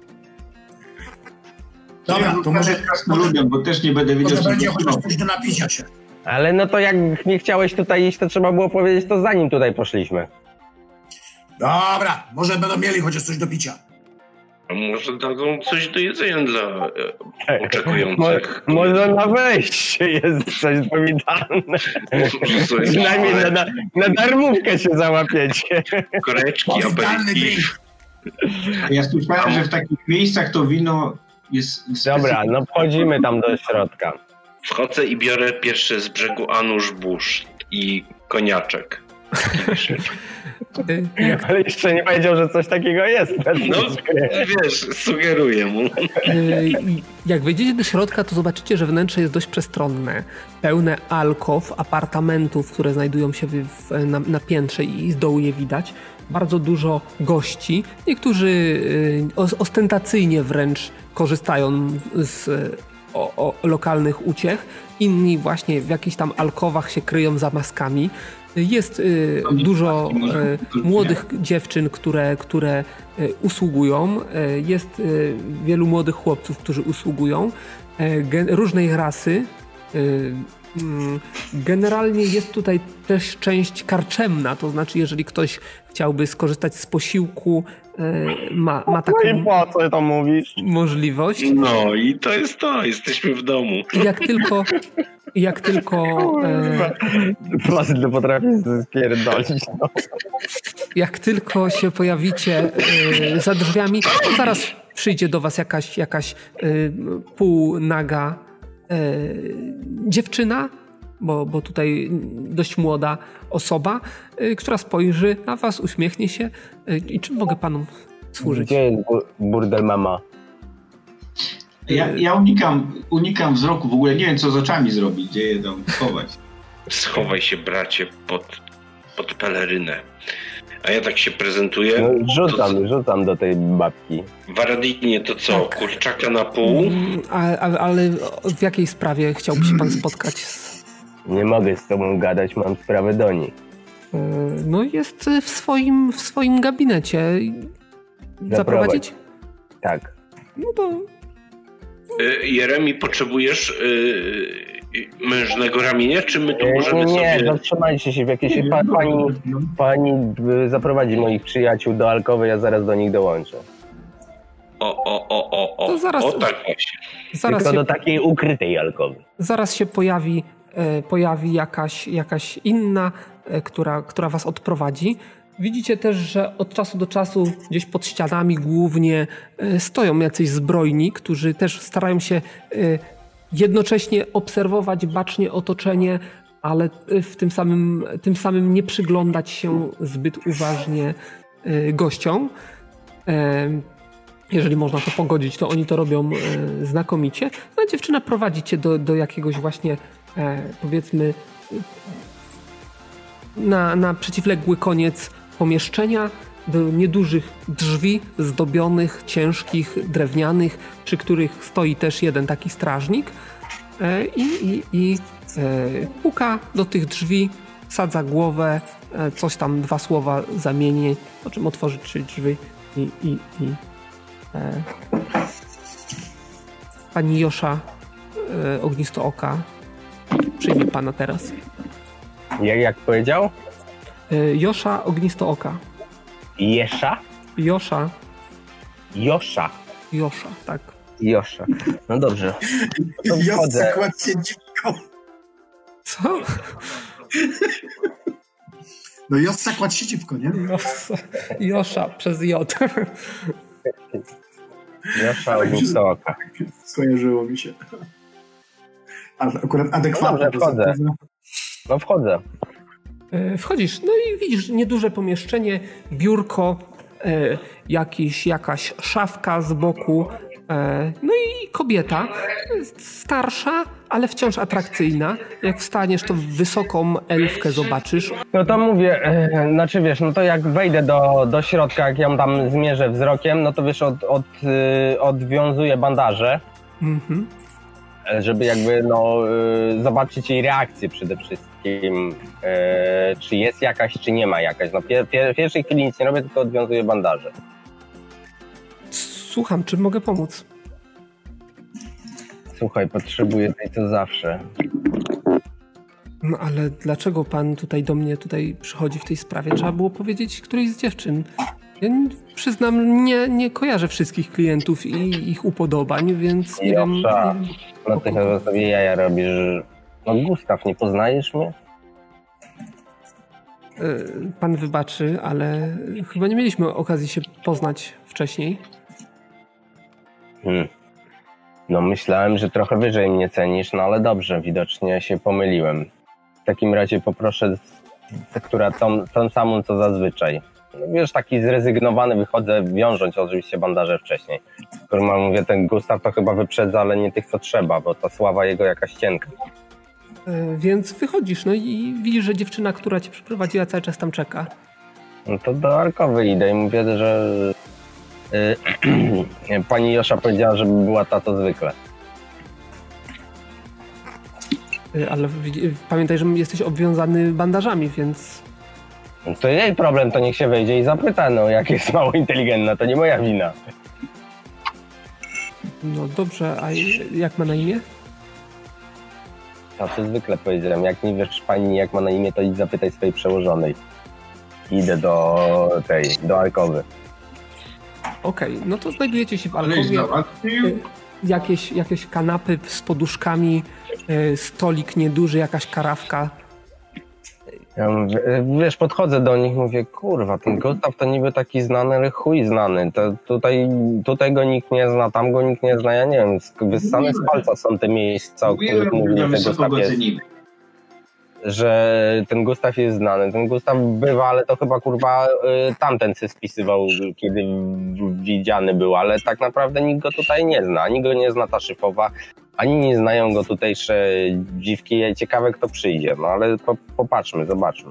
Dobra, to może... Lubią, bo też nie będę wiedział, Może co będzie to chociaż coś do napicia się. Ale no to jak nie chciałeś tutaj iść, to trzeba było powiedzieć to zanim tutaj poszliśmy. Dobra, może będą mieli chociaż coś do picia. A może dadzą coś do jedzenia dla e, oczekujących. Mo- może na wejściu jest coś powitalne. Przynajmniej na, na, na darmówkę się załapiecie. Koreczki, aperitif. Ja słyszałem, że w takich miejscach to wino jest... Dobra, no wchodzimy tam do środka. Wchodzę i biorę pierwszy z brzegu Anusz Busz i koniaczek. Ale jeszcze nie powiedział, że coś takiego jest. No, wiesz, sugeruję mu. Jak wejdziecie do środka, to zobaczycie, że wnętrze jest dość przestronne. Pełne alkow, apartamentów, które znajdują się w, w, na, na piętrze i z dołu je widać. Bardzo dużo gości. Niektórzy y, ostentacyjnie wręcz korzystają z o, o, lokalnych uciech. Inni właśnie w jakichś tam alkowach się kryją za maskami. Jest y, dużo y, młodych dziewczyn, które, które y, usługują. Y, jest y, wielu młodych chłopców, którzy usługują. Y, gen, różnej rasy. Y, y, generalnie jest tutaj też część karczemna, to znaczy jeżeli ktoś chciałby skorzystać z posiłku, y, ma, ma taką no i po co to mówisz? możliwość. No i to jest to, jesteśmy w domu. I jak tylko jak tylko e, Placyt potrafi spierdolić. No. jak tylko się pojawicie e, za drzwiami, to zaraz przyjdzie do was jakaś, jakaś e, półnaga e, dziewczyna, bo, bo tutaj dość młoda osoba, e, która spojrzy na was, uśmiechnie się. E, I czym mogę panom służyć? Gdzie jest bu- burdel mama? Ja, ja unikam, unikam wzroku, w ogóle nie wiem, co z oczami zrobić, gdzie je tam schować. Schowaj się, bracie, pod, pod pelerynę. A ja tak się prezentuję. No, rzucam, to, rzucam do tej babki. w Aradinie to co, Tak. kurczaka na pół? A, a, ale w jakiej sprawie chciałby się pan spotkać z... Nie mogę z tobą gadać, mam sprawę do niej. No jest w swoim, w swoim gabinecie. Zaprowadzić? Tak. No to... Y, Jeremi, potrzebujesz y, mężnego ramienia, czy my tu Nie, możemy nie, nie, sobie... zatrzymajcie się w jakiejś... Pa, pani, pani y, zaprowadzi moich przyjaciół do alkowy, ja zaraz do nich dołączę. O, o, o, o, o, To zaraz- o tak właśnie. Zaraz Tylko się, do takiej ukrytej alkowy. zaraz się pojawi, e, pojawi jakaś, jakaś inna, e, która, która was odprowadzi. Widzicie też, że od czasu do czasu gdzieś pod ścianami głównie e, stoją jacyś zbrojni, którzy też starają się e, jednocześnie obserwować bacznie otoczenie, ale e, w tym samym, tym samym nie przyglądać się zbyt uważnie e, gościom. E, Jeżeli można to pogodzić, to oni to robią e, znakomicie. No, dziewczyna prowadzi cię do, do jakiegoś właśnie, e, powiedzmy, na, na przeciwległy koniec pomieszczenia, do niedużych drzwi zdobionych, ciężkich, drewnianych, przy których stoi też jeden taki strażnik e, i, i, i e, puka do tych drzwi, sadza głowę, e, coś tam, dwa słowa zamieni, po czym otworzy trzy drzwi i, i, i E, pani Josza e, Ognistooka przyjmie pana teraz. Jak, jak powiedział? E, Josza Ognistooka. Jesza? Josza. Josza. Josza, tak. Josza. No dobrze. To Ja wchodzę. zakład się dziwko. Co? No Jossa kładź się dziwko, nie? Josza, Josza przez J. Josza Ognistooka. Skojarzyło mi się. A, akurat adekwatnie. No dobrze, wchodzę. No wchodzę. E, Wchodzisz, no i widzisz nieduże pomieszczenie, biurko, e, jakiś, jakaś szafka z boku, e, no i kobieta, e, starsza, ale wciąż atrakcyjna. Jak wstaniesz, to wysoką elfkę zobaczysz. No to mówię, e, znaczy wiesz, no to jak wejdę do, do środka, jak ją tam zmierzę wzrokiem, no to wiesz, od, od, y, odwiązuję bandaże. Mhm. żeby jakby no, zobaczyć jej reakcję przede wszystkim, czy jest jakaś, czy nie ma jakaś. No, pier, pier, w pierwszej chwili nic nie robię, tylko odwiązuję bandaże. Słucham, czym mogę pomóc? Słuchaj, potrzebuję tej co zawsze. No ale dlaczego pan tutaj do mnie tutaj przychodzi w tej sprawie? Trzeba było powiedzieć którejś z dziewczyn. Ja przyznam, nie, nie kojarzę wszystkich klientów i ich upodobań, więc nie wiem... Josza, no ty chyba sobie jaja robisz. No Gustaw, nie poznajesz mnie? Pan wybaczy, ale chyba nie mieliśmy okazji się poznać wcześniej. Hmm. No myślałem, że trochę wyżej mnie cenisz, no ale dobrze, widocznie się pomyliłem. W takim razie poproszę tę, która tą, tą samą co zazwyczaj. No wiesz, taki zrezygnowany wychodzę, wiążąc oczywiście bandaże wcześniej. Kurwa, mówię, ten Gustaw to chyba wyprzedza, ale nie tych co trzeba, bo ta sława jego jakaś cienka. Yy, więc wychodzisz, no i widzisz, że dziewczyna, która cię przyprowadziła, cały czas tam czeka. No to do Arkowy idę i mówię, że yy, pani Josza powiedziała, żeby była ta co zwykle. Yy, ale pamiętaj, że jesteś obwiązany bandażami, więc... To jej problem, to niech się wejdzie i zapyta, no jak jest mało inteligentna, to nie moja wina. No dobrze, a jak ma na imię? A co zwykle powiedziałem, jak nie wiesz pani jak ma na imię, to idź zapytaj swojej przełożonej. Idę do tej, do alkowy. Okej, okay, no to znajdujecie się w alkowie. Jakieś, jakieś kanapy z poduszkami, stolik nieduży, jakaś karawka. Ja mówię, wiesz, podchodzę do nich, mówię, kurwa, ten Gustaw to niby taki znany, ale chuj znany. To tutaj, tutaj go nikt nie zna, tam go nikt nie zna, ja nie wiem, wyssane z palca są te miejsca, o których mówi, że Gustaw jest, że ten Gustaw jest znany. Ten Gustaw bywa, ale to chyba, kurwa, tamten się spisywał, kiedy widziany był, ale tak naprawdę nikt go tutaj nie zna, ani go nie zna ta szyfowa, ani nie znają go tutejsze dziwki. Ciekawe, kto przyjdzie, no ale po, popatrzmy, zobaczmy.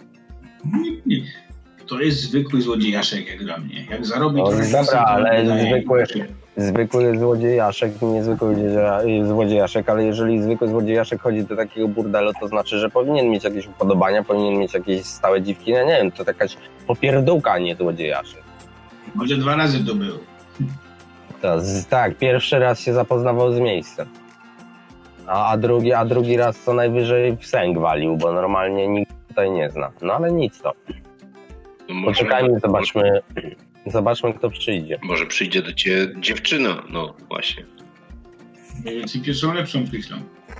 To jest zwykły złodziejaszek jak dla mnie. Jak zarobi... No, dobra, ale zwykły, zwykły złodziejaszek, nie zwykły złodziejaszek, ale jeżeli zwykły złodziejaszek chodzi do takiego burdelu, to znaczy, że powinien mieć jakieś upodobania, powinien mieć jakieś stałe dziwki. No nie wiem, to jakaś popierdółka, a nie złodziejaszek. Może dwa razy to było. To, tak, pierwszy raz się zapoznawał z miejscem, a, a, drugi, a drugi raz co najwyżej w sęk walił, bo normalnie nikt tutaj nie zna. No ale nic to. No poczekajmy, zobaczmy, zobaczmy kto przyjdzie. Może przyjdzie do ciebie dziewczyna, no właśnie. Ci pierwszą lepszą myślą.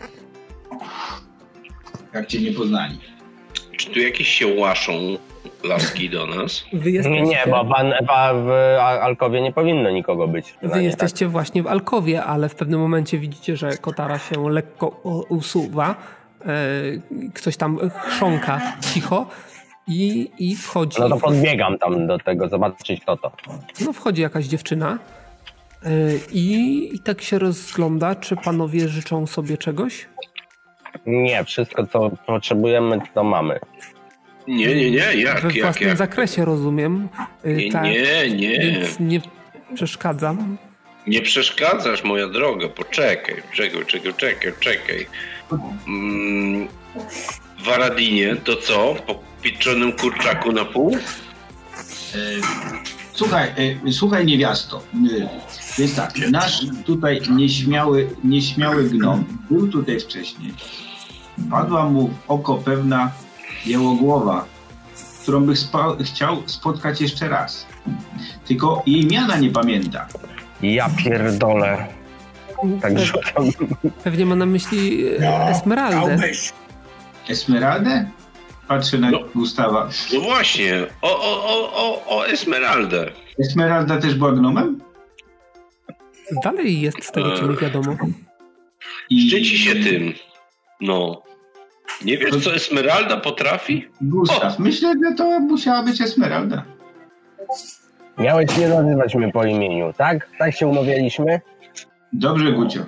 Jak cię nie poznali. Czy tu jakieś się łaszą laski do nas? Wy jesteście... Nie, nie, bo pan, pan w alkowie nie powinno nikogo być. Wy jesteście tak właśnie w alkowie, ale w pewnym momencie widzicie, że kotara się lekko usuwa. Ktoś tam chrząka cicho i, i wchodzi... No to podbiegam tam do tego, zobaczyć kto to. No wchodzi jakaś dziewczyna i, i tak się rozgląda, czy panowie życzą sobie czegoś? Nie, wszystko co potrzebujemy to mamy. Nie, nie, nie, jak, We jak, własnym jak? zakresie, rozumiem. Nie, tak, nie, nie. Więc nie przeszkadzam. Nie przeszkadzasz, moja droga, poczekaj, czekaj, czekaj, czekaj, czekaj. Mm, w Aradinie to co? Po pieczonym kurczaku na pół? E, słuchaj, e, słuchaj niewiasto. E, jest tak, nasz tutaj nieśmiały, nieśmiały gnom był tutaj wcześniej. Padła mu w oko pewna jełogłowa, którą bych spa- chciał spotkać jeszcze raz. Tylko jej miana nie pamięta. Ja pierdolę. Tak rzucam. Pewnie ma na myśli Esmeraldę. Esmeraldę? Patrzę na no, Gustawa. No właśnie, o, o, o, o, o Esmeraldę. Esmeralda też była gnomem? Dalej jest z tego, co mi wiadomo. I... Szczyci się tym. No. Nie wiesz, co Esmeralda potrafi? Gustaw, o. Myślę, że to musiała być Esmeralda. Miałeś nie nazywać mnie po imieniu, tak? Tak się umawialiśmy? Dobrze, Gucio.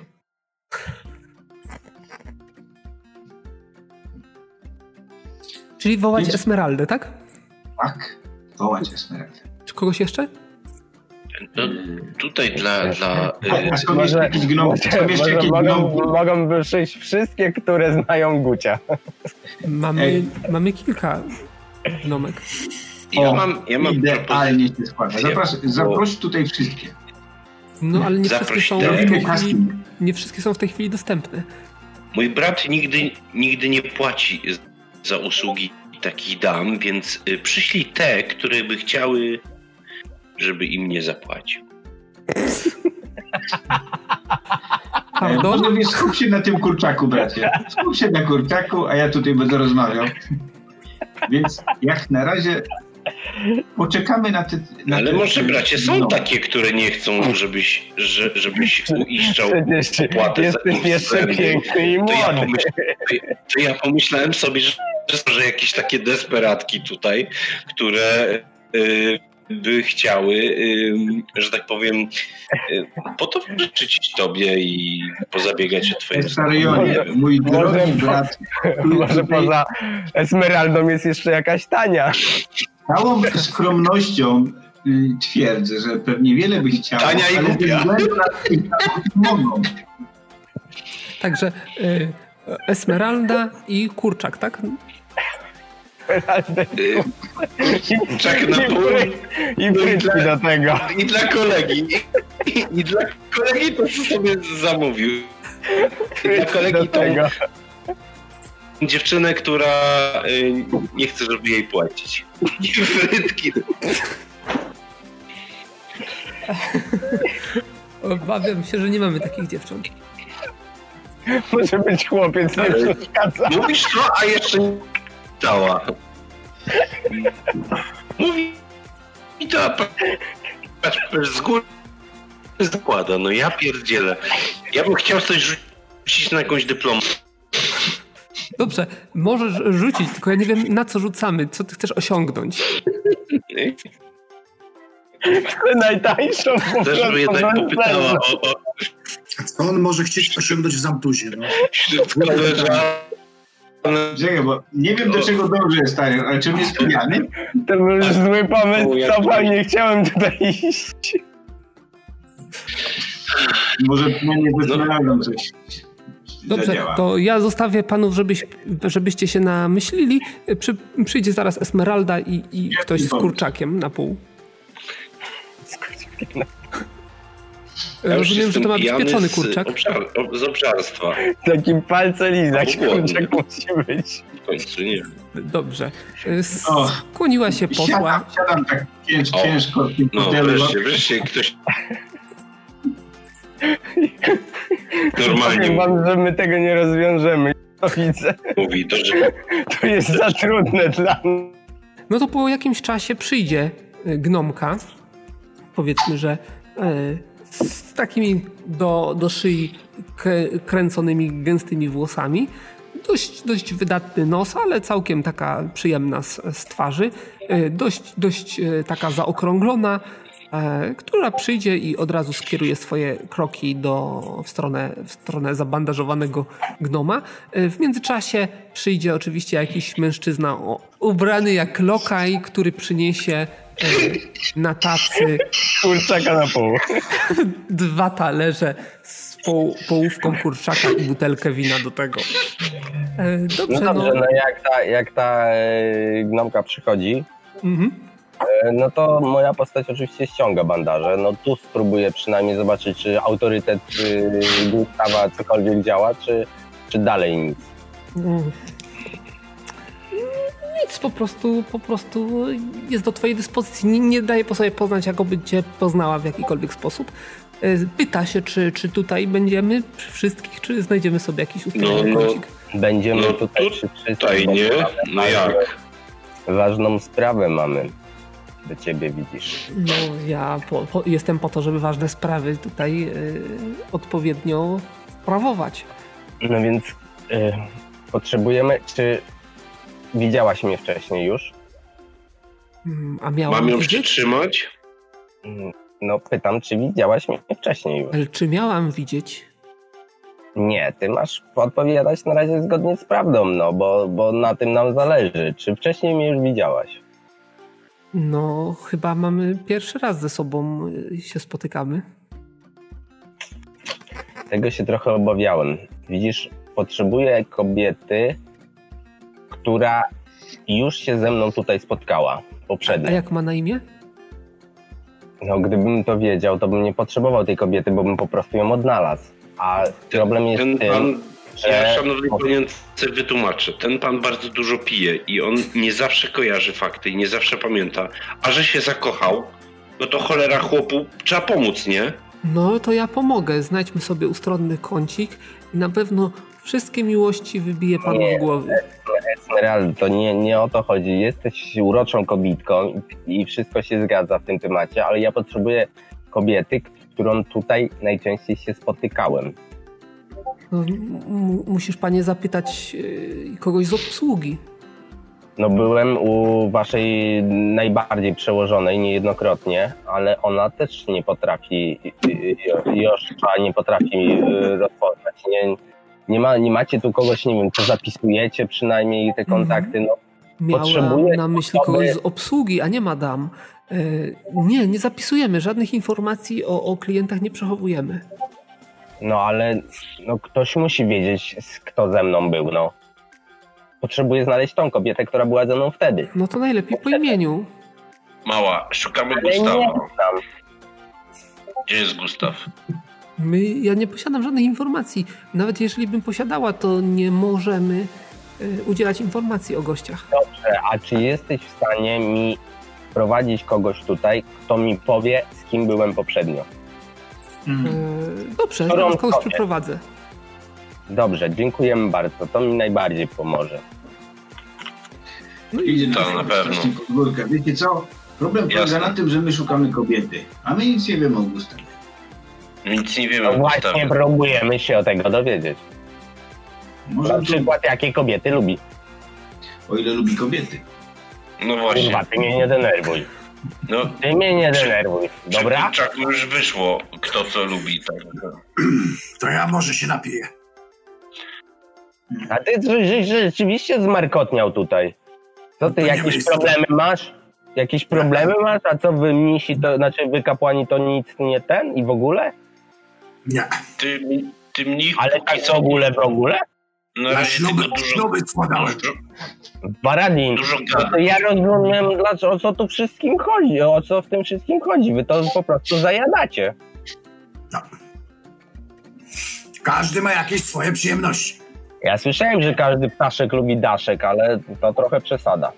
Czyli wołać Więc... Esmeraldę, tak? Tak, wołać Esmeraldę. Czy kogoś jeszcze? To, tutaj dla... dla A skąd jeszcze jakiś gnom? Może, może jakiś mogą, gnom? mogą by przyjść wszystkie, które znają Gucia. Mamy, Ej. mamy kilka gnomek. ja O, mam, ja mam idealnie się składa. Zaproś, bo- zaproś tutaj wszystkie. No ale nie Zaproś wszystkie, są te- w tej Robimy chwili, casting. nie wszystkie są w tej chwili dostępne. Mój brat nigdy, nigdy nie płaci za usługi takich dam, więc y, przyślij te, które by chciały, żeby im nie zapłacił. Pardon? Może skup się na tym kurczaku, bracie. Skup się na kurczaku, a ja tutaj będę rozmawiał. Więc jak na razie poczekamy na te... Na Ale te, może, bracie, są no. takie, które nie chcą, żebyś, że, żebyś uiszczał Przecież opłatę za jesteś jeszcze wstępną. piękny i To ja, młody. pomyślałem, to ja pomyślałem sobie, że są że jakieś takie desperatki tutaj, które y, by chciały, y, że tak powiem, y, potowarzyszyć tobie i pozabiegać o twoje Starionie, sprawy. mój Może drogi po- brat, Może poza Esmeraldą jest jeszcze jakaś tania. całą skromnością y, twierdzę, że pewnie wiele by chciał, Tania i ale ze głupia. względu na to, że mogą. Także y, Esmeralda i kurczak, tak? Esmeraldę Y, Czek na pół. i frytki do tego. I dla kolegi. I, I dla kolegi to co sobie zamówił. I dla Frytki do kolegi tą tego. dziewczynę, która y, nie chce, żeby jej płacić. I frytki. Obawiam się, że nie mamy takich dziewcząt. Może być chłopiec, nie Ale- przeszkadza. Mówisz to, a jeszcze nie dała. Mówi i to patrz, patrz, z góry zakłada. No ja pierdzielę. Ja bym chciał coś rzucić na jakąś dyplomę. Dobrze, możesz rzucić, tylko ja nie wiem, na co rzucamy, co ty chcesz osiągnąć. Chcę najtańszą po Chcę, żeby prostu jednak na popytała pewno. o, o A co on może chcieć osiągnąć w Zamtuzie? No? wśród koleżanek. Czekaj, bo nie wiem do czego dąży stary, ale czy on jest pijany? To był już zły pomysł, O, jak cofam, to- nie chciałem tutaj iść. Może przynajmniej ze Esmeraldą coś Dobrze, zadziała. to ja zostawię panów, żebyś, żebyście się namyślili. Przy, przyjdzie zaraz Esmeralda i, i ktoś z kurczakiem na pół. Ja już Rozumiem, że jestem to ma być pijany pieczony z kurczak. obszar, ob- z obżarstwa. Takim palce lizać, Głodny. kurczak musi być. W końcu nie. Dobrze. O. Skłoniła się Siadam, posła. siadam tak cięż, O. ciężko w tym No fotelu. wreszcie, wreszcie ktoś normalnie Powiem wam, że my tego nie rozwiążemy. To widzę. mówi to, że To jest za trudne dla mnie. No to po jakimś czasie przyjdzie y, gnomka. Powiedzmy, że y, z takimi do, do szyi k- kręconymi, gęstymi włosami. Dość, dość wydatny nos, ale całkiem taka przyjemna z, z twarzy. Y, Dość, dość y, taka zaokrąglona, e, która przyjdzie i od razu skieruje swoje kroki do, w, stronę, w stronę zabandażowanego gnoma. E, W międzyczasie przyjdzie oczywiście jakiś mężczyzna o, ubrany jak lokaj, który przyniesie e, na tacy Kurczaka na pół. dwa talerze z pół, połówką kurczaka i butelkę wina do tego. E, Dobrze, No dobrze, no. no jak ta, jak ta e, gnomka przychodzi, Mhm. e, no to moja postać oczywiście ściąga bandaże. No tu spróbuję przynajmniej zobaczyć, czy autorytet e, Gustawa cokolwiek działa, czy, czy dalej nic. Mm. Nic, po prostu, po prostu jest do twojej dyspozycji. Nie, nie daje po sobie poznać, jakoby cię poznała w jakikolwiek sposób. E, Pyta się, czy, czy tutaj będziemy przy wszystkich, czy znajdziemy sobie jakiś ustalony No, no. kącik. Będziemy No tutaj tu- przy wszystkim. tutaj bo nie. mamy No jak? Ważną sprawę mamy. Do ciebie widzisz. No, ja po, po, jestem po to, żeby ważne sprawy tutaj e, odpowiednio sprawować. No więc e, potrzebujemy, czy widziałaś mnie wcześniej już? Mm, A miałam mam ją widzieć? przytrzymać? Mm, No pytam, czy widziałaś mnie wcześniej już? Ale czy miałam widzieć? Nie, ty masz odpowiadać na razie zgodnie z prawdą, no bo, bo na tym nam zależy. Czy wcześniej mnie już widziałaś? No, chyba mamy pierwszy raz ze sobą się spotykamy. Tego się trochę obawiałem. Widzisz, potrzebuję kobiety, która już się ze mną tutaj spotkała poprzednio. A jak ma na imię? No, gdybym to wiedział, to bym nie potrzebował tej kobiety, bo bym po prostu ją odnalazł. A problem jest ten tym, pan, że... Ja, szanowny panie, wytłumaczę. Ten pan bardzo dużo pije i on nie zawsze kojarzy fakty i nie zawsze pamięta. A że się zakochał, no to cholera chłopu, trzeba pomóc, nie? No to ja pomogę. Znajdźmy sobie ustronny kącik i na pewno wszystkie miłości wybije panu Nie. z głowy. Esmeralda, to nie, nie o to chodzi. Jesteś uroczą kobietką i, i wszystko się zgadza w tym temacie, ale ja potrzebuję kobiety, którą tutaj najczęściej się spotykałem. No, m- musisz panie zapytać yy, kogoś z obsługi. No byłem u waszej najbardziej przełożonej niejednokrotnie, ale ona też nie potrafi, Joszcza nie potrafi rozpoznać. Nie, nie, ma, nie macie tu kogoś, nie wiem, co zapisujecie przynajmniej te kontakty. No, Miałam potrzebuję na myśli osoby... kogoś z obsługi, a nie madam. Yy, nie, nie zapisujemy. Żadnych informacji o, o klientach nie przechowujemy. No ale no, ktoś musi wiedzieć, kto ze mną był, no. Potrzebuję znaleźć tą kobietę, która była ze mną wtedy. No to najlepiej po imieniu. Mała, szukamy Ale nie Gustawa. tam. Gdzie jest Gustaw? My, ja nie posiadam żadnych informacji. Nawet jeżeli bym posiadała, to nie możemy y, udzielać informacji o gościach. Dobrze, a czy jesteś w stanie mi prowadzić kogoś tutaj, kto mi powie, z kim byłem poprzednio? Mm. Y, dobrze, Którą zaraz kogoś kobietę? przyprowadzę. Dobrze, dziękujemy bardzo. To mi najbardziej pomoże. No Idzie i To nas na pewno. strasznie pod górkę. Wiecie co? Problem polega Jasne. na tym, że my szukamy kobiety, a my nic nie wiemy o Gustawie. Nic nie wiemy No o właśnie Gustawie. próbujemy się o tego dowiedzieć. Może Na to, przykład jakie kobiety lubi. o ile lubi kobiety. No właśnie. Kurwa, ty mnie nie denerwuj. No, Ty mnie nie denerwuj, dobra? Przy Kurczaku już wyszło, kto co lubi. Tak. To ja może się napiję. A ty że- że- rzeczywiście zmarkotniał tutaj. Co ty, To nie jakieś miejsce. problemy masz? Jakieś problemy masz? A co wy mnisi, to znaczy wy kapłani to nic nie ten i w ogóle? Nie. Ty, ty mnich Ale póki tak w co- ogóle w ogóle? Na Ja razie śluby, tylko dużo, śluby składałem. dużo, Baradin, dużo to gada. ja rozumiem, dlaczego, o co tu wszystkim chodzi, o co w tym wszystkim chodzi. Wy to po prostu zajadacie. Każdy ma jakieś swoje przyjemności. Ja słyszałem, że każdy ptaszek lubi daszek, ale to trochę przesada.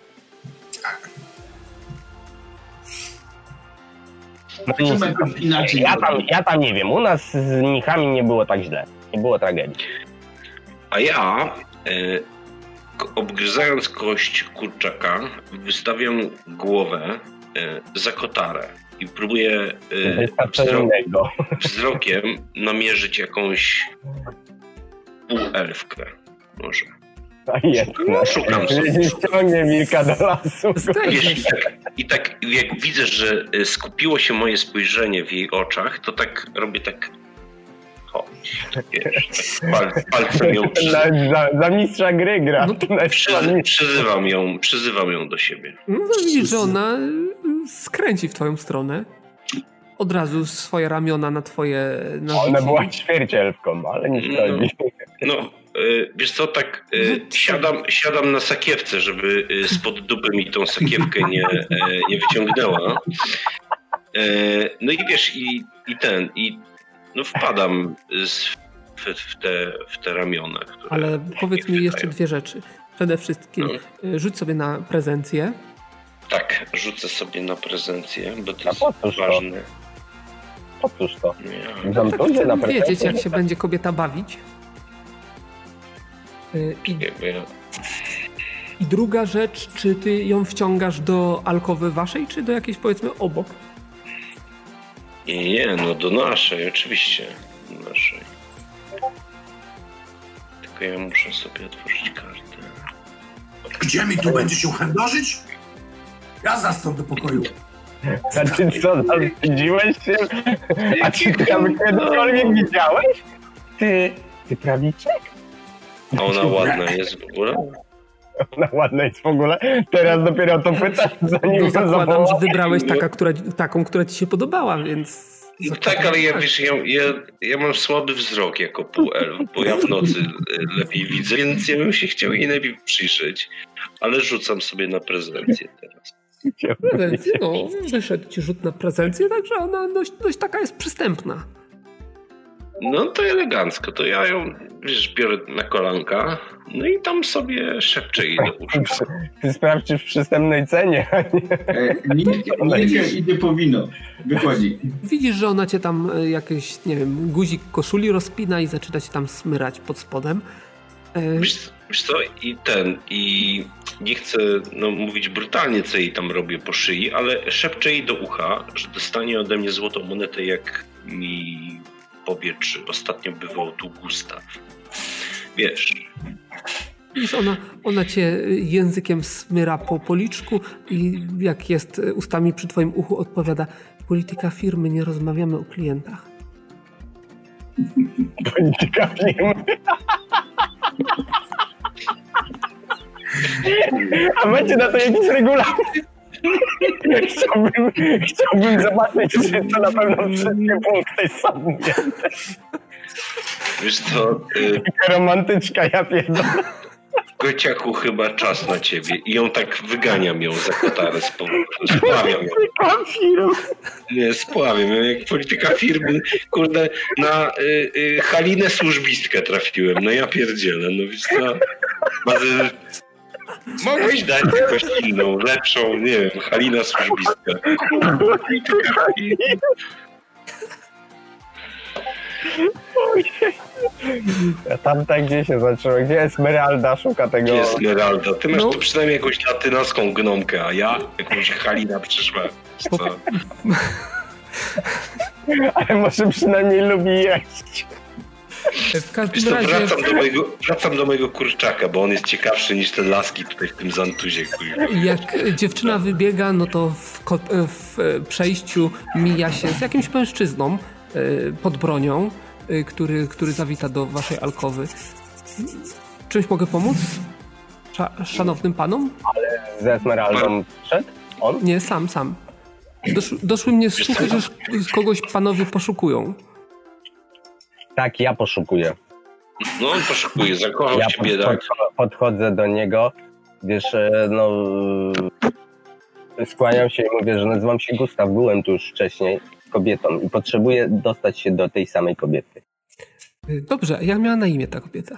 No nic, Trzeba jakoś inaczej. ja, tam, ja tam nie wiem, u nas z mnichami nie było tak źle. Nie było tragedii. A ja, e, k- obgryzając kość kurczaka, wystawiam głowę e, za kotarę i próbuję e, To jest co wzro- innego. wzrokiem namierzyć jakąś półelfkę może. A jest, no. Szukam sobie. Ściągnie Milka do lasu. Zdaje Wiesz, tak, i tak jak widzę, że e, skupiło się moje spojrzenie w jej oczach, to tak robię tak chodź, wiesz, tak pal, palcem ją Za, przyzywam. za, za mistrza gry gra. No to Na Przyzy, przyzywam ją, przyzywam ją do siebie. No to widzisz, że ona y, skręci w twoją stronę. Od razu swoje ramiona na twoje narzuci. Ona była ćwiercielwką, ale nie No. szkodzi. No, y, wiesz co, tak y, siadam, siadam na sakiewce, żeby y, spod dupy mi tą sakiewkę nie, y, nie wyciągnęła. Y, no i wiesz, i, i ten, i no wpadam z, w, w, te, w te ramiona, które Ale powiedz mi mnie jeszcze chwytają. dwie rzeczy. Przede wszystkim y, rzuć sobie na prezencję. Tak, rzucę sobie na prezencję, bo to A jest po cóż to? ważne. Po cóż to? No ja, Zamknąć na Chcę wiedzieć, pretensje? jak się będzie kobieta bawić. Y, I, jakby ja, I druga rzecz, czy ty ją wciągasz do alkowy waszej, czy do jakiejś, powiedzmy, obok? nie, no do naszej, oczywiście, do naszej. Tylko ja muszę sobie otworzyć kartę. Gdzie mi tu będzie się chędożyć? Ja zastąp do pokoju. A ty co, zawstydziłeś się? A ty tam kiedykolwiek widziałeś? Ty, ty prawiczek? A ona ładna jest w ogóle? Ona ładna jest w ogóle. Teraz dopiero to pytasz, zanim No to zakładam, zawoła. że wybrałeś taka, która, taką, która ci się podobała, więc... No tak, ale ja wiesz, ja, ja, ja mam słaby wzrok jako półelf, bo ja w nocy lepiej widzę, więc ja bym się chciał jej najpierw przyjrzeć, ale rzucam sobie na prezencję teraz. Prezencję, no, wyszedł ci rzut na prezencję, także ona dość, dość taka jest przystępna. No to elegancko, to ja ją, wiesz, biorę na kolanka, no i tam sobie szepczę jej do uszu. Ty sprawdź, czy w przystępnej cenie, a nie... E, nie, nie, nie idzie po wino. Wychodzi. Widzisz, że ona cię tam e, jakiś, nie wiem, guzik koszuli rozpina i zaczyna cię tam smyrać pod spodem. E, Wiesz, wiesz co, i ten, i nie chcę no, mówić brutalnie, co jej tam robię po szyi, ale szepczę jej do ucha, że dostanie ode mnie złotą monetę, jak mi powie, czy ostatnio bywał tu Gustaw. Wiesz. Widzisz, ona, ona cię językiem smyra po policzku i jak jest ustami przy twoim uchu odpowiada: polityka firmy, nie rozmawiamy o klientach. Polityka firmy. A macie na to jakiś regulamin? Chciałbym, chciałbym zobaczyć, czy to na pewno wszystkie punkty są ujęte. Wiesz co, y, Taka romantyczka, ja pierdolę. Kociaku, chyba czas na ciebie. I ją tak wyganiam ją za kotarę z powodu. Spławiam ją. Nie, spławiam ją. Jak polityka firmy, kurde, na y, y, Halinę służbistkę trafiłem. No ja pierdzielę. No wiesz co? Mazy, mogłeś dać jakąś inną, lepszą, nie wiem, Halina służbistka. Polityka firmy. Ja tam tak gdzie się zaczęło. Gdzie Esmeralda szuka tego? Gdzie Esmeralda? Ty masz No. tu przynajmniej jakąś latynoską gnomkę, a ja jakąś Halina przyszła. Co? Ale może przynajmniej lubi jeść. W Wiesz każdym co, razie... wracam do, mojego, wracam do mojego kurczaka, bo on jest ciekawszy niż te laski tutaj w tym Zantuzie. Kurwa. Jak dziewczyna wybiega, no to w, ko- w przejściu mija się z jakimś mężczyzną y, pod bronią, y, który, który zawita do waszej alkowy. Czymś mogę pomóc? Sza- szanownym panom? Z Esmeraldą szedł? On? Nie, sam, sam. Dosz, doszły mnie słuchy, że sz- kogoś panowie poszukują. Tak, ja poszukuję. No on poszukuje, zakochał Ja się pod, biedak. pod, podchodzę do niego, wiesz, e, no e, skłaniam się i mówię, że nazywam się Gustaw, byłem tu już wcześniej kobietą i potrzebuję dostać się do tej samej kobiety. Y, Dobrze, jak miała na imię ta kobieta?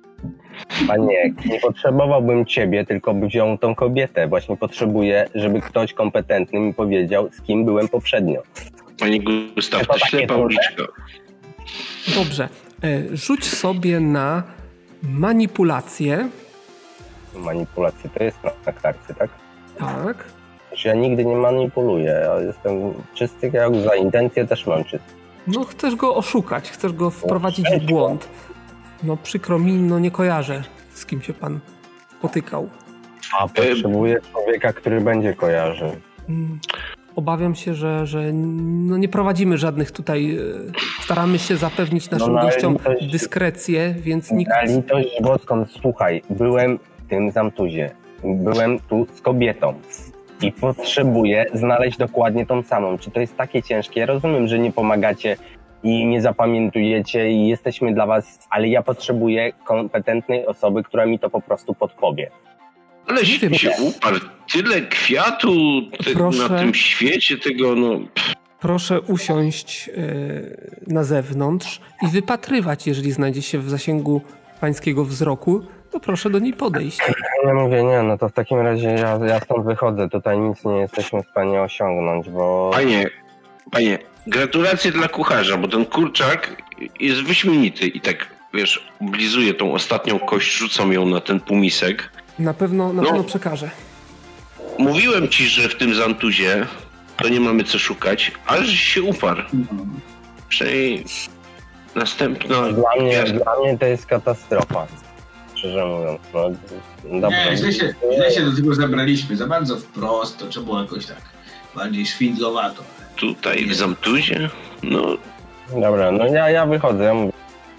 Panie, nie potrzebowałbym ciebie, tylko by wziął tą kobietę. Właśnie potrzebuję, żeby ktoś kompetentny mi powiedział, z kim byłem poprzednio. Panie Gustaw, Chyba to takie ślepa trudne. uliczka. Dobrze, y, rzuć sobie na manipulację. Manipulacje to jest na, na karcie, tak? Tak. Że ja nigdy nie manipuluję, ja jestem czysty jak za intencje też mam czysty. No chcesz go oszukać, chcesz go wprowadzić w błąd. No przykro mi, no nie kojarzę, z kim się pan spotykał. A potrzebuję człowieka, który będzie kojarzył. Mm, Obawiam się, że, że no nie prowadzimy żadnych tutaj, e, staramy się zapewnić naszym No, no, gościom litość- dyskrecję, więc nikt... Na litość boską, słuchaj, byłem w tym Zamtuzie, byłem tu z kobietą i potrzebuję znaleźć dokładnie tą samą. Czy to jest takie ciężkie? Ja rozumiem, że nie pomagacie i nie zapamiętujecie i jesteśmy dla was, ale ja potrzebuję kompetentnej osoby, która mi to po prostu podpowie. Ale się, wiem, się nie. uparł. Tyle kwiatu te, Proszę. na tym świecie tego, no... Proszę usiąść e, na zewnątrz i wypatrywać, jeżeli znajdzie się w zasięgu pańskiego wzroku, to proszę do niej podejść. Ja mówię, nie, no to w takim razie ja, ja stąd wychodzę, tutaj nic nie jesteśmy w stanie osiągnąć, bo... Panie, panie, gratulacje dla kucharza, bo ten kurczak jest wyśmienity i tak, wiesz, oblizuje tą ostatnią kość, rzucam ją na ten półmisek. Na pewno, na No. pewno przekażę. Mówiłem ci, że w tym Zantuzie to nie mamy co szukać, ale żeś się uparł. Przynajmniej następna... Dla mnie, gwiazda. dla mnie to jest katastrofa, szczerze mówiąc. No, dobrze. Nie, źle się, źle się do tego zabraliśmy. Za bardzo wprost, to trzeba było jakoś tak bardziej szwindlowato. Tutaj w Zantuzie? No, Dobra, no ja, ja wychodzę, ja mówię,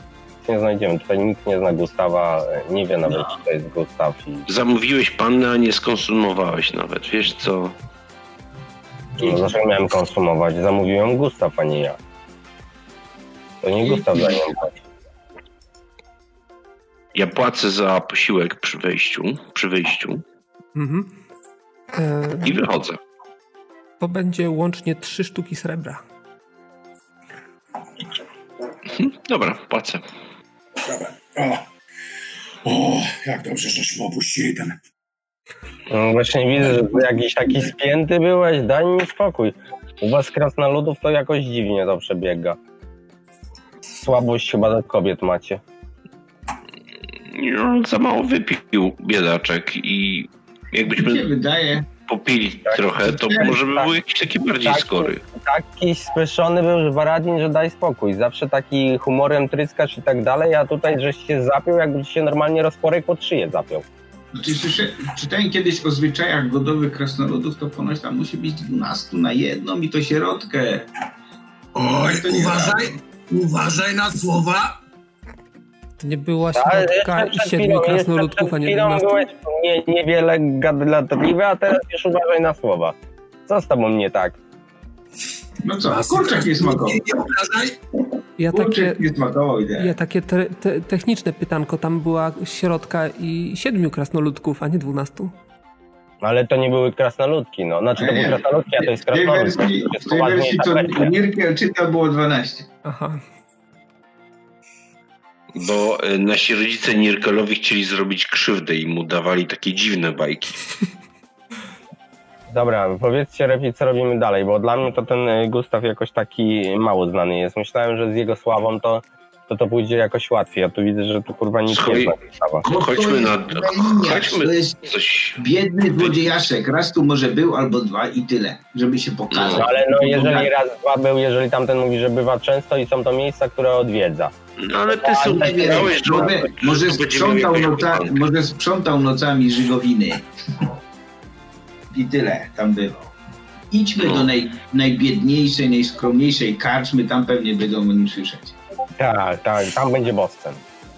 nie znajdziemy. Tutaj nikt nie zna Gustawa, nie wie nawet, no. Czy to jest Gustaw. I... Zamówiłeś pannę, a nie skonsumowałeś nawet, wiesz co? No dlaczego miałem konsumować? Zamówiłem Gustaw, a nie ja. To nie Gustaw za nią płaci. Ja płacę za posiłek przy wejściu, przy wyjściu. Mhm. E... I wychodzę. To będzie łącznie trzy sztuki srebra. Dobra, płacę. Dobra. O, o jak dobrze, żeśmy opuścili ten. No właśnie widzę, że ty jakiś taki spięty byłeś. Daj mi spokój. U was krasnoludów to jakoś dziwnie to przebiega. Słabość chyba do kobiet macie. No, za mało wypił biedaczek i jakbyśmy mi się wydaje... popili tak, trochę, to tak, może by tak, był jakiś taki bardziej taki, skory. Taki spieszony był, że Baradin, że daj spokój. Zawsze taki humorem tryskasz i tak dalej, a tutaj żeś się zapiął, jakby ci się normalnie rozporek pod szyję zapiął. Znaczy, słyszę, czytałem kiedyś o zwyczajach godowych krasnoludów, to ponoć tam musi być dwunastu na jedną i to środkę. Oj, uważaj, uważaj na słowa. To nie była środka i siedmiu krasnoludków, a nie dwunastu? Byłeś nie, niewiele gadatliwy, a teraz już uważaj na słowa. Co z tobą nie tak? No co, kurczak nie smakował. Ja takie, ja takie te, te, techniczne pytanko, tam była środka i siedmiu krasnoludków, a nie dwunastu. Ale to nie były krasnoludki, no. Znaczy to były krasnoludki, a to jest krasnolud. W tej wersji to Nirkel czytał było dwanaście. Aha. Bo nasi rodzice Nirkelowi chcieli zrobić krzywdę i mu dawali takie dziwne bajki. Dobra, powiedzcie lepiej, co robimy dalej, bo dla mnie to ten Gustaw jakoś taki mało znany jest. Myślałem, że z jego sławą to to, to pójdzie jakoś łatwiej, a tu widzę, że tu kurwa nic Słuchaj, nie zna. Chodźmy na... Chodźmy to jest coś... biedny złodziejaszek. Raz tu może był albo dwa i tyle, żeby się pokazać. No, ale no jeżeli raz, dwa był, jeżeli tamten mówi, że bywa często i są to miejsca, które odwiedza. No ale ty sobie myślałeś, że... Może, może, sprzątał noca, może sprzątał nocami Żygowiny. I tyle tam bywał. Idźmy no. do naj, najbiedniejszej, najskromniejszej karczmy, tam pewnie będą o nim słyszeć. Tak, tak, tam będzie bossem.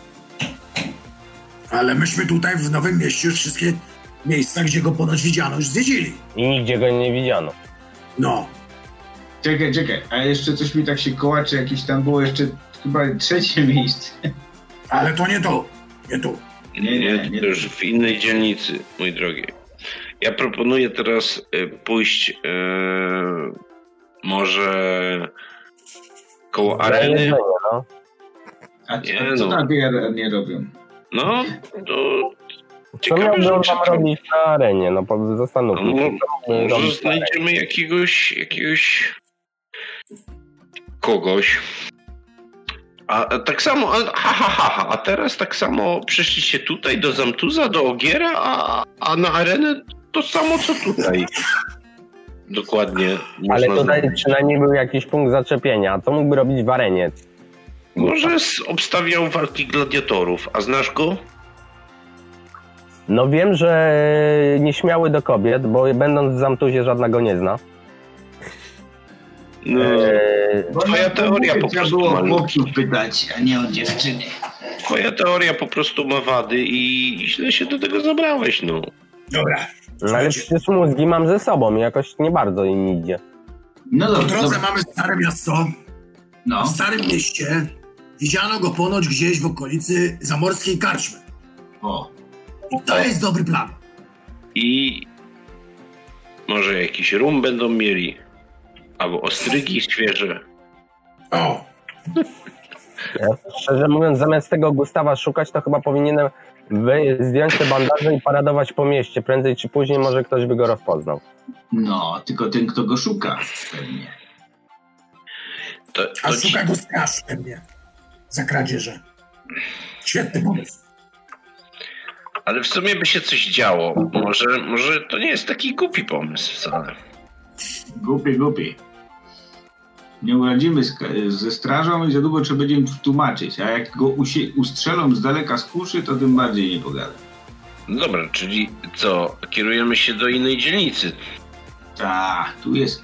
Ale myśmy tutaj w Nowym Mieście już wszystkie miejsca, gdzie go ponoć widziano, już zwiedzili. I nigdzie go nie widziano. No. Czekaj, czekaj, a jeszcze coś mi tak się kołacze, jakieś tam było jeszcze chyba trzecie miejsce. Ale to nie to, nie tu. Nie, nie, nie to już w innej dzielnicy, mój drogi. Ja proponuję teraz y, pójść y, może koło areny. No. A nie, co no. na tej arenie robią? No, to co miałbym tam robić na arenie? No, zastanówmy się. No, może znajdziemy jakiegoś, jakiegoś kogoś. A, a tak samo, a, ha, ha, ha, ha, a teraz tak samo przyszliście tutaj do Zamtuza, do Ogiera, a, a na arenę to samo co tutaj. Dokładnie. Ale tutaj zrobić. Przynajmniej był jakiś punkt zaczepienia. A co mógłby robić w arenie? Może obstawiał walki gladiatorów. A znasz go? No wiem, że nieśmiały do kobiet, bo będąc w Zamtuzie żadnego nie zna. No, eee, twoja teoria po prostu było ma chłopców pytać, a nie o dziewczyny. Twoja teoria po prostu ma wady i źle się do tego zabrałeś, no. Dobra. No ale przecież mózgi mam ze sobą, jakoś nie bardzo im idzie. No dobra, po drodze dobra. mamy Stare Miasto. No. W Starym Mieście widziano go ponoć gdzieś w okolicy zamorskiej karczmy. O. I to o. jest dobry plan. I może jakiś rum będą mieli. Albo ostrygi świeże. O! Ja, szczerze mówiąc, zamiast tego Gustawa szukać, to chyba powinienem wy- zdjąć te bandaże i paradować po mieście. Prędzej czy później może ktoś by go rozpoznał. No, tylko ten, kto go szuka, pewnie. To, to A szuka ci... go straż pewnie. Za kradzieże. Świetny pomysł. Ale w sumie by się coś działo. Może, może to nie jest taki głupi pomysł wcale. Głupi, głupi. Nie uradzimy z, ze strażą i za długo trzeba będzie im tłumaczyć, a jak go usie, ustrzelą z daleka z kuszy, to tym bardziej nie pogada. No dobra, czyli co, kierujemy się do innej dzielnicy? Tak, tu jest...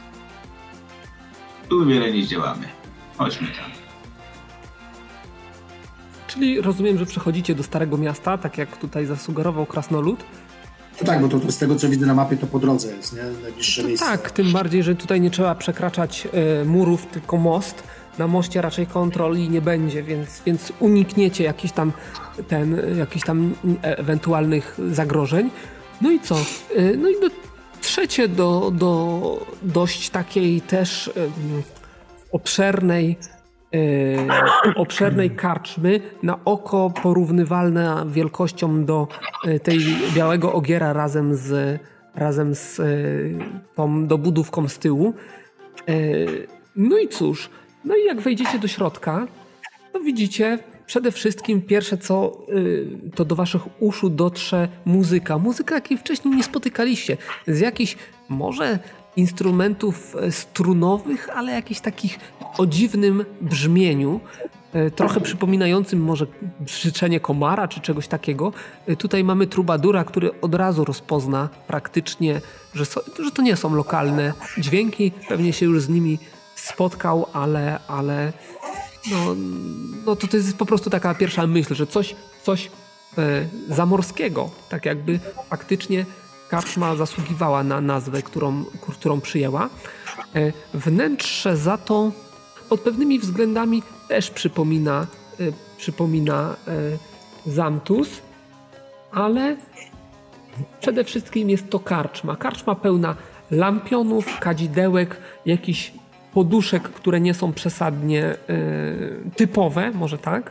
Tu wiele nie zdziałamy. Chodźmy tam. Czyli rozumiem, że przechodzicie do Starego Miasta, tak jak tutaj zasugerował Krasnolud. No tak, bo to, to z tego, co widzę na mapie, to po drodze jest, nie? Najbliższe No miejsce. tak, tym bardziej, że tutaj nie trzeba przekraczać e, murów, tylko most. Na moście raczej kontroli nie będzie, więc, więc unikniecie jakichś tam, ten, jakichś tam ewentualnych zagrożeń. No i co? E, no i dotrzecie do, do dość takiej też e, obszernej Yy, obszernej karczmy, na oko porównywalna wielkością do yy, tej Białego Ogiera razem z, razem z yy, tą dobudówką z tyłu. Yy, no i cóż, no i jak wejdziecie do środka, to widzicie przede wszystkim pierwsze co yy, to do waszych uszu dotrze muzyka. Muzyka, jakiej wcześniej nie spotykaliście. Z jakichś może instrumentów strunowych, ale jakichś takich o dziwnym brzmieniu, trochę przypominającym może brzyczenie komara czy czegoś takiego. Tutaj mamy trubadura, który od razu rozpozna praktycznie, że, so, że to nie są lokalne dźwięki. Pewnie się już z nimi spotkał, ale, ale no, no to, to jest po prostu taka pierwsza myśl, że coś, coś e, zamorskiego, tak jakby faktycznie karczma zasługiwała na nazwę, którą, którą przyjęła. Wnętrze za to pod pewnymi względami też przypomina, przypomina Zamtus, ale przede wszystkim jest to karczma. Karczma pełna lampionów, kadzidełek, jakichś poduszek, które nie są przesadnie typowe, może tak.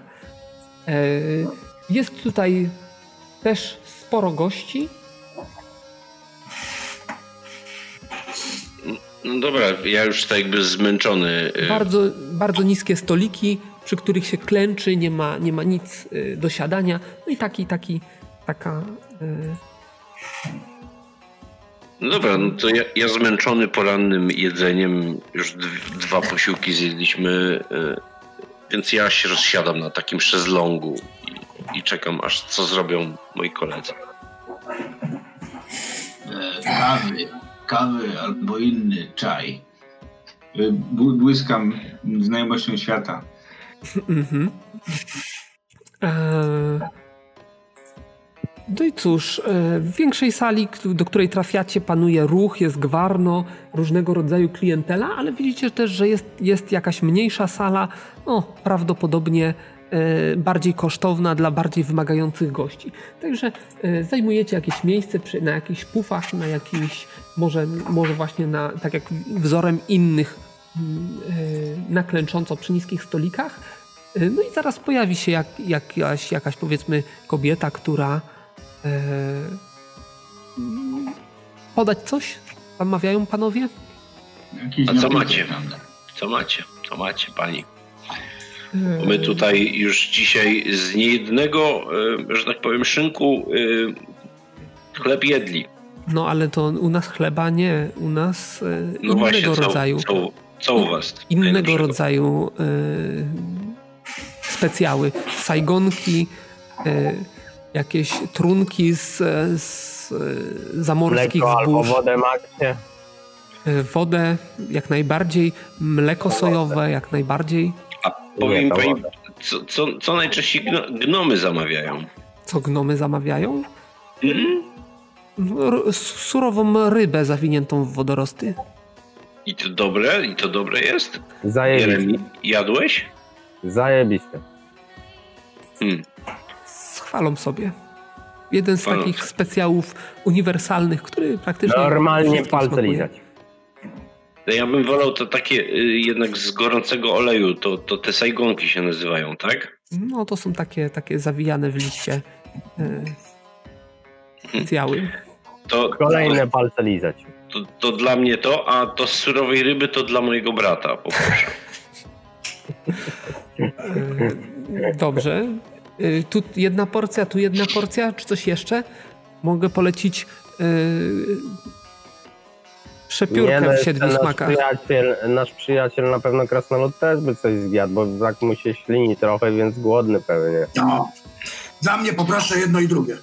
Jest tutaj też sporo gości. No dobra, ja już tak jakby zmęczony. Bardzo, bardzo niskie stoliki, przy których się klęczy, nie ma, nie ma nic do siadania. No i taki, taki, taka... No dobra, no to ja, ja zmęczony porannym jedzeniem, już d- dwa posiłki zjedliśmy, więc ja się rozsiadam na takim szezlongu i, i czekam, aż co zrobią moi koledzy. Kawy. kawy albo inny czaj. Błyskam znajomością świata. Mhm. Eee... No i cóż, w większej sali, do której trafiacie, panuje ruch, jest gwarno, różnego rodzaju klientela, ale widzicie też, że jest, jest jakaś mniejsza sala, no prawdopodobnie e, bardziej kosztowna dla bardziej wymagających gości. Także e, zajmujecie jakieś miejsce przy, na jakichś pufach, na jakichś, może, może właśnie na, tak jak wzorem innych, e, na klęcząco przy niskich stolikach. E, no i zaraz pojawi się jak, jakaś, jakaś powiedzmy kobieta, która podać coś? Zamawiają panowie? A co macie? Co macie? Co macie, pani? Bo my tutaj już dzisiaj z niejednego, że tak powiem, szynku chleb jedli. No ale to u nas chleba nie, u nas no innego właśnie, co, rodzaju. Co, co u was? Innego rodzaju y, specjały. Sajgonki, y, jakieś trunki z, z zamorskich mleko zbóż. Albo wodę macie. Wodę jak najbardziej, mleko sojowe jak najbardziej. A powiem pani, co, co, co najczęściej gnomy zamawiają? Co gnomy zamawiają? Mm? R- surową rybę zawiniętą w wodorosty. I to dobre? I to dobre jest? Zajebiste. Jeremi, jadłeś? Zajebiste. Hmm. Chwalą sobie. Jeden z Chwalą takich sobie. specjałów uniwersalnych, który praktycznie... Normalnie wszystkim palce smakuje. lizać. Ja bym wolał to takie y, jednak z gorącego oleju, to, to te sajgonki się nazywają, tak? No to są takie, takie zawijane w liście e, specjały. To, Kolejne palce lizać. to, to dla mnie to, a to z surowej ryby to dla mojego brata, poproszę. E, dobrze. E, tu jedna porcja, tu jedna porcja, czy coś jeszcze? Mogę polecić e, przepiórkę no w siedmiu nasz smakach. Przyjaciel, nasz przyjaciel na pewno krasnolud też by coś zjadł, bo tak mu się ślini trochę, więc głodny pewnie. No. Za mnie poproszę jedno i drugie.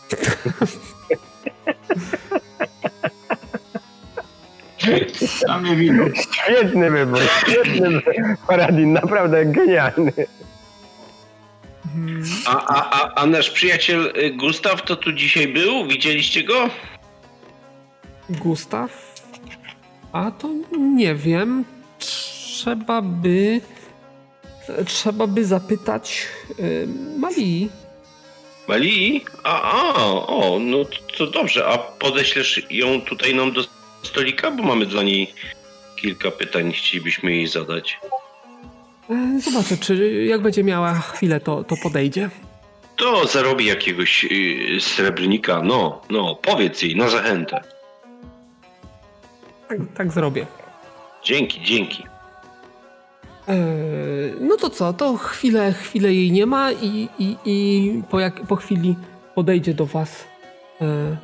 Dla mnie wino. Świetny wybór, świetny wybór. Paradin, naprawdę genialny. Mhm. A, a, a, a nasz przyjaciel Gustaw to tu dzisiaj był? Widzieliście go? Gustaw? A to nie wiem. Trzeba by... Trzeba by zapytać yy, Malii. Malii? A, a, o, no to, to dobrze. A podeślesz ją tutaj nam do stolika? Bo mamy dla niej kilka pytań, chcielibyśmy jej zadać. E, zobaczę, czy jak będzie miała chwilę, to, to podejdzie. To zarobi jakiegoś yy, srebrnika. No, no, powiedz jej na zachętę. Tak, tak zrobię. Dzięki, dzięki. E, no to co, to chwilę, chwilę jej nie ma i, i, i po, jak, po chwili podejdzie do was e,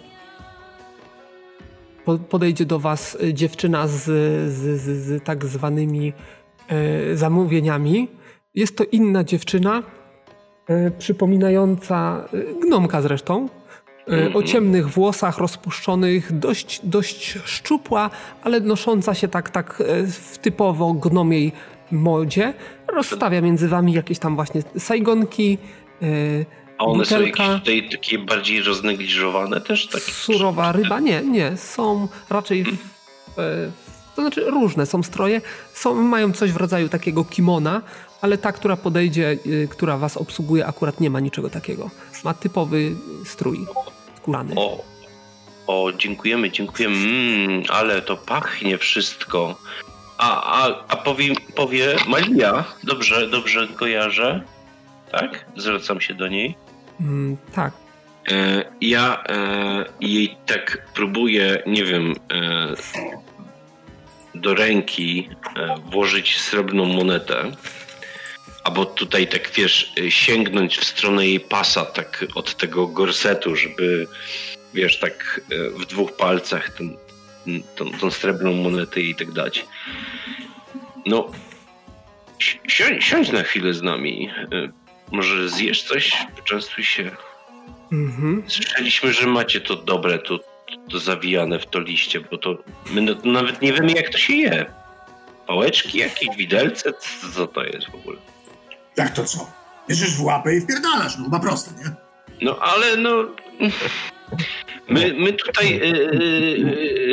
po, podejdzie do was dziewczyna z, z, z, z tak zwanymi e, zamówieniami. Jest to inna dziewczyna, e, przypominająca gnomka zresztą, e, o ciemnych włosach rozpuszczonych, dość, dość szczupła, ale nosząca się tak, tak w typowo gnomiej modzie. Rozstawia między wami jakieś tam właśnie sajgonki, yy, A one butelka. są jakieś tutaj takie bardziej roznegliżowane też? Takie Surowa ryba? Nie, nie. Są raczej... W, yy, to znaczy różne są stroje. Są, mają coś w rodzaju takiego kimona, ale ta, która podejdzie, yy, która was obsługuje, akurat nie ma niczego takiego. Ma typowy strój skórzany. O, o, dziękujemy, dziękujemy. Mm, ale to pachnie wszystko. A, a, a powie, powie Malia, dobrze, dobrze kojarzę, tak? Zwracam się do niej. Mm, tak. E, ja e, jej tak próbuję, nie wiem, e, do ręki e, włożyć srebrną monetę, albo tutaj tak, wiesz, sięgnąć w stronę jej pasa, tak od tego gorsetu, żeby, wiesz, tak e, w dwóch palcach ten Tą, tą srebrną monetę i tak dać. No, si- siądź na chwilę z nami. Może zjesz coś? Poczęstuj się. Mhm. Słyszeliśmy, że macie to dobre, to, to zawijane w to liście, bo to my no, nawet nie wiemy, jak to się je. Pałeczki, jakieś widelce? Co to jest w ogóle? Jak to co? Bierzesz w łapę i wpierdalasz, no chyba proste, nie? No, ale no... My, my tutaj yy, yy,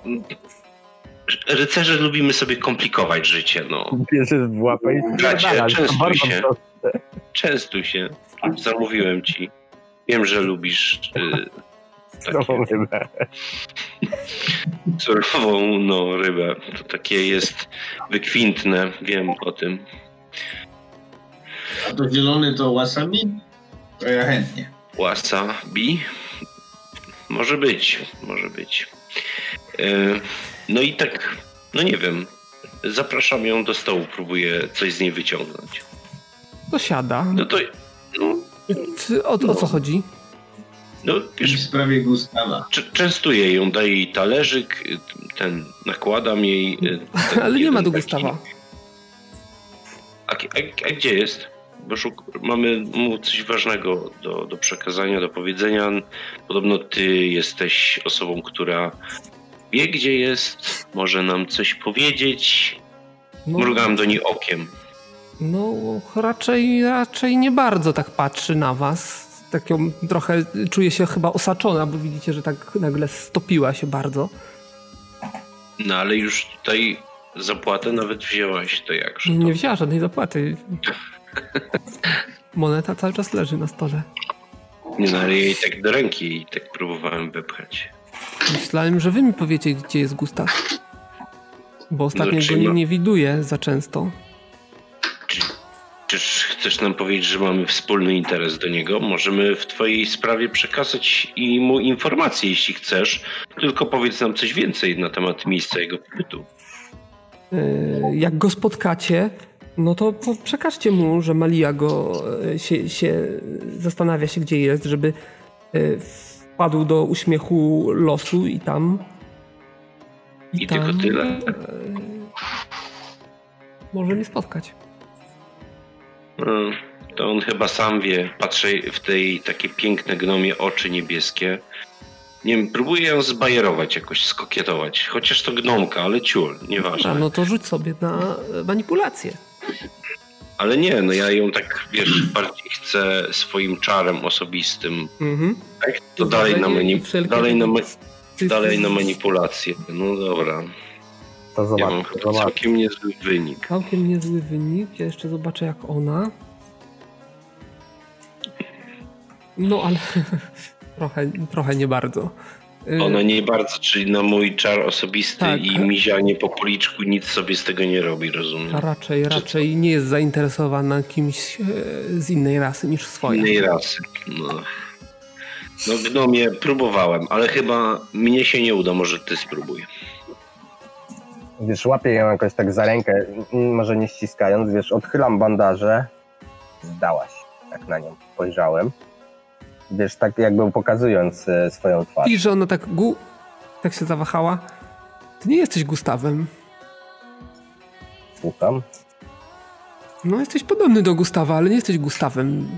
rycerze lubimy sobie komplikować życie, no. Bierzesz w łapę i Bracie, wpierdalasz. To częstuj bardzo się. proste. Częstuj się. Zamówiłem ci. Wiem, że lubisz yy, Surową rybę. surową no, rybę. To takie jest wykwintne. Wiem o tym. A to zielony to wasabi? To ja chętnie. Wasabi? Może być, może być. Yy, no i tak, no nie wiem. Zapraszam ją do stołu, próbuję coś z niej wyciągnąć. To siada. No to, no, O, o co chodzi? no wiesz, W sprawie Gustawa. cze- częstuję ją, daję jej talerzyk, ten, nakładam jej... Ten Ale nie jeden ma do taki- Gustawa. A, a, a gdzie jest? Bo szuk- mamy mu coś ważnego do, do przekazania, do powiedzenia. Podobno ty jesteś osobą, która wie, gdzie jest, może nam coś powiedzieć. No, Mrugałem do niej okiem. no raczej, raczej nie bardzo tak patrzy na was. Tak ją trochę czuje się chyba osaczona, bo widzicie, że tak nagle stopiła się bardzo. No ale już tutaj zapłatę nawet wzięłaś, to jakże Nie, to? nie wzięła żadnej zapłaty. Moneta cały czas leży na stole. Nie, no ale jej tak do ręki i tak próbowałem wepchać. Myślałem, że wy mi powiecie, gdzie jest Gustaw. Bo ostatnio No, czy go nie, ma- nie widuję za często. Czy, czyż chcesz nam powiedzieć, że mamy wspólny interes do niego? Możemy w twojej sprawie przekazać i mu informacje, jeśli chcesz. Tylko powiedz nam coś więcej na temat miejsca jego pobytu. Yy, Jak go spotkacie, no to po- przekażcie mu, że Malia go e, się, się zastanawia się, gdzie jest, żeby e, wpadł do uśmiechu losu i tam... I tylko tyle? e, Może mnie spotkać. Hmm, to on chyba sam wie. Patrzę w tej takie piękne gnomie oczy niebieskie. Nie wiem, próbuję ją zbajerować jakoś, skokietować. Chociaż to gnomka, ale ciul, nieważne. A no to rzuć sobie na manipulację. Ale nie, no ja ją tak, wiesz, bardziej chcę swoim czarem osobistym. Mhm. Tak? To dalej na, manip- dalej, na ma- dalej na manipulację. No dobra. To zobacz, ja mam chyba całkiem niezły wynik. Całkiem niezły wynik. Ja jeszcze zobaczę jak ona. No ale trochę, trochę nie bardzo. Ona nie bardzo, czyli na mój czar osobisty tak. i mizianie po policzku nic sobie z tego nie robi, rozumiem? A raczej, raczej nie jest zainteresowana kimś z innej rasy niż swoja. Innej rasy, no. No gnomie próbowałem, ale chyba mnie się nie uda, może ty spróbuj. Wiesz, łapię ją jakoś tak za rękę, może nie ściskając, wiesz, odchylam bandaże. Zdałaś, jak na nią spojrzałem. Wiesz, tak jakby pokazując e, swoją twarz. I że ona tak gu... tak się zawahała. Ty nie jesteś Gustawem. Słucham? No jesteś podobny do Gustawa, ale nie jesteś Gustawem.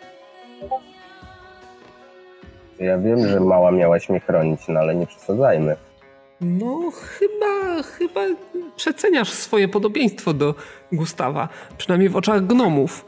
Ja wiem, że mała miałaś mnie chronić, no ale nie przesadzajmy. No chyba, chyba przeceniasz swoje podobieństwo do Gustawa. Przynajmniej w oczach gnomów.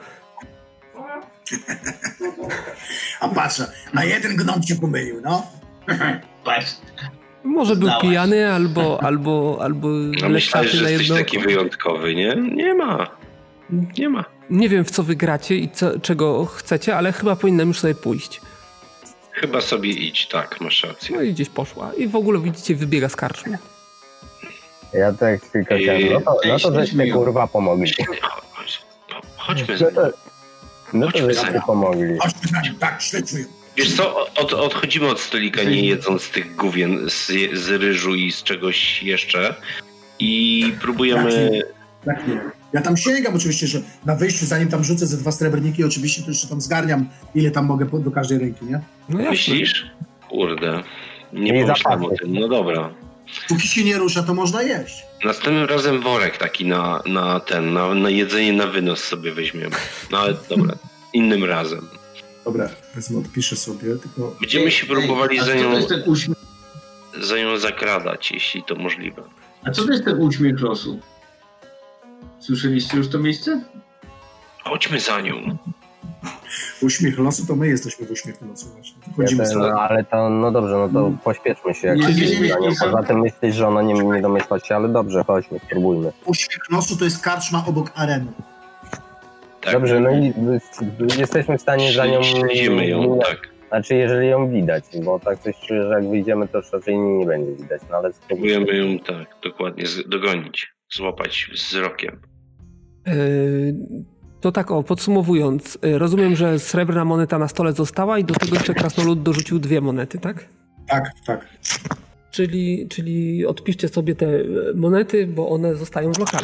A patrzę, a jeden gnom cię pomylił, no. Patrz. Może był Znałaś. pijany, albo albo, albo no myślałeś, że jesteś taki wyjątkowy, nie? Nie ma. Nie ma. Nie wiem, w co wygracie i co, czego chcecie, ale chyba powinnam już sobie pójść. Chyba sobie idź, tak, masz rację. No i gdzieś poszła. I w ogóle widzicie, wybiega z karczmy. Ja tak tylko chciałem, no to, no to żeście kurwa pomogli. Chodźmy za nią. No to żeście pomogli. Chodźmy, tak, śledźmy ją. Wiesz co, od, odchodzimy od stolika, nie jedząc tych gówien z, z ryżu i z czegoś jeszcze i próbujemy... Tak nie. Ja tam sięgam oczywiście, że na wyjściu, zanim tam rzucę ze dwa srebrniki, oczywiście to jeszcze tam zgarniam, ile tam mogę do każdej ręki, nie? No myślisz? Kurde, nie, nie pomyślałem o tym, no dobra. Póki się nie rusza, to można jeść. Następnym razem worek taki na, na ten, na, na jedzenie na wynos sobie weźmiemy. No ale dobra, innym razem. Dobra, wezmę, odpiszę sobie, tylko... Będziemy się próbowali ej, za, nią, za nią zakradać, jeśli to możliwe. A co to jest ten uśmiech losu? Słyszeliście już to miejsce? Chodźmy za nią. Uśmiech losu, to my jesteśmy w uśmiechu losu właśnie. Chodzimy ja ten, no, ale to, no dobrze, no to pośpieszmy się. Jak nie, nie, nie, nie, nie, poza tym myślisz, że ona nie, nie domyśla się, ale dobrze, chodźmy, spróbujmy. Uśmiech losu to jest karczma obok areny. Tak. Dobrze, no i jesteśmy w stanie za nią... Śledzimy ją, tak. Znaczy, jeżeli ją widać, bo tak coś czuję, że jak wyjdziemy, to już raczej nie, nie będzie widać, no ale... Spróbujemy ją, tak, dokładnie, dogonić, złapać wzrokiem. Yy, to tak, o, podsumowując, rozumiem, że srebrna moneta na stole została i do tego jeszcze krasnolud dorzucił dwie monety, tak? Tak, tak. Czyli, czyli odpiszcie sobie te monety, bo one zostają w lokalu.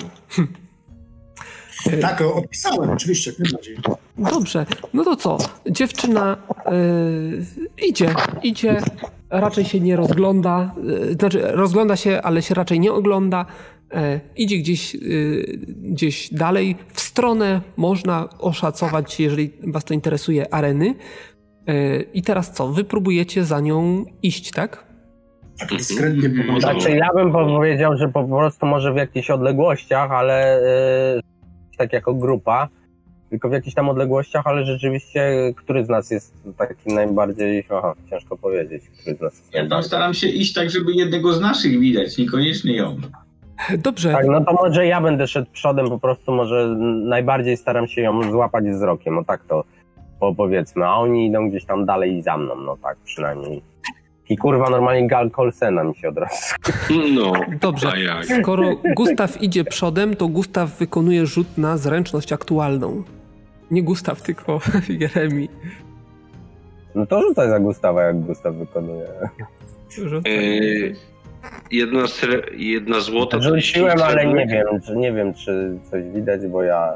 Tak, odpisałem, oczywiście, jak najbardziej. Dobrze, no to co? Dziewczyna yy, idzie, idzie, raczej się nie rozgląda, yy, znaczy rozgląda się, ale się raczej nie ogląda. Yy, idzie gdzieś, yy, gdzieś dalej, w stronę można oszacować, jeżeli was to interesuje, areny. Yy, I teraz co? Wy próbujecie za nią iść, tak? Tak, dyskretnie pomagam. Znaczy ja bym powiedział, że po prostu może w jakichś odległościach, ale... Yy... tak jako grupa, tylko w jakichś tam odległościach, ale rzeczywiście, który z nas jest taki najbardziej, aha, ciężko powiedzieć, który z nas jest ja tam staram się iść tak, żeby jednego z naszych widać, niekoniecznie ją. Dobrze. Tak, no to może ja będę szedł przodem, po prostu może najbardziej staram się ją złapać wzrokiem, no tak to powiedzmy, a oni idą gdzieś tam dalej za mną, no tak przynajmniej. I kurwa, normalnie Gal Colsena mi się od razu. No, dobrze. Skoro Gustaw idzie przodem, to Gustaw wykonuje rzut na zręczność aktualną. Nie Gustaw, tylko Jeremi. No to rzucaj za Gustawa, jak Gustaw wykonuje. Yy, jedna, jedna złota... Rzuciłem, ale nie wiem, czy, nie wiem, czy coś widać, bo ja...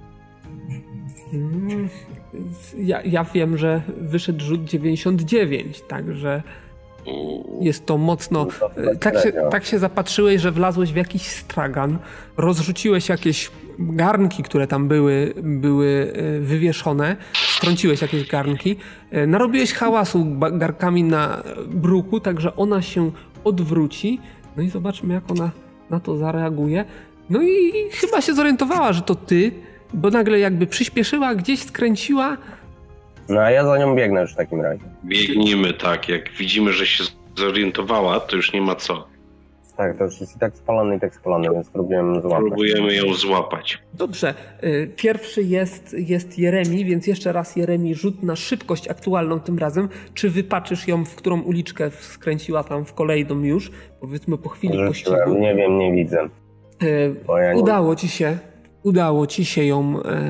Ja, ja wiem, że wyszedł rzut dziewięćdziesiąt dziewięć, także... Jest to mocno... Tak się, tak się zapatrzyłeś, że wlazłeś w jakiś stragan, rozrzuciłeś jakieś garnki, które tam były, były wywieszone, strąciłeś jakieś garnki, narobiłeś hałasu garnkami na bruku, także ona się odwróci. No i zobaczmy, jak ona na to zareaguje. No i chyba się zorientowała, że to ty bo nagle jakby przyspieszyła, gdzieś skręciła. No a ja za nią biegnę już w takim razie. Biegnijmy tak, jak widzimy, że się zorientowała, to już nie ma co. Tak, to już jest i tak spalony, i tak spalony, więc próbujemy złapać. Próbujemy ją złapać. Dobrze, pierwszy jest, jest Jeremi, więc jeszcze raz Jeremi, rzut na szybkość aktualną tym razem. Czy wypaczysz ją, w którą uliczkę skręciła tam w kolejną już? Powiedzmy po chwili Rzuciłem, pościgu. nie wiem, nie widzę. Ja udało nie... ci się, udało ci się ją e,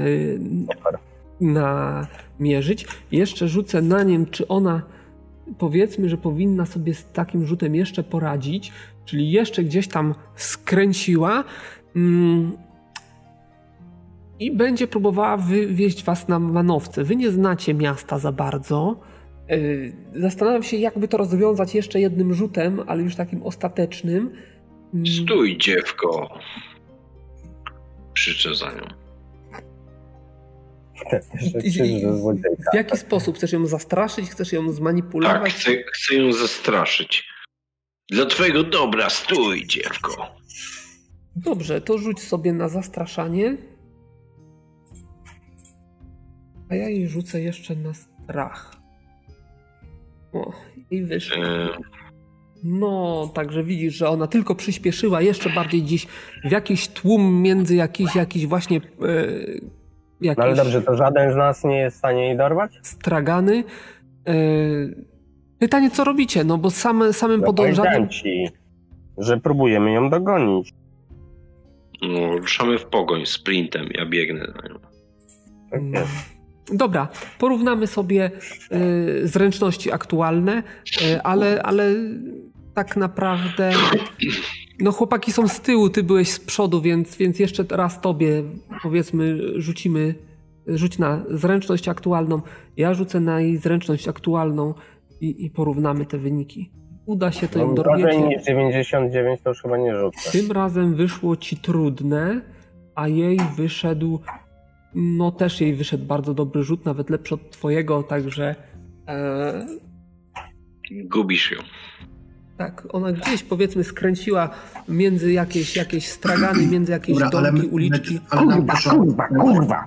namierzyć. Jeszcze rzucę na nim, czy ona, powiedzmy, że powinna sobie z takim rzutem jeszcze poradzić, czyli jeszcze gdzieś tam skręciła mm, i będzie próbowała wywieźć was na manowce. Wy nie znacie miasta za bardzo. Yy, zastanawiam się, jakby to rozwiązać jeszcze jednym rzutem, ale już takim ostatecznym. Mm. Stój, dziewko. Krzyczę za nią. W jaki sposób? Chcesz ją zastraszyć? Chcesz ją zmanipulować? Tak, chcę, chcę ją zastraszyć. Dla twojego dobra, stój, dziewko. Dobrze, to rzuć sobie na zastraszanie. A ja jej rzucę jeszcze na strach. O, i wyszło. E... No, także widzisz, że ona tylko przyspieszyła jeszcze bardziej gdzieś w jakiś tłum między jakiś, jakiś właśnie... Yy, jakiś no ale dobrze, to żaden z nas nie jest w stanie jej dorwać? Stragany. Yy, pytanie, co robicie? No bo same, samym no, podążaniem... ci, że próbujemy ją dogonić. No, ruszamy w pogoń sprintem, ja biegnę na nią. Okay. Dobra, porównamy sobie y, zręczności aktualne, y, ale, ale tak naprawdę no chłopaki są z tyłu, ty byłeś z przodu, więc, więc jeszcze raz tobie powiedzmy rzucimy, rzuć na zręczność aktualną, ja rzucę na jej zręczność aktualną i, i porównamy te wyniki. Uda się to no, im dorwiecie. niż dziewięćdziesiąt dziewięć to już chyba nie rzucę. Tym razem wyszło ci trudne, a jej wyszedł, no też jej wyszedł bardzo dobry rzut, nawet lepszy od twojego, także... E... Gubisz ją. Tak, ona gdzieś powiedzmy skręciła między jakieś, jakieś stragany, między jakieś Dobra, domki, ale, uliczki. Ale nam też kurwa, kurwa!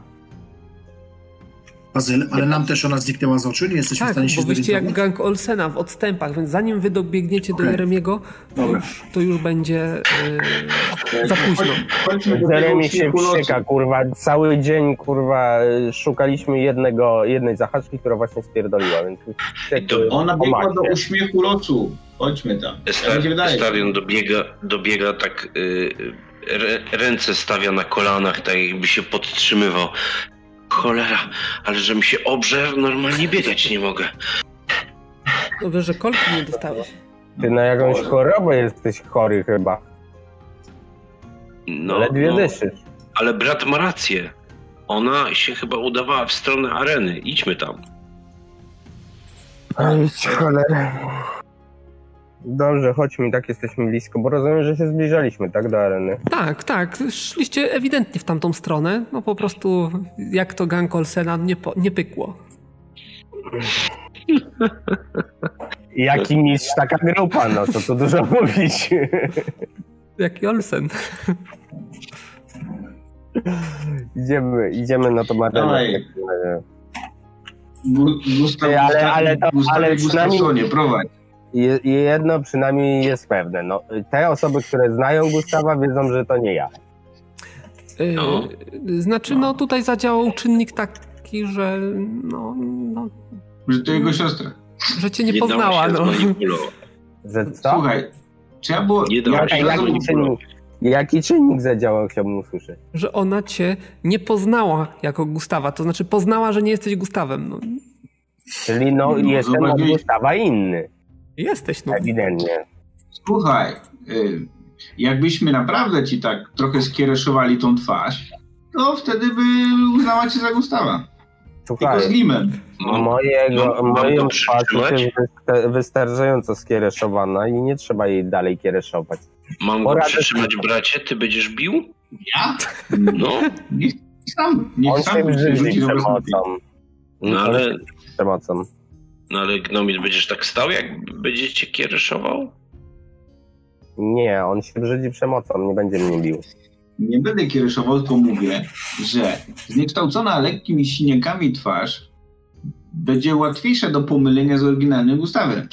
Bazyl, ale nam też ona zniknęła z oczu, nie jesteśmy tak, w stanie się bo wyście jak zorientować? gang Olsena w odstępach, więc zanim wy dobiegniecie okay. do Jeremiego, to już, to już będzie yy, za późno. Jeremi się wścieka, kurwa, cały dzień, kurwa, szukaliśmy jednego, jednej zahaczki, która właśnie spierdoliła, więc... To ona biegła do uśmiechu losu. Chodźmy tam. Estarion dobiega, dobiega tak, yy, re, ręce stawia na kolanach, tak jakby się podtrzymywał. Cholera, ale żebym się obżerł, normalnie biegać nie mogę. Dobrze, że kolki nie dostałeś. Ty na jakąś chorobę jesteś chory chyba. No, Ledwie no, dyszysz. ale brat ma rację. Ona się chyba udawała w stronę areny. Idźmy tam. Oj, cholera. Dobrze, chodźmy, tak jesteśmy blisko, bo rozumiem, że się zbliżaliśmy, tak, do areny. Tak, tak, szliście ewidentnie w tamtą stronę, no po prostu jak to gang Olsena nie, po, nie pykło. Jaki mistrz, taka grupa, no to tu dużo mówić. Jaki Olsen. Idziemy, idziemy na to arenę. Gustaw, ale, ale, to, ale przynajmniej... nie prowadź. Jedno przynajmniej jest pewne. No, te osoby, które znają Gustawa, wiedzą, że to nie ja. No. Yy, znaczy, no tutaj zadziałał czynnik taki, że no... no że to jego siostra. Że cię nie, nie poznała, no. Że co? Słuchaj, trzeba było... Nie dało się jaki, czynnik, jaki czynnik zadziałał, chciałbym usłyszeć? Że ona cię nie poznała jako Gustawa, to znaczy poznała, że nie jesteś Gustawem. No. Czyli no, no jestem od Gustawa inny. Jesteś, no. Ewidentnie. Słuchaj, jakbyśmy naprawdę ci tak trochę skiereszowali tą twarz, to wtedy by uznała cię za Gustawa. Słuchaj, tylko z limem. No, mojego, no, moją twarz jest wystarczająco skiereszowana i nie trzeba jej dalej kiereszować. Mam go przytrzymać, bracie? Ty będziesz bił? Ja? No. Nie sam. Nie On sam się brzydzi przemocą. No ale... przemocą. No ale Gnomit, będziesz tak stał, jak będziecie kiereszował? Nie, on się brzydzi przemocą, nie będzie mnie bił. Nie będę kiereszował, tylko mówię, że zniekształcona lekkimi siniakami twarz będzie łatwiejsza do pomylenia z oryginalnym Gustawem.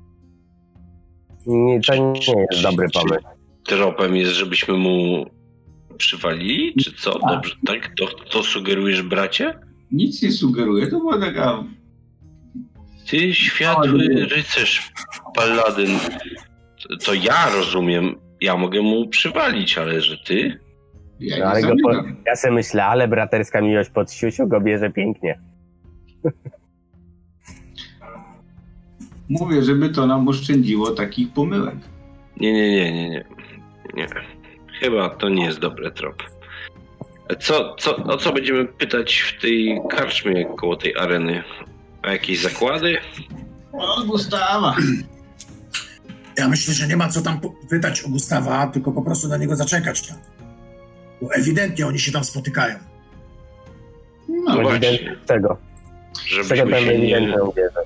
Nie, to nie jest dobry pomysł. Tropem jest, żebyśmy mu przywalili, czy co? Dobrze, tak? To, to sugerujesz, bracie? Nic nie sugeruję, to była taka... Ty, światły rycerz, paladyn, to ja rozumiem, ja mogę mu przywalić, ale że ty? Ja, No, ale go po, ja sobie myślę, ale braterska miłość pod siusiu go bierze pięknie. Mówię, żeby to nam oszczędziło takich pomyłek. Nie, nie, nie, nie, nie. nie. Chyba to nie jest dobry trop. Co, co, o co będziemy pytać w tej karczmie koło tej areny? O jakieś zakłady? O Gustawa! Ja myślę, że nie ma co tam pytać o Gustawa, tylko po prostu na niego zaczekać tam. Bo ewidentnie oni się tam spotykają. No No właśnie. z czego? Z czego Żebyśmy ten się nie... ewidentnie ubierze?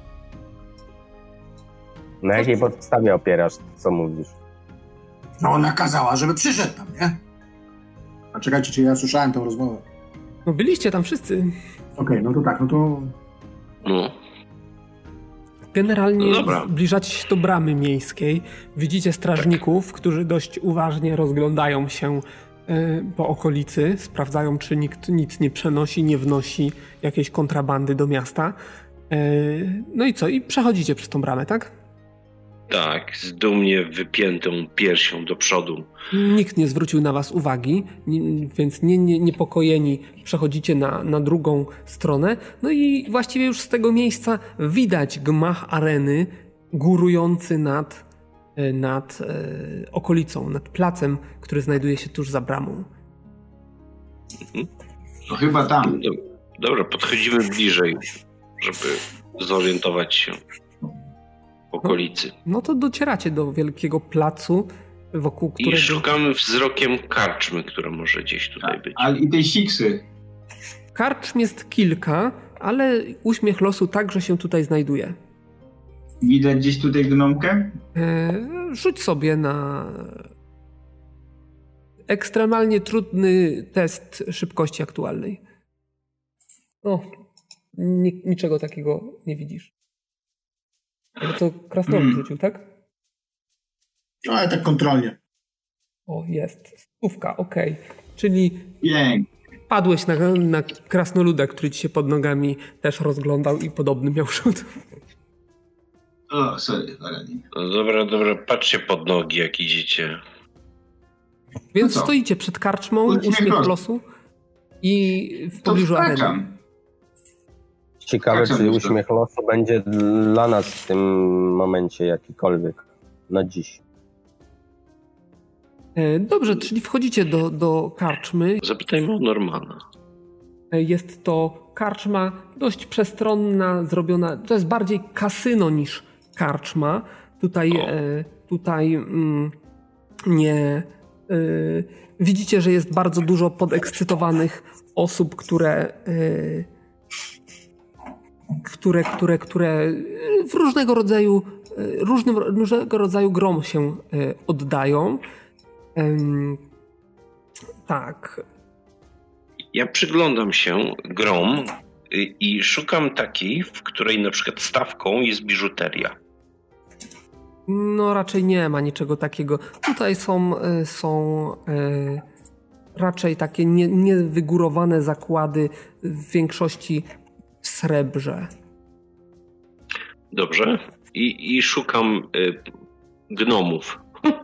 Na jakiej podstawie opierasz, co mówisz? No ona kazała, żeby przyszedł tam, nie? A czekajcie, czy ja słyszałem tę rozmowę? No byliście tam wszyscy. Okej, okay, no to tak, no to... No. Generalnie No dobra. zbliżacie się do bramy miejskiej. Widzicie strażników, którzy dość uważnie rozglądają się y, po okolicy. Sprawdzają, czy nikt nic nie przenosi, nie wnosi jakiejś kontrabandy do miasta. Y, no i co? I przechodzicie przez tą bramę, tak? Tak, z dumnie wypiętą piersią do przodu. Nikt nie zwrócił na was uwagi, nie, więc nie, nie, niepokojeni przechodzicie na, na drugą stronę. No i właściwie już z tego miejsca widać gmach areny górujący nad, nad e, okolicą, nad placem, który znajduje się tuż za bramą. Mhm. To chyba tam. Dobra, podchodzimy bliżej, żeby zorientować się w okolicy. No, no to docieracie do wielkiego placu, wokół którego... I szukamy wzrokiem karczmy, która może gdzieś tutaj być. Ale i tej siksy. Karczm jest kilka, ale uśmiech losu także się tutaj znajduje. Widać gdzieś tutaj gnomkę? E, rzuć sobie na ekstremalnie trudny test szybkości aktualnej. O, ni- niczego takiego nie widzisz. Ale to krasnolud Hmm. rzucił, tak? No ale tak kontrolnie. O, jest. Stówka, okej. Czyli Pięknie. padłeś na, na krasnoluda, który ci się pod nogami też rozglądał i podobny miał rzut. O, sorry, Paladin. No dobra, dobra, patrzcie pod nogi, jak idziecie. Więc No co? stoicie przed karczmą, Uśmiech uśmiech losu. losu i w To pobliżu areny. wkraczam. Ciekawe, Tak, czy tak, uśmiech losu będzie dla nas w tym momencie jakikolwiek. Na dziś. E, Dobrze, czyli wchodzicie do, do karczmy. Zapytajmy o Normana. E, Jest to karczma dość przestronna, zrobiona. To jest bardziej kasyno niż karczma. Tutaj, O. e, tutaj mm, nie. e, Widzicie, że jest bardzo dużo podekscytowanych osób, które. e, które, które, które w różnego rodzaju, e, różnym, różnego rodzaju grom się e, oddają. Em, tak. Ja przyglądam się grom i, i szukam takiej, w której na przykład stawką jest biżuteria. No raczej nie ma niczego takiego. Tutaj są, e, są e, raczej takie nie, niewygórowane zakłady w większości w srebrze. Dobrze? I, i szukam y, gnomów.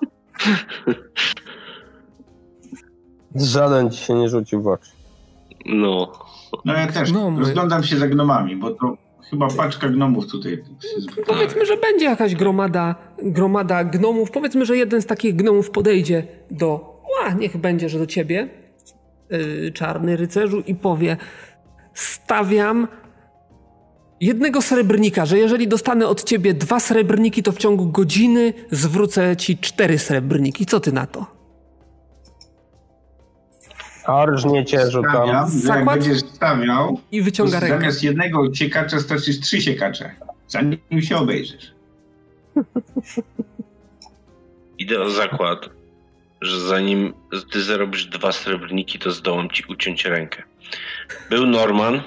Żaden ci się nie rzucił w oczy. No. No ja też Gnomy. rozglądam się za gnomami, bo to chyba paczka gnomów tutaj się zbyt... Powiedzmy, że będzie jakaś gromada, gromada gnomów. Powiedzmy, że jeden z takich gnomów podejdzie do... A, niech będzie, że do ciebie, yy, czarny rycerzu, i powie: stawiam jednego srebrnika, że jeżeli dostanę od ciebie dwa srebrniki, to w ciągu godziny zwrócę ci cztery srebrniki. Co ty na to? Orżnie cię rzucam. Stawiam, że jak Zakład? będziesz stawiał, I to wyciąga rękę. zamiast jednego ciekacza stracisz trzy siekacze, zanim się obejrzysz. Idę o zakład. że zanim ty zarobisz dwa srebrniki, to zdołam ci uciąć rękę. Był Norman.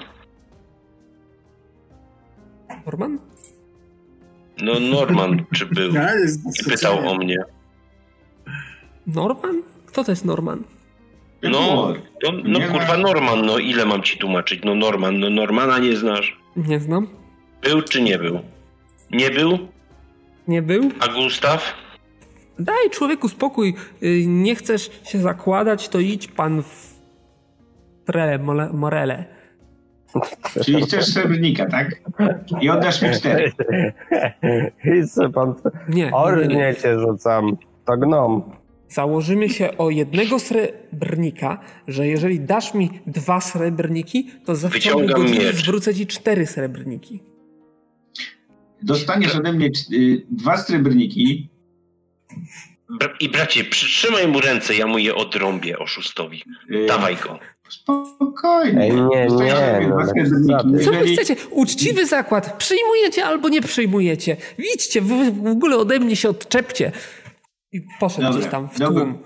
Norman? No Norman, czy był? I pytał o mnie. Norman? Kto to jest Norman? No, to, no kurwa Norman, no ile mam ci tłumaczyć? No Norman, no Normana nie znasz. Nie znam. Był czy nie był? Nie był? Nie był? A Gustaw? Daj człowieku spokój. Nie chcesz się zakładać, to idź pan w Trele, Morele. Czyli chcesz srebrnika, tak? I oddasz mi cztery. I co pan... Nie. Ornie cię rzucam. To gnom. Założymy się o jednego srebrnika, że jeżeli dasz mi dwa srebrniki, to za ciągu godziny zwrócę ci cztery srebrniki. Dostaniesz ode mnie y, dwa srebrniki. I bracie, przytrzymaj mu ręce, ja mu je odrąbię oszustowi. Yy, Dawaj go. Spokojnie. Ej, nie, nie. No, co wy chcecie? Uczciwy zakład. Przyjmujecie albo nie przyjmujecie. Idźcie, w, w ogóle ode mnie się odczepcie. I poszedł dobra, gdzieś tam w tłum.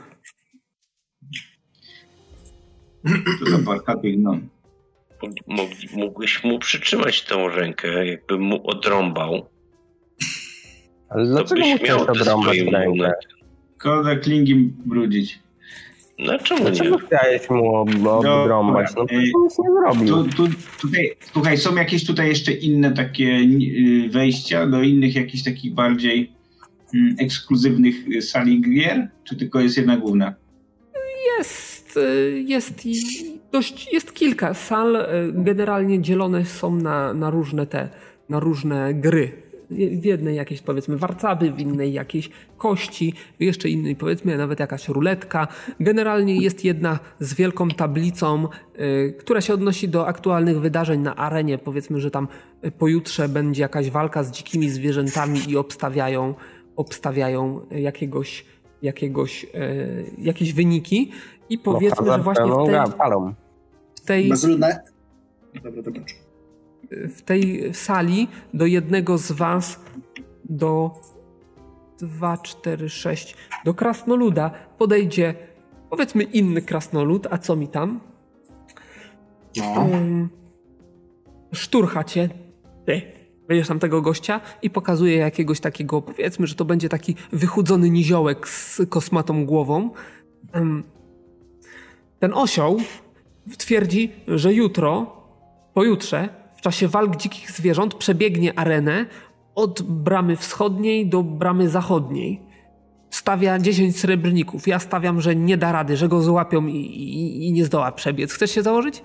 To za parkaty gnom. Mógłbyś mu przytrzymać tę rękę, jakbym mu odrąbał. Ale dlaczego musisz odrąbać rękę? Koda klingiem brudzić. No czemu dlaczego nie? chciałeś mu odrąbać? No to nic nie zrobił. Tu, tu, tutaj, słuchaj, są jakieś tutaj jeszcze inne takie wejścia do innych jakichś takich bardziej mm, ekskluzywnych sali gier? Czy tylko jest jedna główna? Jest, jest i dość, jest kilka sal. Generalnie dzielone są na, na różne te, na różne gry. W jednej jakieś powiedzmy warcaby, w innej jakieś kości, w jeszcze innej powiedzmy nawet jakaś ruletka. Generalnie jest jedna z wielką tablicą, y, która się odnosi do aktualnych wydarzeń na arenie. Powiedzmy, że tam pojutrze będzie jakaś walka z dzikimi zwierzętami i obstawiają, obstawiają jakiegoś, jakiegoś, y, jakieś wyniki. I powiedzmy, no, że właśnie w tej... W tej... Dobra, dobra. W tej sali do jednego z was, do dwa, cztery, sześć, do krasnoluda podejdzie powiedzmy inny krasnolud, a co mi tam? No. Um, szturcha cię, ty, będziesz tam tego gościa i pokazuje jakiegoś takiego, powiedzmy, że to będzie taki wychudzony niziołek z kosmatą głową. Um, ten osioł twierdzi, że jutro, pojutrze, w czasie walk dzikich zwierząt przebiegnie arenę od bramy wschodniej do bramy zachodniej. Stawia dziesięć srebrników. Ja stawiam, że nie da rady, że go złapią i, i, i nie zdoła przebiec. Chcesz się założyć?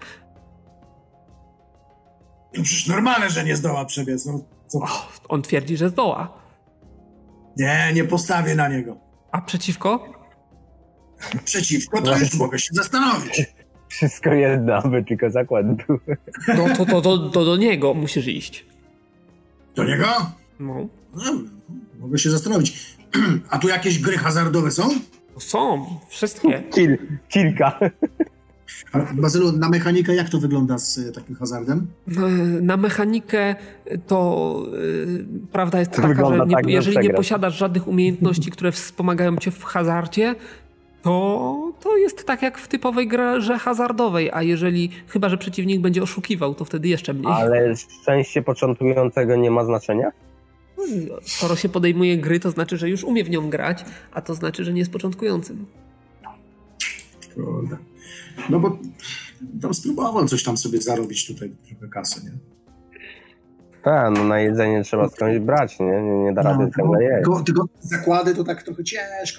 No przecież normalne, że nie zdoła przebiec. No, co? Oh, on twierdzi, że zdoła. Nie, nie postawię na niego. A przeciwko? Przeciwko to już mogę się zastanowić. Wszystko jedno, aby tylko zakład był. No to, to, to, to do niego musisz iść. Do niego? No. No dobra, mogę się zastanowić. A tu jakieś gry hazardowe są? Są, wszystkie. Kil, kilka. A Bazylu, na mechanikę jak to wygląda z y, takim hazardem? Na mechanikę to yy, prawda jest to taka, że nie, tak, jeżeli że nie posiadasz żadnych umiejętności, które wspomagają cię w hazardzie, to, to jest tak jak w typowej grze hazardowej, a jeżeli, chyba że przeciwnik będzie oszukiwał, to wtedy jeszcze mniej. Ale szczęście początkującego nie ma znaczenia? Skoro się podejmuje gry, to znaczy, że już umie w nią grać, a to znaczy, że nie jest początkującym. Kurde. No bo tam spróbował coś tam sobie zarobić tutaj, trochę kasy, nie? Tak, no na jedzenie trzeba skądś brać, nie? Nie, nie da rady no, tego jeść. Tylko, tylko zakłady to tak trochę ciężko.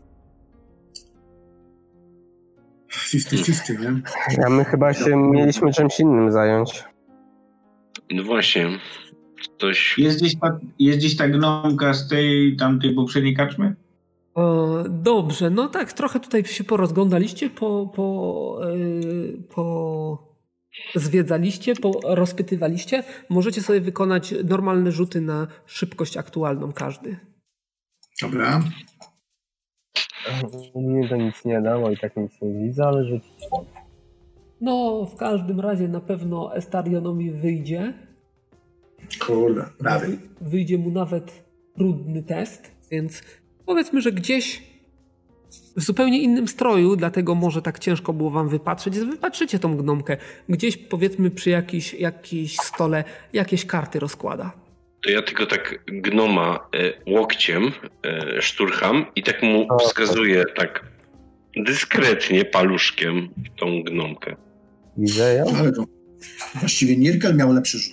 pięćdziesiąt pięćdziesiąt, nie? Ja my chyba się mieliśmy czymś innym zająć. No właśnie. Ktoś... Jest gdzieś ta, jest gdzieś ta gnomka z tej tamtej poprzedniej kaczmy? O, dobrze, no tak, trochę tutaj się porozglądaliście, po, po, yy, po zwiedzaliście, po rozpytywaliście. Możecie sobie wykonać normalne rzuty na szybkość aktualną każdy. Dobra. Mnie to nic nie da, bo i tak nic nie widzę, ale rzucić. No, w każdym razie na pewno Estarionowi wyjdzie. Kurde, prawie. Wyjdzie mu nawet trudny test, więc powiedzmy, że gdzieś w zupełnie innym stroju, dlatego może tak ciężko było wam wypatrzeć. Wypatrzycie tą gnomkę. Gdzieś powiedzmy przy jakiś, jakiś stole jakieś karty rozkłada. To ja tylko tak gnoma e, łokciem e, szturcham i tak mu wskazuję tak dyskretnie paluszkiem tą gnomkę. Widzę ją? Ale to właściwie Nirkel miał lepszy rzut.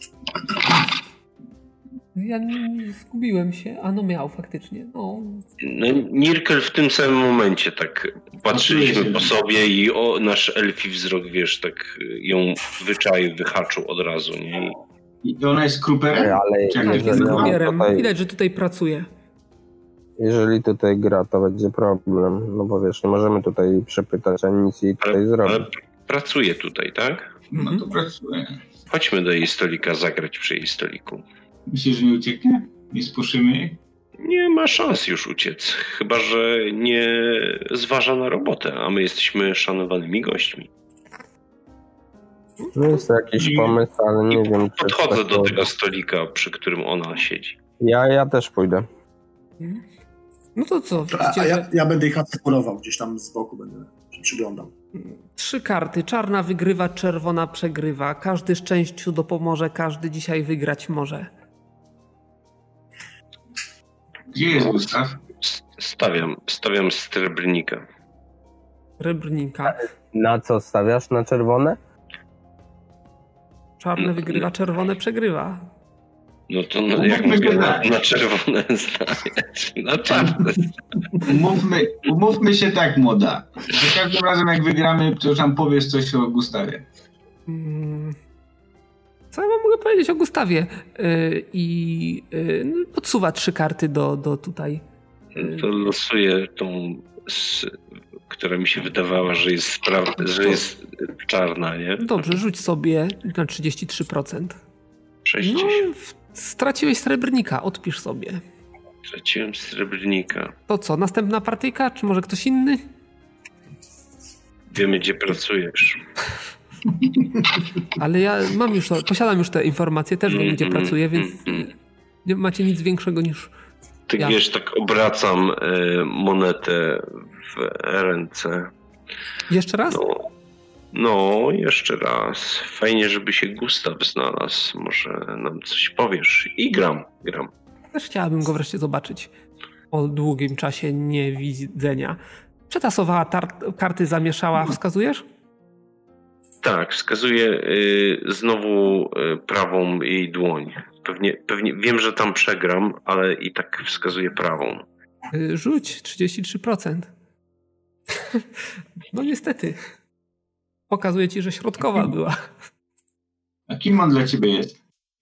Ja nie, zgubiłem się. A no miał faktycznie. No. No, Nirkel w tym samym momencie tak patrzyliśmy po sobie i o, nasz elfi wzrok, wiesz, tak ją wyczaił, wyhaczył od razu, nie? I ona jest kruperem? Ale Tak, jest jeżeli, kurierem. tutaj, Widać, że tutaj pracuje. jeżeli tutaj gra, to będzie problem. No bo wiesz, nie możemy tutaj przepytać, ani nic jej tutaj Ale, zrobić. ale pracuje tutaj, tak? No to pracuje. Chodźmy do jej stolika zagrać przy jej stoliku. Myślisz, że nie ucieknie? Nie spuszymy jej? Nie ma szans już uciec, chyba że nie zważa na robotę, a my jesteśmy szanowanymi gośćmi. No jest to jakiś I- pomysł, ale nie I wiem, czy... podchodzę tak do to- tego stolika, przy którym ona siedzi. Ja, ja też pójdę. No to co? A, Widzicie, a ja, że ja będę ich asekurował, gdzieś tam z boku będę się przyglądał. trzy karty. Czarna wygrywa, czerwona przegrywa. Każdy szczęściu dopomoże, każdy dzisiaj wygrać może. Gdzie jest Gustaw? S- Stawiam, stawiam srebrnika. Rebrnika. Na co stawiasz? Na czerwone? Czarne wygrywa, czerwone przegrywa. No to no, Umówmy jak się mówię, na, tak. na czerwone stawiać, na czarne. Umówmy, umówmy się tak, młoda. Za każdym razem jak wygramy, to już nam powiesz coś o Gustawie. Mm. Co ja wam mogę powiedzieć o Gustawie? Yy, I yy, no, podsuwa trzy karty do, do tutaj. To losuję tą, s- która mi się wydawała, że jest, spra- że jest czarna, nie? Dobrze, rzuć sobie na trzydzieści trzy procent. No, sześćdziesiąt. w- straciłeś srebrnika, odpisz sobie. Straciłem srebrnika. To co, następna partyjka, czy może ktoś inny? Wiemy, gdzie pracujesz. Ale ja mam już, to, posiadam już te informacje, też wiem, gdzie Mm, pracuję, więc mm, mm. nie macie nic większego niż... Tak Ja. wiesz, tak obracam e, monetę w ręce. Jeszcze raz? No, no, jeszcze raz. Fajnie, żeby się Gustaw znalazł. Może nam coś powiesz. I gram, gram. Też chciałabym go wreszcie zobaczyć po długim czasie niewidzenia. Przetasowała tar- karty, zamieszała, wskazujesz? Tak, wskazuję y, znowu y, prawą jej dłoń. Pewnie, pewnie wiem, że tam przegram, ale i tak wskazuję prawą. Y, Rzuć trzydzieści trzy procent. No niestety. Pokazuje ci, że środkowa była. A kim on dla ciebie jest?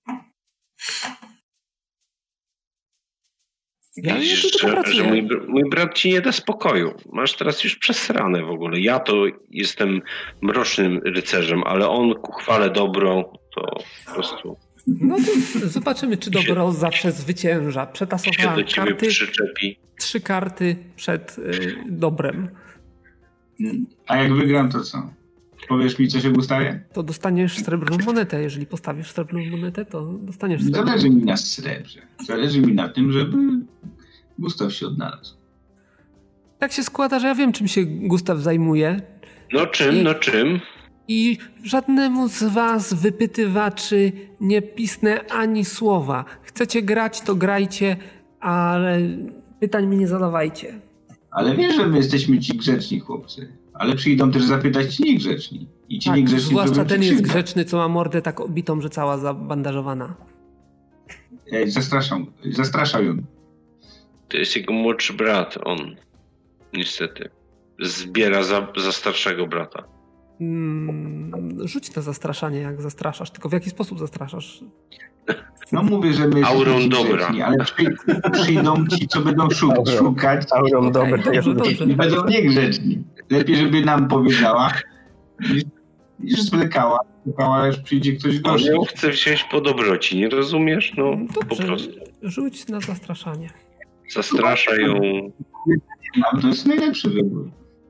Ja Widzisz, ja tylko że, pracuję. że mój, br- mój brat ci nie da spokoju. Masz teraz już przesrane w ogóle. Ja to jestem mrocznym rycerzem, ale on ku chwale dobrą to po prostu No to zobaczymy, czy dobro zawsze zwycięża. się Przetasowała do ciebie karty, przyczepi. trzy karty przed y, dobrem. A jak wygram, to co? Powiesz mi coś o Gustawie? To dostaniesz srebrną monetę. Jeżeli postawisz srebrną monetę, to dostaniesz srebrną. Zależy mi na srebrze. Zależy mi na tym, żeby Gustaw się odnalazł. Tak się składa, że ja wiem, czym się Gustaw zajmuje. No czym, I- no czym? I żadnemu z was, wypytywaczy, nie pisnę ani słowa. Chcecie grać, to grajcie, ale pytań mi nie zadawajcie. Ale wiesz, że my jesteśmy ci grzeczni chłopcy. Ale przyjdą też zapytać ci niegrzeczni. I ci Tak, niegrzeczni zwłaszcza zrobią ci ten jest krzywdę. grzeczny, co ma mordę tak obitą, że cała zabandażowana. Ej, Zastraszam, zastraszał ją. To jest jego młodszy brat, on niestety zbiera za, za starszego brata. Mm, rzuć na zastraszanie, jak zastraszasz. Tylko w jaki sposób zastraszasz? No mówię, że my Aurą jesteśmy ci dobra. grzeczni, ale przy, przyjdą ci, co będą szuk, Aurą. szukać Aurą Okej, dobre. dobrze, dobrze. i będą niegrzeczni. Lepiej, żeby nam powiedziała, niż, niż zwlekała. Zwlekała, aż przyjdzie ktoś On gorszy. ją chce wziąć po dobroci, nie rozumiesz? No po Dobrze, prostu. rzuć na zastraszanie. Zastrasza ją. Nam to jest najlepszy wybór.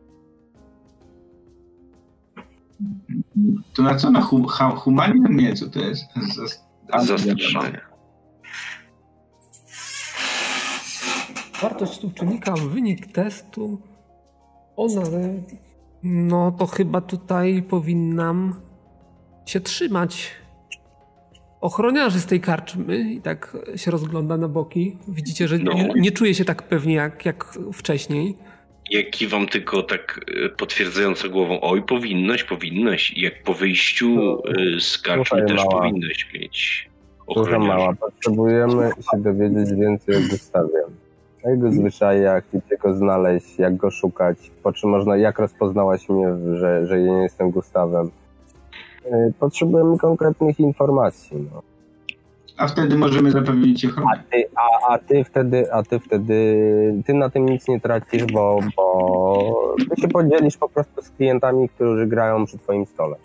To na co? Na hu, ha, humanizm? Nie, co to jest? Zas- Zastraszanie. Wartość współczynnika, wynik testu Ona, no to chyba tutaj powinnam się trzymać ochroniarzy z tej karczmy i tak się rozgląda na boki. Widzicie, że No. nie, nie czuje się tak pewnie jak, jak wcześniej. Ja kiwam tylko tak e, potwierdzająco głową. Oj, powinnaś, powinnaś. I jak po wyjściu e, z karczmy Słuchaj, też mała. powinnaś mieć Duża ochroniarzy. mała, potrzebujemy się dowiedzieć więcej o Gustawie. O jego zwyczajach, gdzie go znaleźć, jak go szukać, po czym można, jak rozpoznałaś mnie, że, że ja nie jestem Gustawem. Yy, Potrzebujemy konkretnych informacji. No. A wtedy możemy zapewnić ci A ochronę. ty, a, a ty wtedy, a ty wtedy, ty na tym nic nie tracisz, bo, bo ty się podzielisz po prostu z klientami, którzy grają przy twoim stole.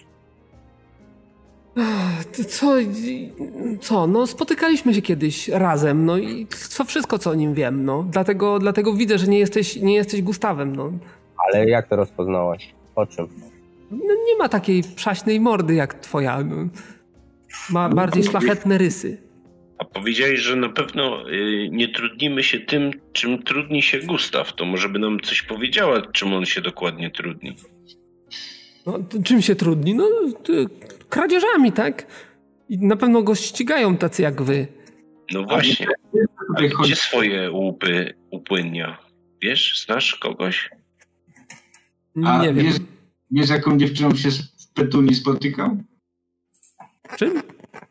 Ty Co, co, no spotykaliśmy się kiedyś razem, no i co wszystko, co o nim wiem, no. Dlatego, dlatego widzę, że nie jesteś, nie jesteś Gustawem, no. Ale jak to rozpoznałaś? Po czym? no. Nie ma takiej przaśnej mordy jak twoja, no. Ma bardziej szlachetne rysy. A powiedziałeś, że na pewno y, nie trudnimy się tym, czym trudni się Gustaw. To może by nam coś powiedziała, czym on się dokładnie trudni. No, to czym się trudni? No, ty, kradzieżami, tak? I na pewno go ścigają tacy jak wy. No właśnie. A Tutaj chodzi- gdzie swoje łupy upłynnia? Wiesz, znasz kogoś? A Nie wiem. wiesz, wiesz, z jaką dziewczyną się w Petuni spotykał? Czym?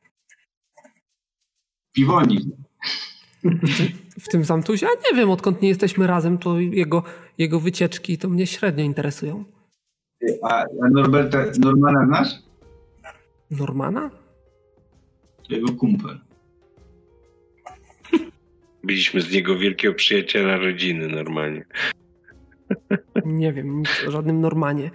Piwoni. W tym Zamtusie? A nie wiem, odkąd nie jesteśmy razem, to jego, jego wycieczki to mnie średnio interesują. A, a Norberta, Normana znasz? Normana? Jego kumpel. Byliśmy z niego wielkiego przyjaciela rodziny normalnie. Nie wiem, nic o żadnym Normanie.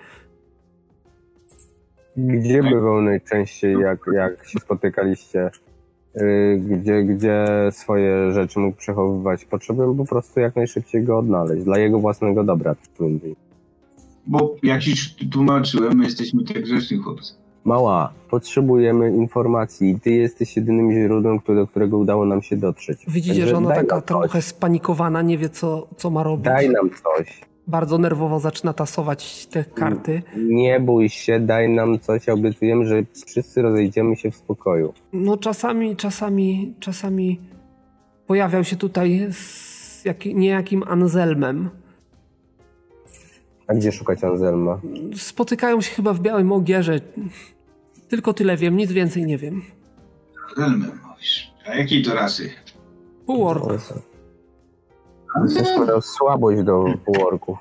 Gdzie bywał najczęściej, jak, jak się spotykaliście? Yy, Gdzie, gdzie swoje rzeczy mógł przechowywać? Potrzebuję po prostu jak najszybciej go odnaleźć. Dla jego własnego dobra. Bo jak już tłumaczyłem, my jesteśmy tak grzeczni chłopcy. Mała, potrzebujemy informacji. Ty jesteś jedynym źródłem, do którego udało nam się dotrzeć. Widzicie, Także że ona daj taka nam trochę coś. spanikowana, nie wie co, co ma robić. Daj nam coś. Bardzo nerwowo zaczyna tasować te karty. Nie bój się, daj nam coś. Obiecujemy, że wszyscy rozejdziemy się w spokoju. No czasami, czasami, czasami pojawiał się tutaj z jak, niejakim Anselmem. A gdzie szukać Anselma? Spotykają się chyba w Białym Ogierze. Tylko tyle wiem, nic więcej nie wiem. Helmem mówisz. A jakiej to rasy? Półork. Też miał słabość do półorków.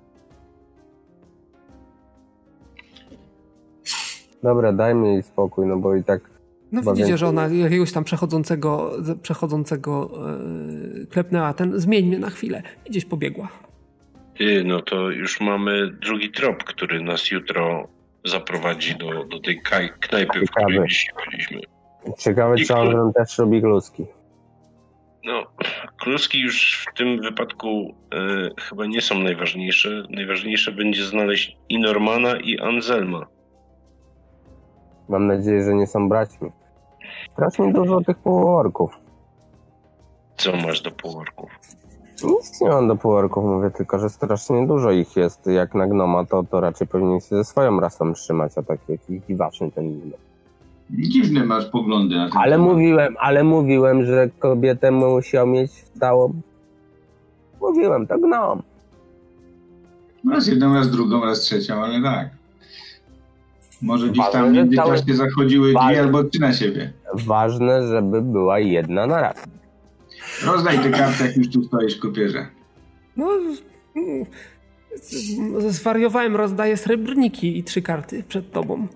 Dobra, dajmy jej spokój, no bo i tak No Chyba widzicie, więcej. że ona jakiegoś tam przechodzącego, przechodzącego e, klepnęła ten, zmień mnie na chwilę i gdzieś pobiegła. Ty, no to już mamy drugi trop, który nas jutro zaprowadzi do, do tej kaj, knajpy, w której Ciekawe. dzisiaj byliśmy. ciekawe, I czy który- on też robi kluski. No, kluski już w tym wypadku e, chyba nie są najważniejsze. Najważniejsze będzie znaleźć i Normana, i Anselma. Mam nadzieję, że nie są braćmi. Strasznie dużo tych półorków. Co masz do półorków? Nic nie mam do półorków, mówię tylko, że strasznie dużo ich jest. Jak na gnoma, to, to raczej powinien się ze swoją rasą trzymać, a tak jaki dziwaczny ten gnom. Dziwne masz poglądy na ten Ale temat. mówiłem, ale mówiłem, że kobietę musiał mieć stało. Mówiłem, to gnom. Raz jedną, raz drugą, raz trzecią, ale tak. Może gdzieś Ważne, tam w że międzyczasie cały- zachodziły Ważne. dwie albo trzy na siebie. Ważne, żeby była jedna na raz. Rozdaj te karty, jak już tu stoisz, kopierze. No, mm, z- zwariowałem, rozdaję srebrniki i trzy karty przed tobą.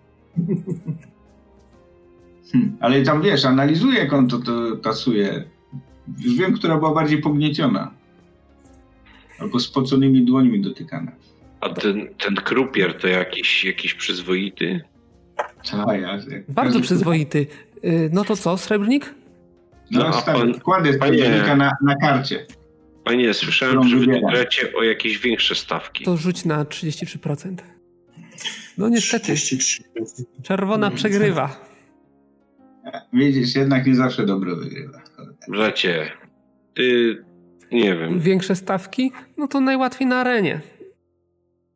Hm. Ale tam wiesz, analizuję, jak on to, to tasuje. Już wiem, która była bardziej pognieciona. Albo spoconymi dłońmi dotykana. A ten, ten krupier to jakiś, jakiś przyzwoity? A, ja, Bardzo przyzwoity. Y, No to co, srebrnik? No, No, a stawię, pan- kładę panie- srebrnika na, na karcie. Panie, słyszałem, Którą że wy tu wybieram. gracie o jakieś większe stawki. To rzuć na trzydzieści trzy procent. No niestety, trzydzieści trzy. czerwona przegrywa. Widzisz, jednak nie zawsze dobro wygrywa. Bracie, ty, nie wiem, Większe stawki? No to najłatwiej na arenie.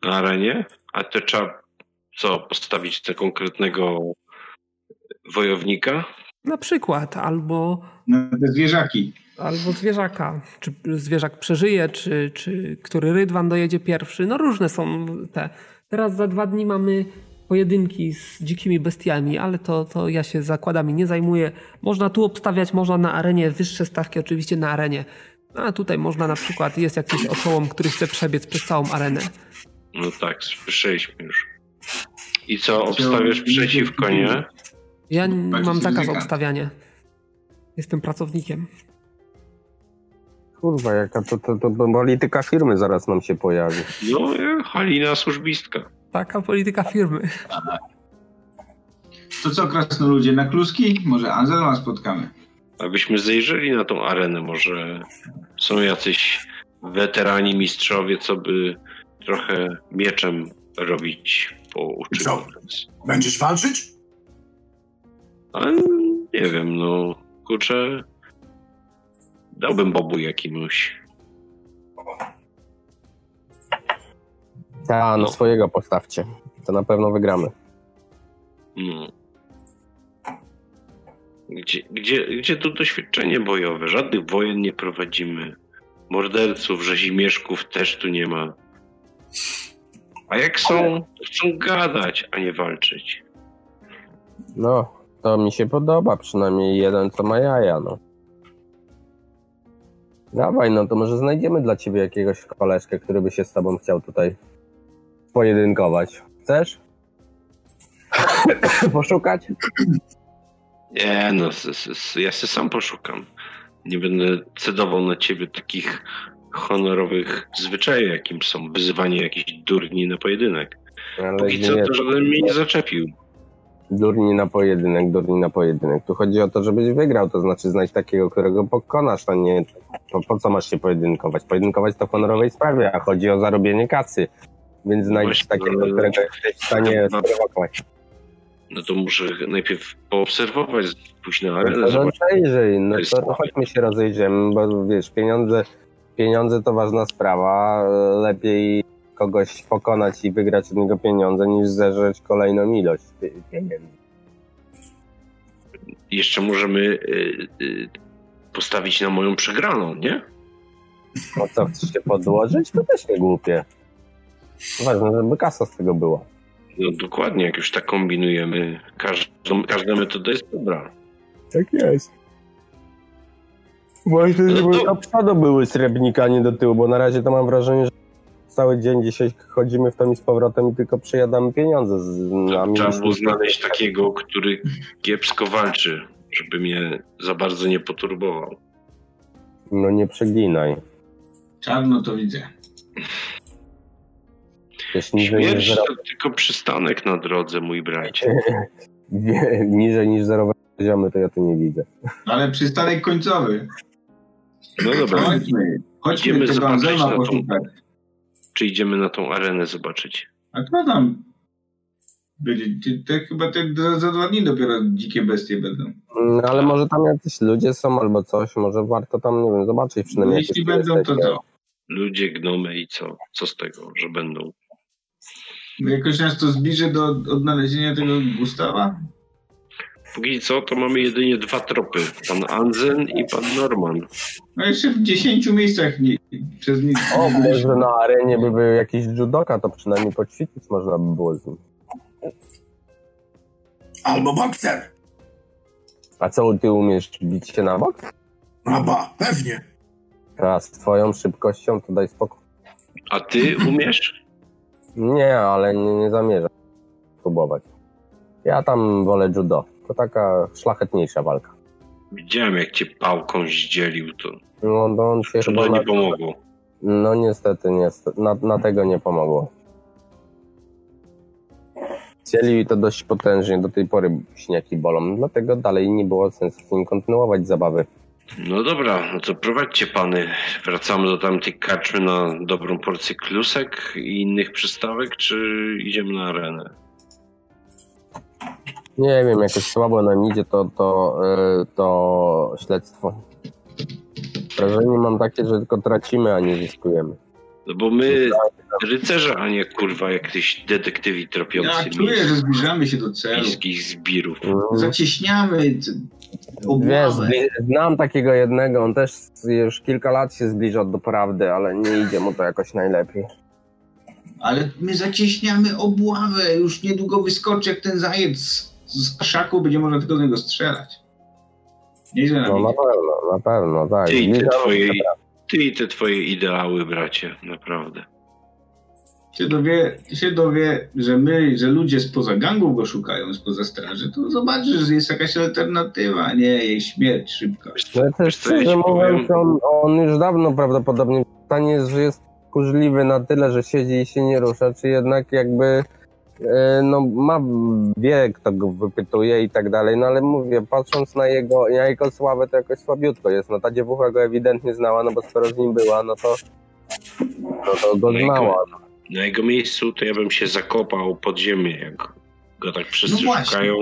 Na arenie? A to trzeba co, postawić tego konkretnego wojownika? Na przykład, albo... No, te zwierzaki. Albo zwierzaka. Czy zwierzak przeżyje, czy, czy który rydwan dojedzie pierwszy. No różne są te. Teraz za dwa dni mamy pojedynki z dzikimi bestiami, ale to, to ja się zakładami nie zajmuję. Można tu obstawiać, można na arenie, wyższe stawki oczywiście na arenie. A tutaj można na przykład, jest jakiś oszołom, który chce przebiec przez całą arenę. No tak, słyszeliśmy już. I co, obstawiasz przeciwko, nie? Ja mam zakaz obstawiania. Jestem pracownikiem. Kurwa, jaka to, to, to, to polityka firmy zaraz nam się pojawi. No, Halina służbistka. Taka polityka firmy. To co, krasnoludzie, na kluski? Może Anselma spotkamy? Abyśmy zajrzeli na tą arenę, może są jacyś weterani, mistrzowie, co by trochę mieczem robić po uczyniu. Co? Będziesz walczyć? Ale nie wiem, no kurczę, dałbym bobu jakiemuś. Ta, no swojego postawcie. To na pewno wygramy. No. Gdzie, gdzie, gdzie tu doświadczenie bojowe? Żadnych wojen nie prowadzimy. Morderców, rzezimieszków też tu nie ma. A jak są, to chcą gadać, a nie walczyć. No, to mi się podoba. Przynajmniej jeden, co ma jaja, no. Dawaj, no to może znajdziemy dla ciebie jakiegoś koleżkę, który by się z tobą chciał tutaj pojedynkować. Chcesz? Poszukać? Nie, no, s, s, ja się sam poszukam. Nie będę cedował na ciebie takich honorowych zwyczajów, jakim są wyzywanie jakichś durni na pojedynek. Ale Póki co, to żaden mnie nie zaczepił. Durni na pojedynek, durni na pojedynek. Tu chodzi o to, żebyś wygrał, to znaczy znajdź takiego, którego pokonasz, a nie po, po co masz się pojedynkować. Pojedynkować to w honorowej sprawie, a chodzi o zarobienie kasy. Więc znajdź Właśnie, takiego, ale... którego jesteś w stanie no, sprowokować. No to muszę najpierw poobserwować, pójść na arenę, No to zobaczyć. zajrzyj, no to, to chodźmy się rozejrzymy, bo wiesz, pieniądze, pieniądze to ważna sprawa. Lepiej kogoś pokonać i wygrać od niego pieniądze, niż zeżreć kolejną ilość pieniędzy. Jeszcze możemy y, y, postawić na moją przegraną, nie? No co, chcesz się podłożyć? To też nie głupie. Ważne, żeby kasa z tego była. No dokładnie, jak już tak kombinujemy, każdą, każda metoda jest dobra. Tak jest. Właśnie, No żeby to- do przodu były srebrnika, a nie do tyłu, bo na razie to mam wrażenie, że cały dzień dzisiaj chodzimy w tom i z powrotem i tylko przejadamy pieniądze. Z nami. Trzeba było znaleźć takiego, który kiepsko walczy, żeby mnie za bardzo nie poturbował. No nie przeginaj. Czarno to widzę. Wiesz, niżej niż, Śmierć zero... to tylko przystanek na drodze, mój bracie. Wie- niżej niż zerowe poziomy, to ja tu nie widzę. Ale przystanek końcowy. No dobra, Chodźmy. Chodźmy Idziemy tego zobaczyć Anselma na tą- poszukać. czy idziemy na tą arenę zobaczyć? A kto tam będzie? To chyba te, za, za dwa dni dopiero dzikie bestie będą. No, ale może tam jacyś ludzie są albo coś, może warto tam, nie wiem, zobaczyć przynajmniej. Jeśli jakieś będą, to jesteśmy. to. Ludzie, gnomy i co? Co z tego, że będą? Jakoś nas to zbliży do odnalezienia tego Gustawa? Póki co, to mamy jedynie dwa tropy. Pan Anzen i pan Norman. No jeszcze w dziesięciu miejscach nie, przez nich. O, może na arenie by był jakiś judoka, to przynajmniej poćwiczyć można by było z nim. Albo bokser. A co, ty umiesz bić się na bok? A ba, pewnie. A z twoją szybkością to daj spokój. A ty umiesz? Nie, ale nie, nie zamierzam próbować. Ja tam wolę judo. To taka szlachetniejsza walka. Widziałem, jak cię pałką zdzielił, to No, no on się to chyba... nie Na... pomogło. No niestety, niestety. Na, na tego nie pomogło. Chcieli i to dość potężnie, do tej pory śniaki bolą, dlatego dalej nie było sensu z nim kontynuować zabawy. No dobra, no to prowadźcie pany. Wracamy do tamtej karczmy na dobrą porcję klusek i innych przystawek, czy idziemy na arenę? Nie wiem, jakoś słabo nam idzie to, to, yy, to śledztwo. Wrażenie mam takie, że tylko tracimy, a nie zyskujemy. No bo my rycerze, a nie kurwa jakieś detektywi tropiący. Ja czuję, że zbliżamy się do celu. Miejskich zbirów. Zacieśniamy obławę. Wiesz, znam takiego jednego, on też już kilka lat się zbliża do prawdy, ale nie idzie mu to jakoś najlepiej. Ale my zacieśniamy obławę, już niedługo wyskoczy jak ten zajec z krzaku, będzie można tylko do niego strzelać. Nieźle nam No na idzie. pewno, na pewno, tak. Ty i te Zbliżamy twoje, się do prawdy. ty i te twoje ideały, bracie, naprawdę. Się dowie, się dowie, że my, że ludzie spoza gangów go szukają, spoza straży, to zobaczysz, że jest jakaś alternatywa, nie jej śmierć szybka. No też co ja ci szczerze mówiąc, powiem? on, on już dawno prawdopodobnie pytanie jest, że jest tchórzliwy na tyle, że siedzi i się nie rusza, czy jednak jakby e, no ma, wie kto go wypytuje i tak dalej, no ale mówię, patrząc na jego, na jego sławę, to jakoś słabiutko jest, no ta dziewucha go ewidentnie znała, no bo skoro z nim była, no to no to go No i znała. Na jego miejscu to ja bym się zakopał pod ziemię, jak go tak wszyscy No właśnie. szukają.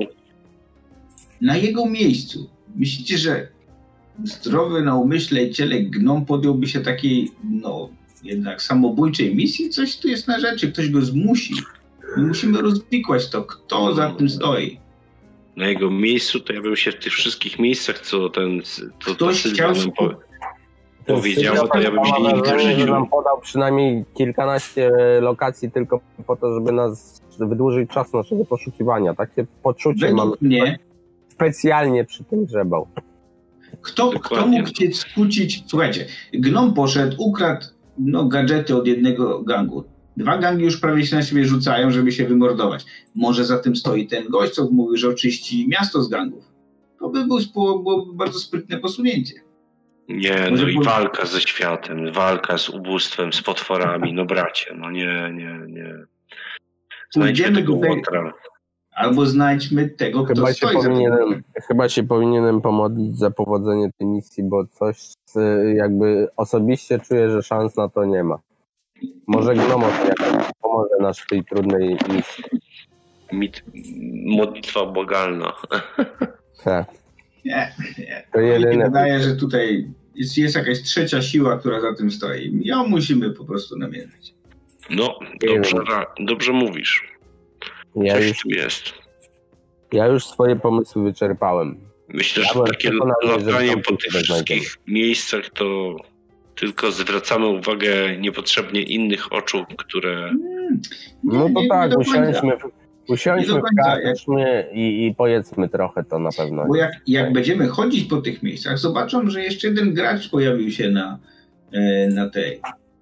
Na jego miejscu, myślicie, że zdrowy na umyśle i ciele gnom podjąłby się takiej, no, jednak samobójczej misji? Coś tu jest na rzeczy, ktoś go zmusi. My musimy rozwikłać to, kto za tym stoi. Na jego miejscu to ja bym się w tych wszystkich miejscach, co ten, co to Ktoś Sylwia chciał nam po, skup- powiedziała, to ja bym się Mam nigdy w wrażenie, że życiu... nam podał przynajmniej kilkanaście lokacji tylko po to, żeby nas wydłużyć czas naszego poszukiwania. Takie poczucie mam. Według mnie, Specjalnie przy tym grzebał. kto, kto Dokładnie. mógł chcieć skłócić... Słuchajcie, gnom poszedł, ukradł no, gadżety od jednego gangu. Dwa gangi już prawie się na siebie rzucają, żeby się wymordować. Może za tym stoi ten gość, co mówił, że oczyści miasto z gangów. To by był, byłoby bardzo sprytne posunięcie. Nie, no Może i po- walka ze światem, walka z ubóstwem, z potworami, no bracie, no nie, nie, nie. Znajdźmy Pójdziemy tego tutaj- łotra. Albo znajdźmy tego, kto Chyba się, stoi za tym. powinienem, chyba się powinienem pomodlić za powodzenie tej misji, bo coś z- jakby osobiście czuję, że szans na to nie ma. Może gnomos jakoś pomoże nas w tej trudnej misji. Mit, modlitwa błagalna. Tak. Nie, nie. To Mi się jedyne. wydaje, że tutaj jest, jest jakaś trzecia siła, która za tym stoi. Ją musimy po prostu namierzyć. No, dobrze, ra- dobrze mówisz. Ja Coś już, tu jest. ja już swoje pomysły wyczerpałem. Myślę, Ja że byłem takie przekonany, że latanie tam po coś tych znajdziemy. wszystkich miejscach to tylko zwracamy uwagę niepotrzebnie innych oczu, które... Hmm. No to nie, tak, nie do końca. usiądźmy, w- usiądźmy Nie do końca, w karczmie i, i powiedzmy trochę to na pewno. Bo jak, jak będziemy chodzić po tych miejscach, zobaczą, że jeszcze jeden gracz pojawił się na, e, na tej...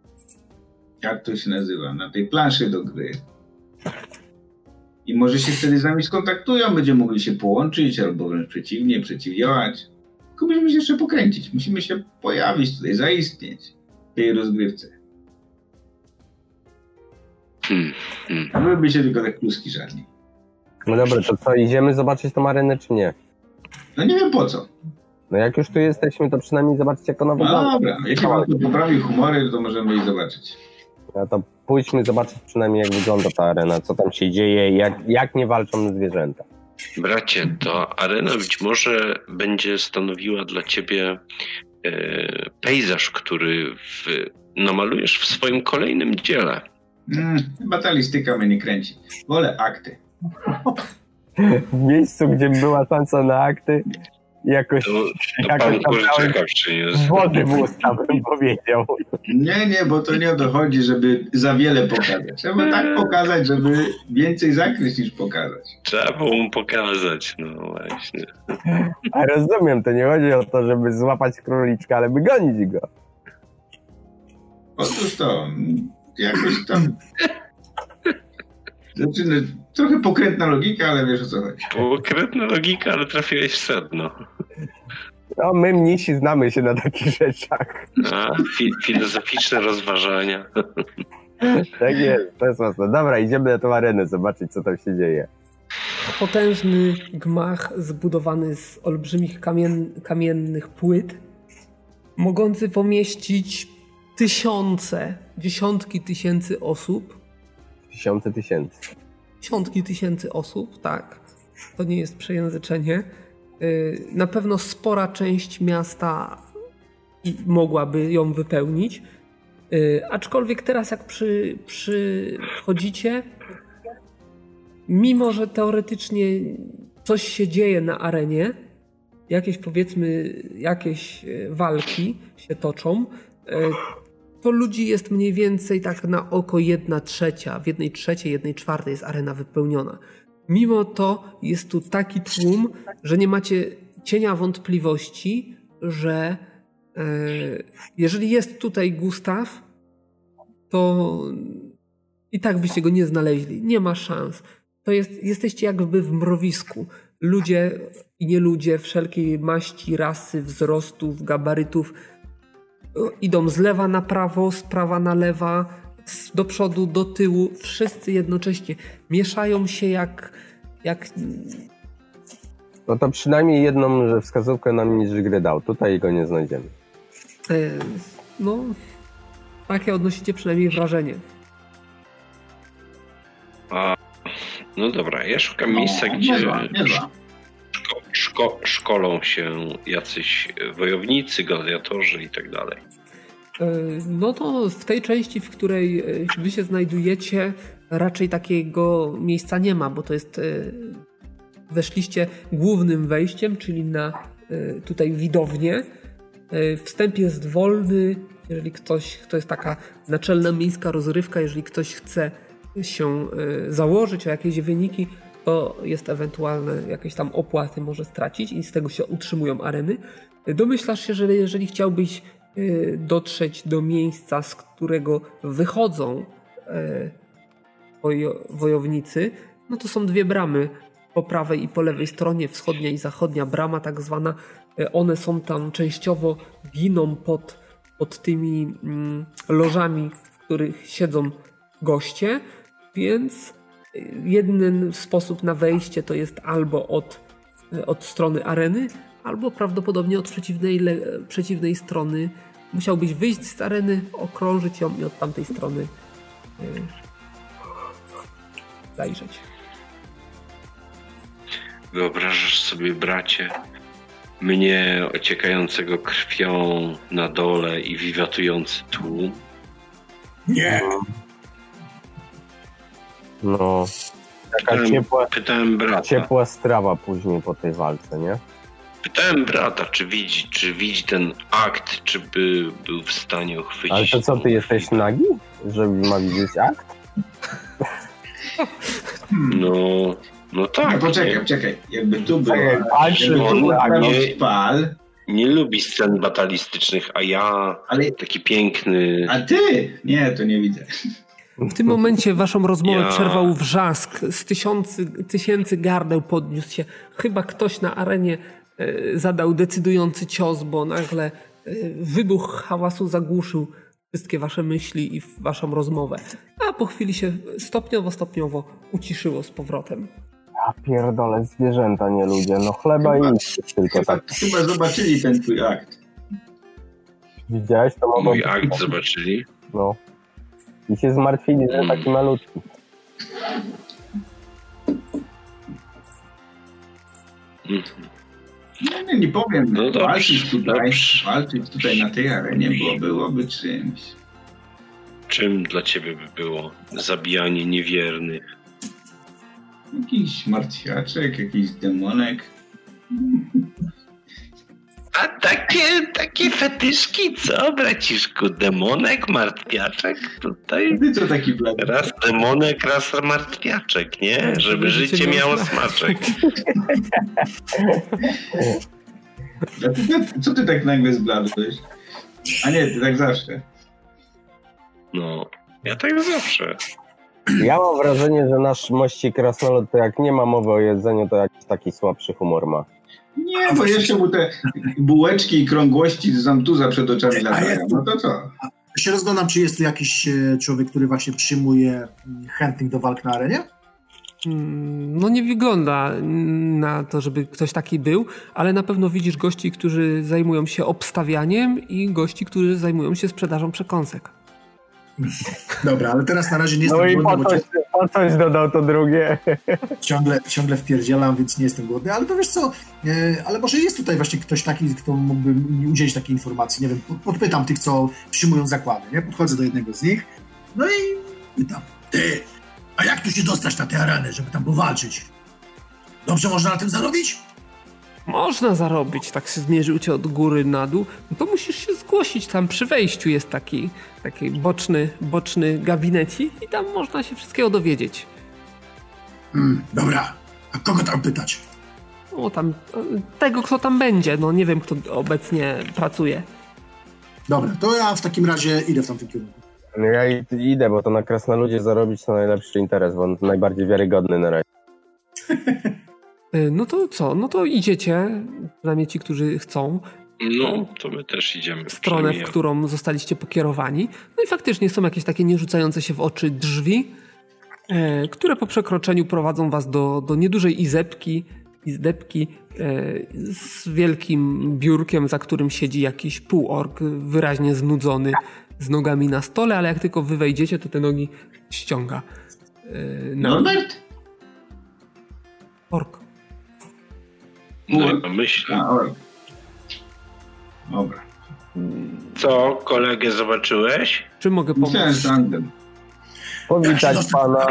Jak to się nazywa? Na tej planszy do gry. I może się wtedy z nami skontaktują, będziemy mogli się połączyć, albo wręcz przeciwnie, przeciwdziałać. Tylko musimy się jeszcze pokręcić. Musimy się pojawić tutaj, zaistnieć w tej rozgrywce. Hmm, hmm. A my by się tylko tak kluski żadni. No dobra, to co, idziemy zobaczyć tą arenę czy nie? No nie wiem po co. No jak już tu jesteśmy, to przynajmniej zobaczcie jak ona No wygląda. dobra, jeśli wam to poprawi humory, to możemy jej zobaczyć. No to pójdźmy zobaczyć przynajmniej jak wygląda ta arena, co tam się dzieje i jak, jak nie walczą zwierzęta. Bracie, ta arena być może będzie stanowiła dla ciebie e, pejzaż, który w, namalujesz w swoim kolejnym dziele. Mm, batalistyka mnie nie kręci. Wolę akty. W miejscu, gdzie była szansa na akty, jakoś, To, to jakoś pan tam Kurczaka dałem przyniósł. wody w usta, bym powiedział. Nie, nie, bo to nie o to chodzi, żeby za wiele pokazać. Trzeba tak pokazać, żeby więcej zakryć niż pokazać. Trzeba było mu pokazać, no właśnie. A rozumiem, to nie chodzi o to, żeby złapać króliczka, ale by gonić go. Otóż to, jakoś tam... Znaczy, no, trochę pokrętna logika, ale wiesz o co chodzi. Konkretna logika, ale trafiłeś w sedno. No, my mnisi znamy się na takich rzeczach. A, fi, filozoficzne rozważania. Tak jest, to jest mocno. Dobra, idziemy na tą arenę zobaczyć, co tam się dzieje. Potężny gmach zbudowany z olbrzymich kamien, kamiennych płyt, mogący pomieścić tysiące, dziesiątki tysięcy osób. Tysiące tysięcy. Dziesiątki tysięcy osób, tak. To nie jest przejęzyczenie. Na pewno spora część miasta i mogłaby ją wypełnić. Yy, aczkolwiek teraz jak przy, przychodzicie, mimo że teoretycznie coś się dzieje na arenie, jakieś powiedzmy, jakieś walki się toczą, to ludzi jest mniej więcej tak na oko jedna trzecia. W jednej trzeciej, jednej czwartej jest arena wypełniona. Mimo to jest tu taki tłum, że nie macie cienia wątpliwości, że e, jeżeli jest tutaj Gustaw, to i tak byście go nie znaleźli. Nie ma szans. To jest, jesteście jakby w mrowisku. Ludzie i nie ludzie wszelkiej maści, rasy, wzrostów, gabarytów idą z lewa na prawo, z prawa na lewa, do przodu, do tyłu. Wszyscy jednocześnie mieszają się jak... jak... No to przynajmniej jedną że wskazówkę nam mistrz gry dał. Tutaj go nie znajdziemy. E, no, takie odnosicie przynajmniej wrażenie. A, no dobra, ja szukam miejsca, no, gdzie niezła, niezła. Szko, szko, szkolą się jacyś wojownicy, gladiatorzy i tak dalej. No to w tej części, w której wy się znajdujecie, raczej takiego miejsca nie ma, bo to jest... Weszliście głównym wejściem, czyli na tutaj widownię. Wstęp jest wolny, jeżeli ktoś, to jest taka naczelna miejska rozrywka, jeżeli ktoś chce się założyć o jakieś wyniki, to jest ewentualne jakieś tam opłaty może stracić i z tego się utrzymują areny. Domyślasz się, że jeżeli chciałbyś dotrzeć do miejsca, z którego wychodzą wojownicy, no to są dwie bramy po prawej i po lewej stronie, wschodnia i zachodnia brama tak zwana. One są tam częściowo, giną pod, pod tymi mm, lożami, w których siedzą goście, więc jeden sposób na wejście to jest albo od, od strony areny, albo prawdopodobnie od przeciwnej, le, przeciwnej strony. Musiałbyś wyjść z areny, okrążyć ją i od tamtej strony yy, zajrzeć. Wyobrażasz sobie, bracie, mnie ociekającego krwią na dole i wiwatujący tłum? Nie! No, taka Pytałem, ciepła, pytałem brata. ciepła strawa później po tej walce, nie? Pytałem brata, czy widzi, czy widzi ten akt, czy by był w stanie uchwycić. Ale to co, ty jesteś nagi? Żeby ma widzieć akt? No, no tak. No poczekaj, nie, poczekaj. Jakby tu było... Walczy, Jakby tu on był nie- szpal, nie lubi scen batalistycznych, a ja ale... taki piękny. A ty? Nie, to nie widzę. W tym momencie waszą rozmowę Ja- przerwał wrzask. Z tysiący, tysięcy gardeł podniósł się. Chyba ktoś na arenie e, zadał decydujący cios, bo nagle e, wybuch hałasu zagłuszył wszystkie wasze myśli i waszą rozmowę. A po chwili się stopniowo, stopniowo uciszyło z powrotem. Ja pierdolę, zwierzęta, nie ludzie. No chleba i nic tylko Chyba, tak. chyba zobaczyli ten twój akt. Widziałeś to? Mogą... Mój akt zobaczyli. No. I się zmartwili, że taki malutki. Mhm. Nie, nie, nie powiem. No dobrze, walczyć tutaj, dobrze. walczyć tutaj na tej arenie było, byłoby czymś. Czym dla ciebie by było zabijanie niewiernych? Jakiś martwiaczek, jakiś demonek. A takie, takie fetyszki, co, braciszku? Demonek, martwiaczek? Tutaj Ty co taki blady? raz demonek, raz martwiaczek, nie? Żeby życie życie miało miało smaczek. A ty, ty, co ty tak nagle zbladłeś? A nie, ty tak zawsze. No, ja tak zawsze. Ja mam wrażenie, że nasz mości krasnolud to jak nie ma mowy o jedzeniu, to jakiś taki słabszy humor ma. Nie, bo jeszcze mu te bułeczki i krągłości z zamtuza przed oczami latają. No to co? Ja się rozglądam, czy jest tu jakiś e, człowiek, który właśnie przyjmuje mm, chętnych do walk na arenie? Mm, No nie wygląda na to, żeby ktoś taki był, ale na pewno widzisz gości, którzy zajmują się obstawianiem i gości, którzy zajmują się sprzedażą przekąsek. Dobra, ale teraz na razie nie No jestem i po głodny, bo to, cię... po o coś dodał to drugie. Ciągle, ciągle wpierdzielam, więc nie jestem głodny, ale to wiesz co, e, ale może jest tutaj właśnie ktoś taki, kto mógłby mi udzielić takiej informacji, nie wiem, podpytam tych, co przyjmują zakłady, nie? Podchodzę do jednego z nich, no i pytam, ty, a jak tu się dostać na tę arenę, żeby tam powalczyć? Dobrze można na tym zarobić? Można zarobić, tak się zmierzył cię od góry na dół, no to musisz się zgłosić, tam przy wejściu jest taki, taki boczny, boczny gabinecik i tam można się wszystkiego dowiedzieć. Hmm, dobra, a kogo tam pytać? No tam, tego kto tam będzie, no nie wiem kto obecnie pracuje. Dobra, to ja w takim razie idę w tamtym kierunku. No ja idę, bo to na krasnoludzie zarobić to najlepszy interes, bo on najbardziej wiarygodny na razie. No to co? No to idziecie, przynajmniej ci, którzy chcą. No, to my też idziemy. W stronę, w którą zostaliście pokierowani. No i faktycznie są jakieś takie nierzucające się w oczy drzwi, e, które po przekroczeniu prowadzą was do, do niedużej izebki, izdebki e, z wielkim biurkiem, za którym siedzi jakiś półork, wyraźnie znudzony, z nogami na stole, ale jak tylko wy wejdziecie, to te nogi ściąga. E, na... Norbert? Ork. No, myślę. A, ork. Dobra. Co, kolegę zobaczyłeś? Czy mogę pomóc? Myślałem, że Angel. Powitać pana.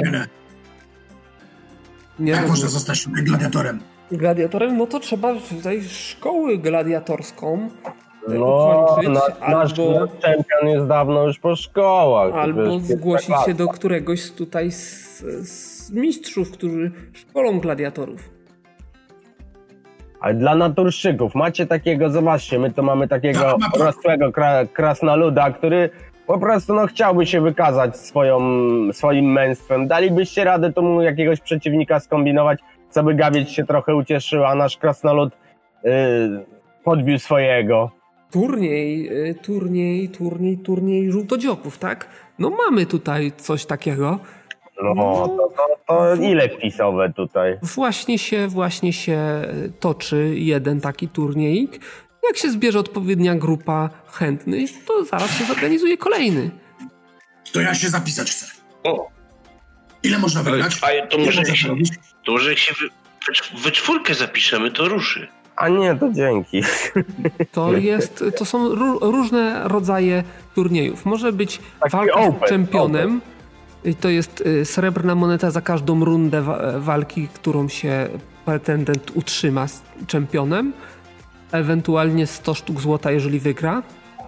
Nie, Jak no, można zostać tutaj gladiatorem? gladiatorem? No to trzeba tutaj szkołę gladiatorską No, ukończyć, nasz, nasz albo, czempion jest dawno już po szkołach. albo Przecież zgłosić jest się do któregoś z tutaj z, z mistrzów, którzy szkolą gladiatorów. Ale dla naturszczyków macie takiego, zobaczcie, my to mamy takiego Tak, ma pan. rosłego kra, krasnoluda, który po prostu no, chciałby się wykazać swoją, swoim męstwem. Dalibyście radę tu mu jakiegoś przeciwnika skombinować, co by gawieć się trochę ucieszył, a nasz krasnolud yy, podbił swojego. Turniej, y, turniej, turniej, turniej żółtodziobów, tak? No mamy tutaj coś takiego. No, to, to, to ile wpisowe tutaj? Właśnie się, właśnie się toczy jeden taki turniejik. Jak się zbierze odpowiednia grupa chętnych, to zaraz się zorganizuje kolejny. To ja się zapisać chcę. O, Ile można wygrać? a to Ile może można się, zarobić? to może jak się wy, we czwórkę zapiszemy, to ruszy. A nie, to dzięki. To jest, to są ró- różne rodzaje turniejów. Może być Taki walka open, z czempionem. I to jest y, srebrna moneta za każdą rundę wa- walki, którą się pretendent utrzyma z czempionem. Ewentualnie sto sztuk złota, jeżeli wygra.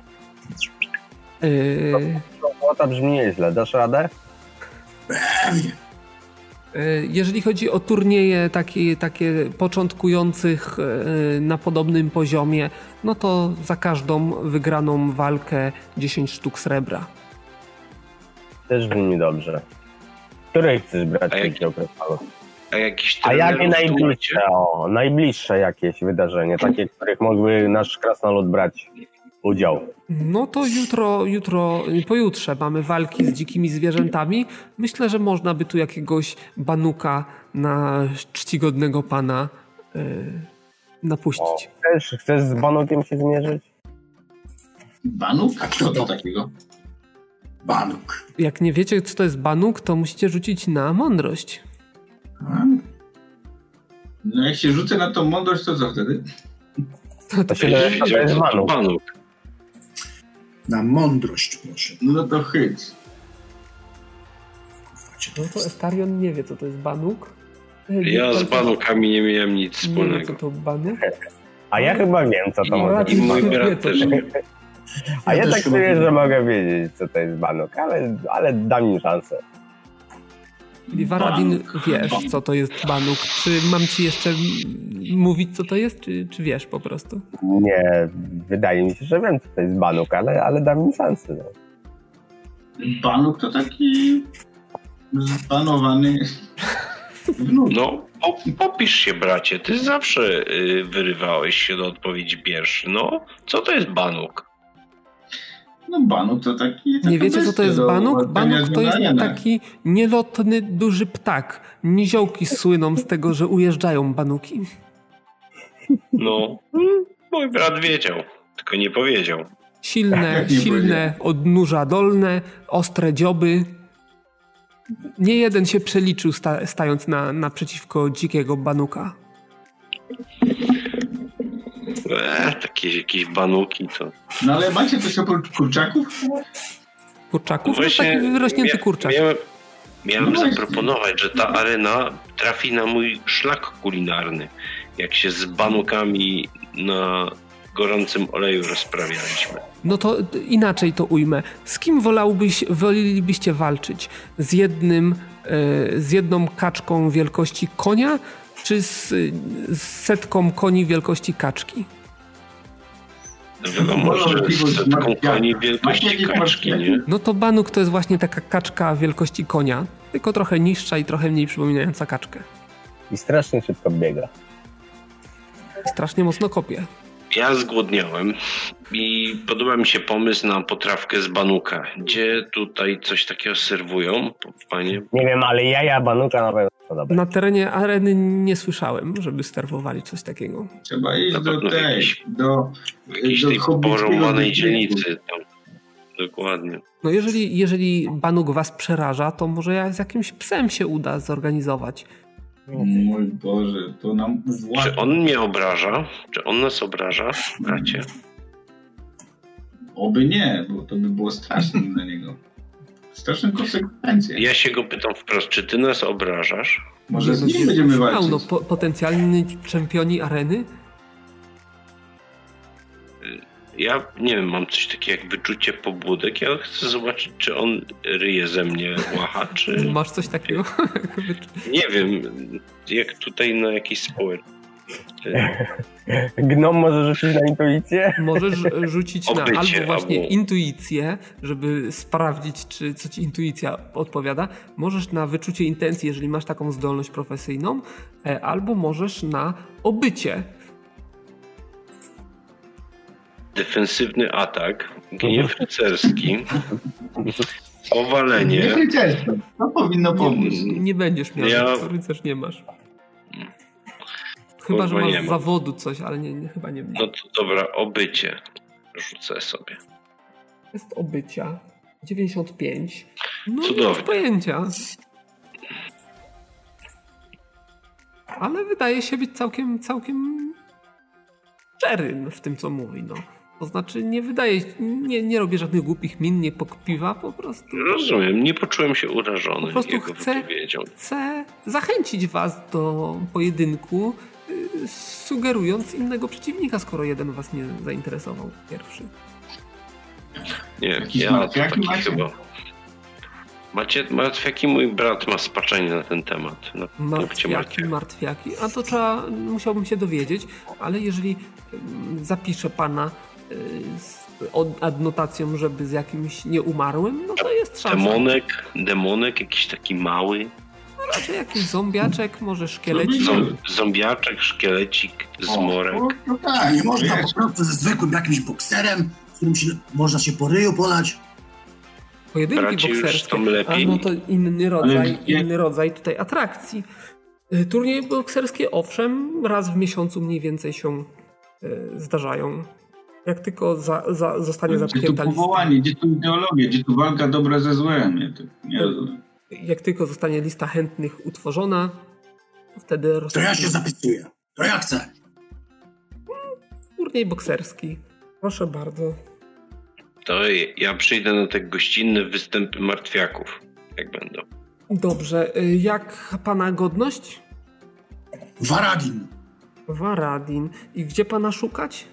Y, To brzmi nieźle, dasz radę? Pewnie. y, jeżeli chodzi o turnieje takie, takie początkujących y, na podobnym poziomie, no to za każdą wygraną walkę dziesięć sztuk srebra. Też brzmi dobrze. Której chcesz brać A jak- udział, krasnolud? A jakiś A jakie trenerów tu macie? najbliższe, o, najbliższe jakieś wydarzenie, takie, w których mógłby nasz krasnolud brać udział? No to jutro, jutro, pojutrze mamy walki z dzikimi zwierzętami. Myślę, że można by tu jakiegoś banuka na czcigodnego pana yy, O, napuścić. chcesz, chcesz z banukiem się zmierzyć? Banuk? A kto Co to to? takiego? Banuk. Jak nie wiecie, co to jest banuk, to musicie rzucić na mądrość. A? No jak się rzucę na tą mądrość, to co wtedy? To, To się Ja nazywa- to wiedziałem, jest co to banuk. banuk. Na mądrość, proszę. No to chyć. Kurwa, gdzie to no to jest? Estarion nie wie, co to jest banuk. Ja z banukami nie miałem nic Nie wie, co wspólnego. to banuk. A ja chyba wiem, co to No, może raczej być. I mój nie wie, brat co też to nie. jest. A ja też tak chyba czuję, wiem. że mogę wiedzieć, co to jest banuk, ale, ale dam im szansę. Czyli Waradin, wiesz, co to jest banuk. Czy mam ci jeszcze m- mówić, co to jest, czy, czy wiesz po prostu? Nie, wydaje mi się, że wiem, co to jest banuk, ale, ale dam im szansę. No. Banuk to taki zbanowany wnuk. No, po, popisz się, bracie. Ty zawsze y, wyrywałeś się do odpowiedzi pierwszy. No, co to jest banuk? No banuk to taki... taka Nie wiecie, co to bestia jest do banuk? walczenia Banuk z to jest Naganem. taki nielotny, duży ptak. Niziołki słyną z tego, że ujeżdżają banuki. No, mm, mój brat wiedział, tylko nie powiedział. Silne, Jak nie silne odnóża dolne, ostre dzioby. Nie jeden się przeliczył sta, stając na, naprzeciwko dzikiego banuka. Eee, takie jakieś banuki to... No ale macie coś oprócz kurczaków? Kurczaków? No taki wyrośnięty mia- kurczak. Miałem, miałem No właśnie. zaproponować, że ta arena trafi na mój szlak kulinarny. Jak się z banukami na gorącym oleju rozprawialiśmy. No to inaczej to ujmę. Z kim wolałbyś, wolelibyście walczyć? Z jednym, y, z jedną kaczką wielkości konia, czy z, z setką koni wielkości kaczki? No wiadomo, że z setką koni wielkości Macie jakieś kaczki, nie? No to banuk to jest właśnie taka kaczka wielkości konia, tylko trochę niższa i trochę mniej przypominająca kaczkę. I strasznie szybko biega. Strasznie mocno kopie. Ja zgłodniałem i podoba mi się pomysł na potrawkę z banuka. Gdzie tutaj coś takiego serwują, panie? Nie wiem, ale jaja banuka na pewno są dobre. Na terenie areny nie słyszałem, żeby sterwowali coś takiego. Trzeba iść Na do pewno w tej, jakiejś- do, Jakiejś do tej hobbickiego porąbanej distryktu. dzielnicy tam. Dokładnie. No jeżeli, jeżeli banuk was przeraża, to może ja z jakimś psem się uda zorganizować. Mój Boże, to nam uwładza. Czy on mnie obraża? Czy on nas obraża, bracie? Oby nie, bo to by było straszne dla niego. Straszne konsekwencje. Ja się go pytam wprost, czy ty nas obrażasz? Może z nim będziemy A, walczyć. no, po, potencjalni czempioni areny? Ja nie wiem, mam coś takiego jak wyczucie pobudek. Ja chcę zobaczyć, czy on ryje ze mnie łacha, czy... Masz coś takiego? Nie wiem, jak tutaj na jakiś społek. Gnom może rzucić na intuicję? Możesz rzucić na Obycie, albo właśnie albo- intuicję, żeby sprawdzić, czy co ci intuicja odpowiada. Możesz na wyczucie intencji, jeżeli masz taką zdolność profesyjną, e, albo możesz na obycie. Defensywny atak, gniew rycerski, Nie powalenie. rycerstwo. To powinno pomóc. Nie, nie będziesz miał, Ja- ja... rycerz nie masz. Chyba, że Kurwa, masz nie z mam. zawodu coś, ale nie, nie, chyba nie. No to dobra, obycie. Rzucę sobie. Jest obycia. dziewięćdziesiąt pięć. No nie Cudownie. masz pojęcia. Ale wydaje się być całkiem, całkiem szczery w tym, co mówi. No. To znaczy nie wydaje, nie, nie robię żadnych głupich min, nie pokpiwa, po prostu Rozumiem, nie poczułem się urażony Po prostu jego chcę- wypowiedzią. chcę zachęcić was do pojedynku, y, sugerując innego przeciwnika, skoro jeden was nie zainteresował pierwszy. Nie, Jakiś ja to martwiaki taki macie? chyba... Macie martwiaki? Mój brat ma spaczenie na ten temat. Na punkcie Martwiaki, martwiaki. martwiaki. A to trzeba, musiałbym się dowiedzieć, ale jeżeli ym, zapiszę pana y, z od- adnotacją, żeby z jakimś nieumarłym, no to jest szansa. Demonek, demonek, jakiś taki mały. Raczej jakiś zombiaczek, może szkielecik. Zombie- Ząb, zombiaczek, szkielecik, zmorek. O, no A tak, nie można wiesz, po prostu ze zwykłym jakimś bokserem, z którym się, można się po ryju polać. Pojedynki Bracie już bokserskie. tam lepiej. A no to inny rodzaj, Ale wie- inny rodzaj tutaj atrakcji. Y, Turnieje bokserskie, owszem, raz w miesiącu mniej więcej się y, zdarzają. Jak tylko za, za, zostanie Gdzie tu zamknięta lista. powołanie, gdzie tu ideologia, gdzie tu walka dobra ze złem. Nie, to nie rozumiem. Jak tylko zostanie lista chętnych utworzona, to wtedy To ja się zapisuję. To ja chcę. turniej bokserski. Proszę bardzo. To ja przyjdę na te gościnne występy martwiaków, jak będą. Dobrze, y, jak pana godność? Waradin. Waradin. I gdzie pana szukać?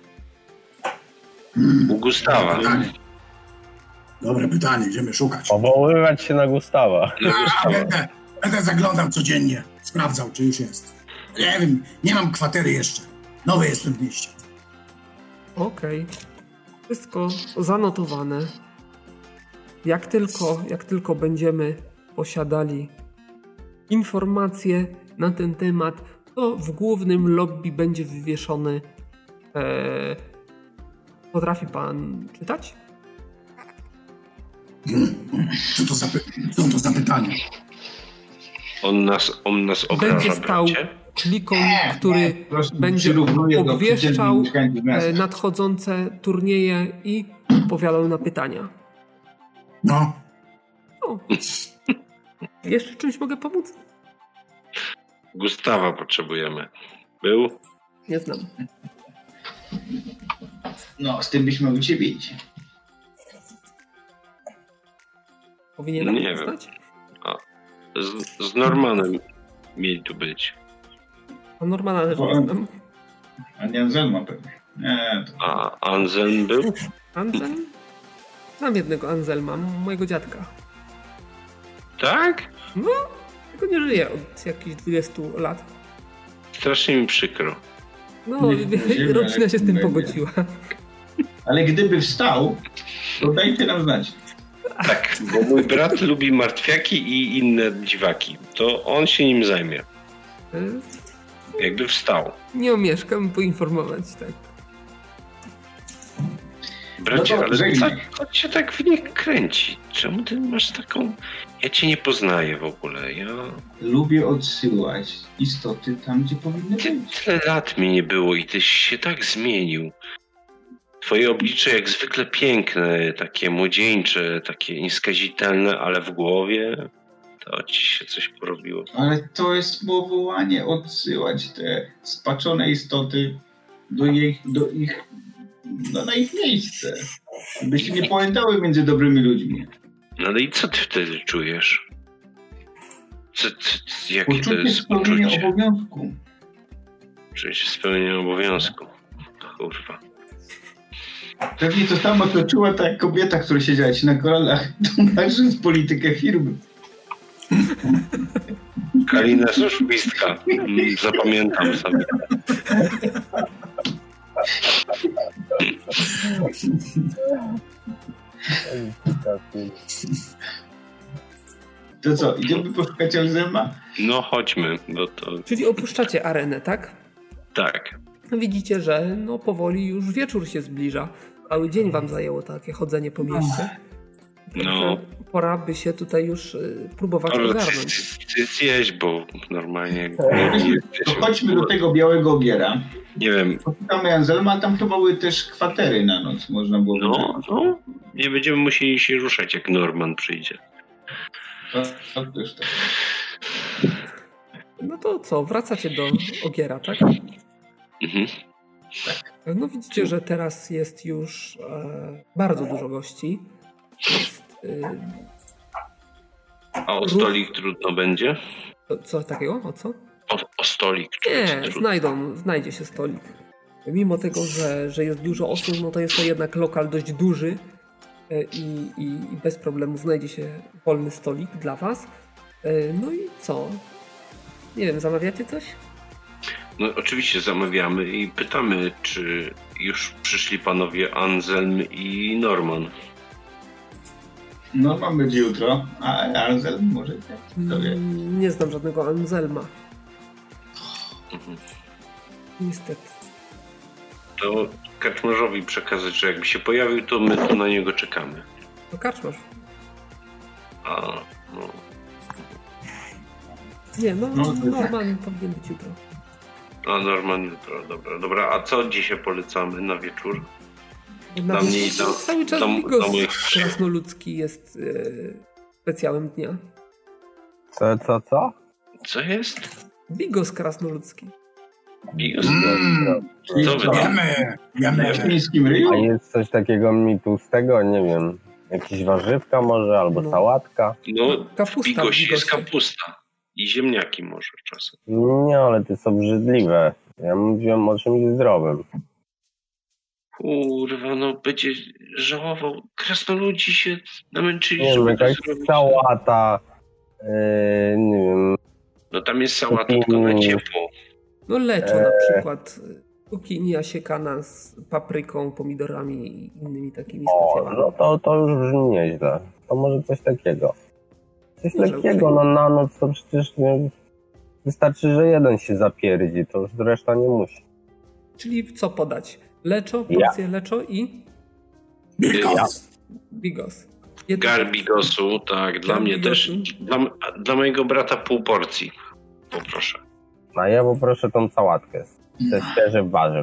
U Gustawa. Pytanie. Dobre pytanie, gdzie mnie szukać? Powoływać się na Gustawa. Na A, Gustawa. będę, będę zaglądał codziennie. Sprawdzał, czy już jest. Nie wiem, nie mam kwatery jeszcze. Nowy jestem w mieście. Okej. Wszystko zanotowane. Jak tylko, jak tylko będziemy posiadali informacje na ten temat, to w głównym lobby będzie wywieszony. E, potrafi pan czytać? Co to za, py- co to za pytanie? On nas, on nas obraża, Będzie stał bracie. klikon, Nie, który nie, po prostu będzie przyrównuje do obwieszczał przeciętnych mieszkańców miasta. e, nadchodzące turnieje i odpowiadał na pytania. No, No. Jeszcze czymś mogę pomóc? Gustawa potrzebujemy. Był? Nie znam. No, z tym byśmy mogli się bić. Powinienem Nie znać? Z, z Normanem mieli tu być. A Normana też Bo- nie znam. A nie Anselma pewnie. Nie, to... A Anselm był? Anselm? Znam jednego Anselma, mojego dziadka. Tak? No, tylko nie żyje od jakichś dwudziestu lat. Strasznie mi przykro. No, Nie, nie rodzina się z tym nie. pogodziła. Ale gdyby wstał, to dajcie nam znać. Tak, bo mój brat lubi martwiaki i inne dziwaki. To on się nim zajmie. Y, Jakby wstał. Nie omieszkam poinformować, tak. Bracie, No to ale żegnaj. co, co cię tak w nich kręci? Czemu ty masz taką... Ja cię nie poznaję w ogóle. Ja... Lubię odsyłać istoty tam, gdzie powinny Ty, być. tyle lat mi nie było i tyś się tak zmienił. Twoje oblicze jak zwykle piękne, takie młodzieńcze, takie nieskazitelne, ale w głowie to ci się coś porobiło. Ale to jest powołanie odsyłać te spaczone istoty do ich, do ich, no, na ich miejsce. By się nie pamiętały między dobrymi ludźmi. No ale i co ty wtedy czujesz? Co, co, jakie to Poczucie jest spełnienia uczucie? obowiązku. Czuć spełnienie obowiązku. Kurwa. Pewnie to samo to czuła ta kobieta, która siedziała ci na kolanach, tłumacząc politykę firmy. Kalina służbistka. Mm, Zapamiętam sobie. To co, idziemy poszukać Anselma? No chodźmy, bo to Czyli opuszczacie arenę, tak? tak. No widzicie, że no powoli już wieczór się zbliża. Cały dzień wam zajęło takie chodzenie po mieście. No. Także pora by się tutaj już y, próbować Ale ty, ogarnąć. ty, ty zjeść, bo normalnie To chodźmy do tego białego ogiera. nie wiem, Poszukamy Anselma, a tam chyba były też kwatery na noc, można było no, wybrać. no, nie będziemy musieli się ruszać, jak Norman przyjdzie. To, to też tak. No to co, wracacie do ogiera, tak? Mhm. No widzicie, że teraz jest już e, bardzo dużo gości. Jest, y, A o stolik trudno będzie? co- co takiego? O co? O, o stolik trudno. Nie, znajdą, znajdzie się stolik. Mimo tego, że, że jest dużo osób, no to jest to jednak lokal dość duży e, i, i, i bez problemu znajdzie się wolny stolik dla was. E, No i co? Nie wiem, zamawiacie coś? No oczywiście zamawiamy i pytamy, czy już przyszli panowie Anselm i Norman. No, mam będzie jutro, a Anselm może tak, kto wie. Mm, Nie znam żadnego Anselma. Mhm. Niestety. To karczmarzowi przekazać, że jakby się pojawił, to my tu na niego czekamy. No karczmasz. A, no. Nie, no, No, to tak. Norman powinien być jutro. A Norman jutro, dobra, dobra. A co dzisiaj polecamy na wieczór? Na Dla mnie i dla- cały czas dla- bigos dla moich- krasnoludzki jest e, specjałem dnia. Co, co, co? Co jest? Bigos krasnoludzki. Bigos? Mm, Co wy tam? jemy, Na jemy. chińskim ryju? A jest coś takiego mi tłustego? Nie wiem. Jakieś warzywka może, albo No. sałatka? No, w Kapusta w bigosie jest bigosie. kapusta. I ziemniaki może czasem. Nie, ale to jest obrzydliwe. Ja mówiłem o czymś zdrowym. Kurwa, no będzie żałował. Krasnoludzi się namęczyli, Nie wiem, żeby to jakaś zrobić. sałata, yy, nie wiem, No tam jest sałata tylko na ciepło. No leczo Eee. na przykład. Cukinia siekana z papryką, pomidorami i innymi takimi o, specjałami. no to, to już brzmi nieźle. To może coś takiego. Coś Może lekkiego, no na noc to przecież nie... Wystarczy, że jeden się zapierdzi, to już reszta nie musi. Czyli co podać? Leczo, porcję leczo i Bigos. bigos. Jedno- Garbigosu, tak, dla mnie też. Garbigosu. Dla, dla mojego brata pół porcji. Poproszę. A ja poproszę tą sałatkę ze świeżych warzyw.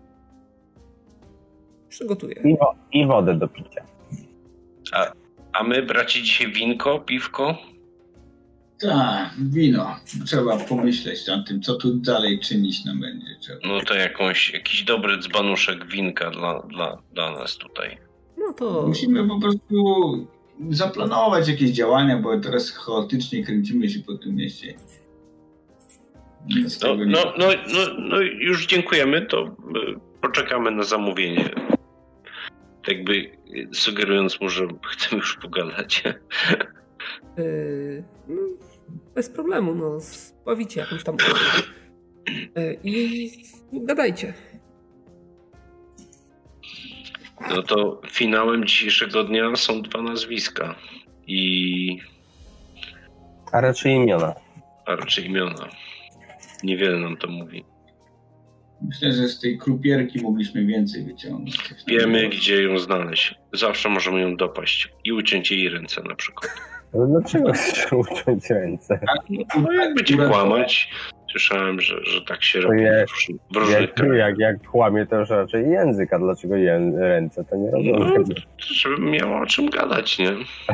Przygotuję. I, wo- I wodę do picia. A, a my, bracie, dzisiaj winko, piwko? Tak, wino. Trzeba pomyśleć nad tym, co tu dalej czynić nam będzie. Trzeba. No to jakąś, jakiś dobry dzbanuszek winka dla, dla, dla nas tutaj. No to... Musimy po prostu zaplanować jakieś działania, bo teraz chaotycznie kręcimy się po tym mieście. No, no, no, no, no już dziękujemy, to poczekamy na zamówienie. Jakby sugerując mu, że chcemy już pogadać. Yy, no, bez problemu, no spawicie jakąś tam osobę yy, i gadajcie. No to finałem dzisiejszego dnia są dwa nazwiska i... A raczej imiona. A raczej imiona. Niewiele nam to mówi. Myślę, że z tej krupierki mogliśmy więcej wyciągnąć. Wiemy, gdzie ją znaleźć. Zawsze możemy ją dopaść i uciąć jej ręce na przykład. No dlaczego chcesz uciąć ręce? No jakby cię kłamać, słyszałem, że, że tak się robi je, w różnych jak, krajach. jak, jak kłamie, to już raczej język, a dlaczego ję, ręce, to nie rozumiem. No, żeby miała o czym gadać, nie?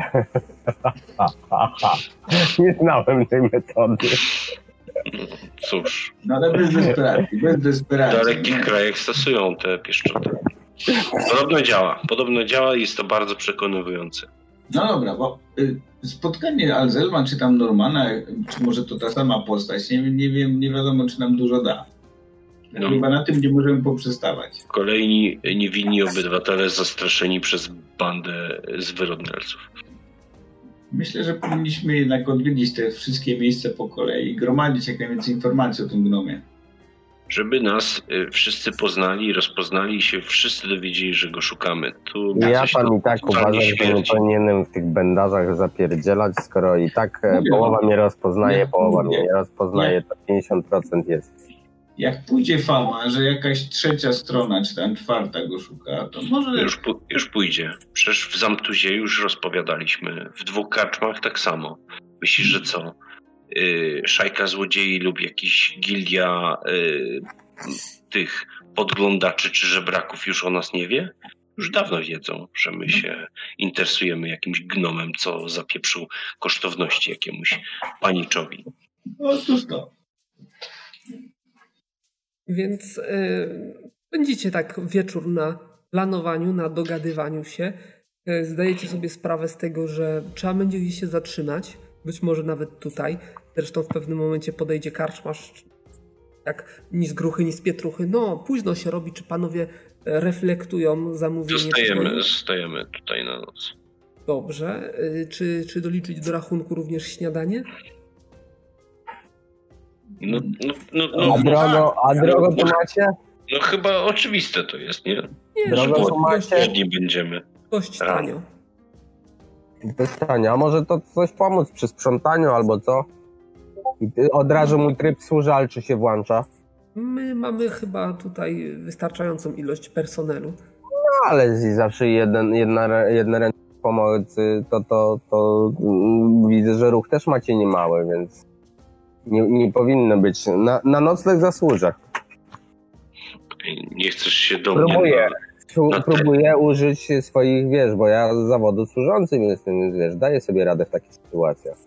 Nie znałem tej metody. Cóż. No ale bez desperacji, bez desperacji. W dalekich krajach stosują te pieszczoty. Podobno działa. Podobno działa i jest to bardzo przekonywujące. No dobra, bo y, spotkanie Alzelma czy tam Normana, czy może to ta sama postać, nie, nie wiem, nie wiadomo czy nam dużo da. No. Chyba na tym nie możemy poprzestawać. Kolejni niewinni obywatele zastraszeni przez bandę zwyrodnialców. Myślę, że powinniśmy jednak odwiedzić te wszystkie miejsca po kolei i gromadzić jak najwięcej informacji o tym gnomie. Żeby nas y, wszyscy poznali, rozpoznali i się wszyscy dowiedzieli, że go szukamy. Tu ja pan i tak uważam, że nie powinienem w tych bendażach zapierdzielać, skoro i tak Mówię, połowa mnie rozpoznaje, nie, połowa nie, mnie nie rozpoznaje, nie. To pięćdziesiąt procent jest. Jak pójdzie fama, że jakaś trzecia strona, czy tam czwarta go szuka, to może... Już, już pójdzie. Przecież w Zamtuzie już rozpowiadaliśmy. W dwóch karczmach tak samo. Myślisz, że co? Yy, szajka złodziei lub jakiś gildia yy, tych podglądaczy czy żebraków już o nas nie wie? Już dawno wiedzą, że my się interesujemy jakimś gnomem, co zapieprzył kosztowności jakiemuś paniczowi. Otóż to. Więc yy, będziecie tak wieczór na planowaniu, na dogadywaniu się. Yy, zdajecie sobie sprawę z tego, że trzeba będzie gdzieś się zatrzymać. Być może nawet tutaj. Zresztą w pewnym momencie podejdzie karczmarz, jak ni z gruchy, ni z pietruchy. No, późno się robi, czy panowie reflektują zamówienie? Zostajemy, zostajemy tutaj na noc. Dobrze. Czy, czy doliczyć do rachunku również śniadanie? No, no, no, no, a drogo, a drogo to macie? No chyba oczywiste to jest, nie? Nie, drogo to macie? Nie będziemy. Dość tanio. Dość tanio. A może to coś pomóc przy sprzątaniu albo co? I od razu mój tryb służalczy się włącza. My mamy chyba tutaj wystarczającą ilość personelu. No ale zawsze jeden, jedna, jedna ręka pomocy, to, to, to widzę, że ruch też macie niemały, więc nie, nie powinno być. Na, na nocleg zasłużę. Nie chcesz się do Próbuję. mnie... Na, na Próbuję te... użyć swoich, wiesz, bo ja z zawodu służącym jestem, więc wiesz, daję sobie radę w takich sytuacjach.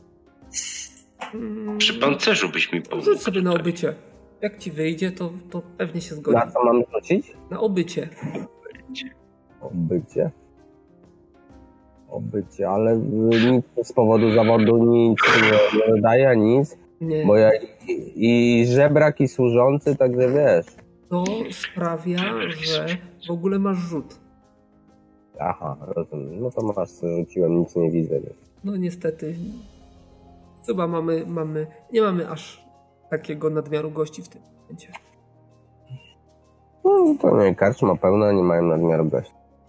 Przy pancerzu byś mi pomógł. Rzuć sobie na obycie. Jak ci wyjdzie, to, to pewnie się zgodzi. Na co mam rzucić? Na obycie. Obycie? Obycie, ale nic z powodu zawodu nic nie, nie daje, nic. Nie. Bo ja i, i żebrak, i służący, także wiesz. To sprawia, że w ogóle masz rzut. Aha, rozumiem. No to masz, co rzuciłem, nic nie widzę. Więc. No niestety. Chyba mamy, mamy, nie mamy aż takiego nadmiaru gości w tym momencie. No to nie, karczma pełna, nie mają nadmiaru gości.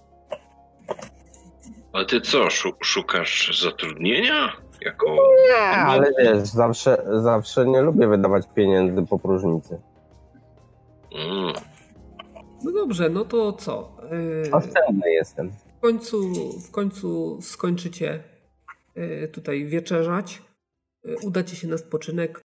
A ty co, szukasz zatrudnienia? Jako... Nie, ale wiesz, zawsze, zawsze nie lubię wydawać pieniędzy po próżnicy. Mm. No dobrze, no to co? Yy, Oszczędny jestem. W końcu, w końcu skończycie yy, tutaj wieczerzać. Yy, udacie się na spoczynek.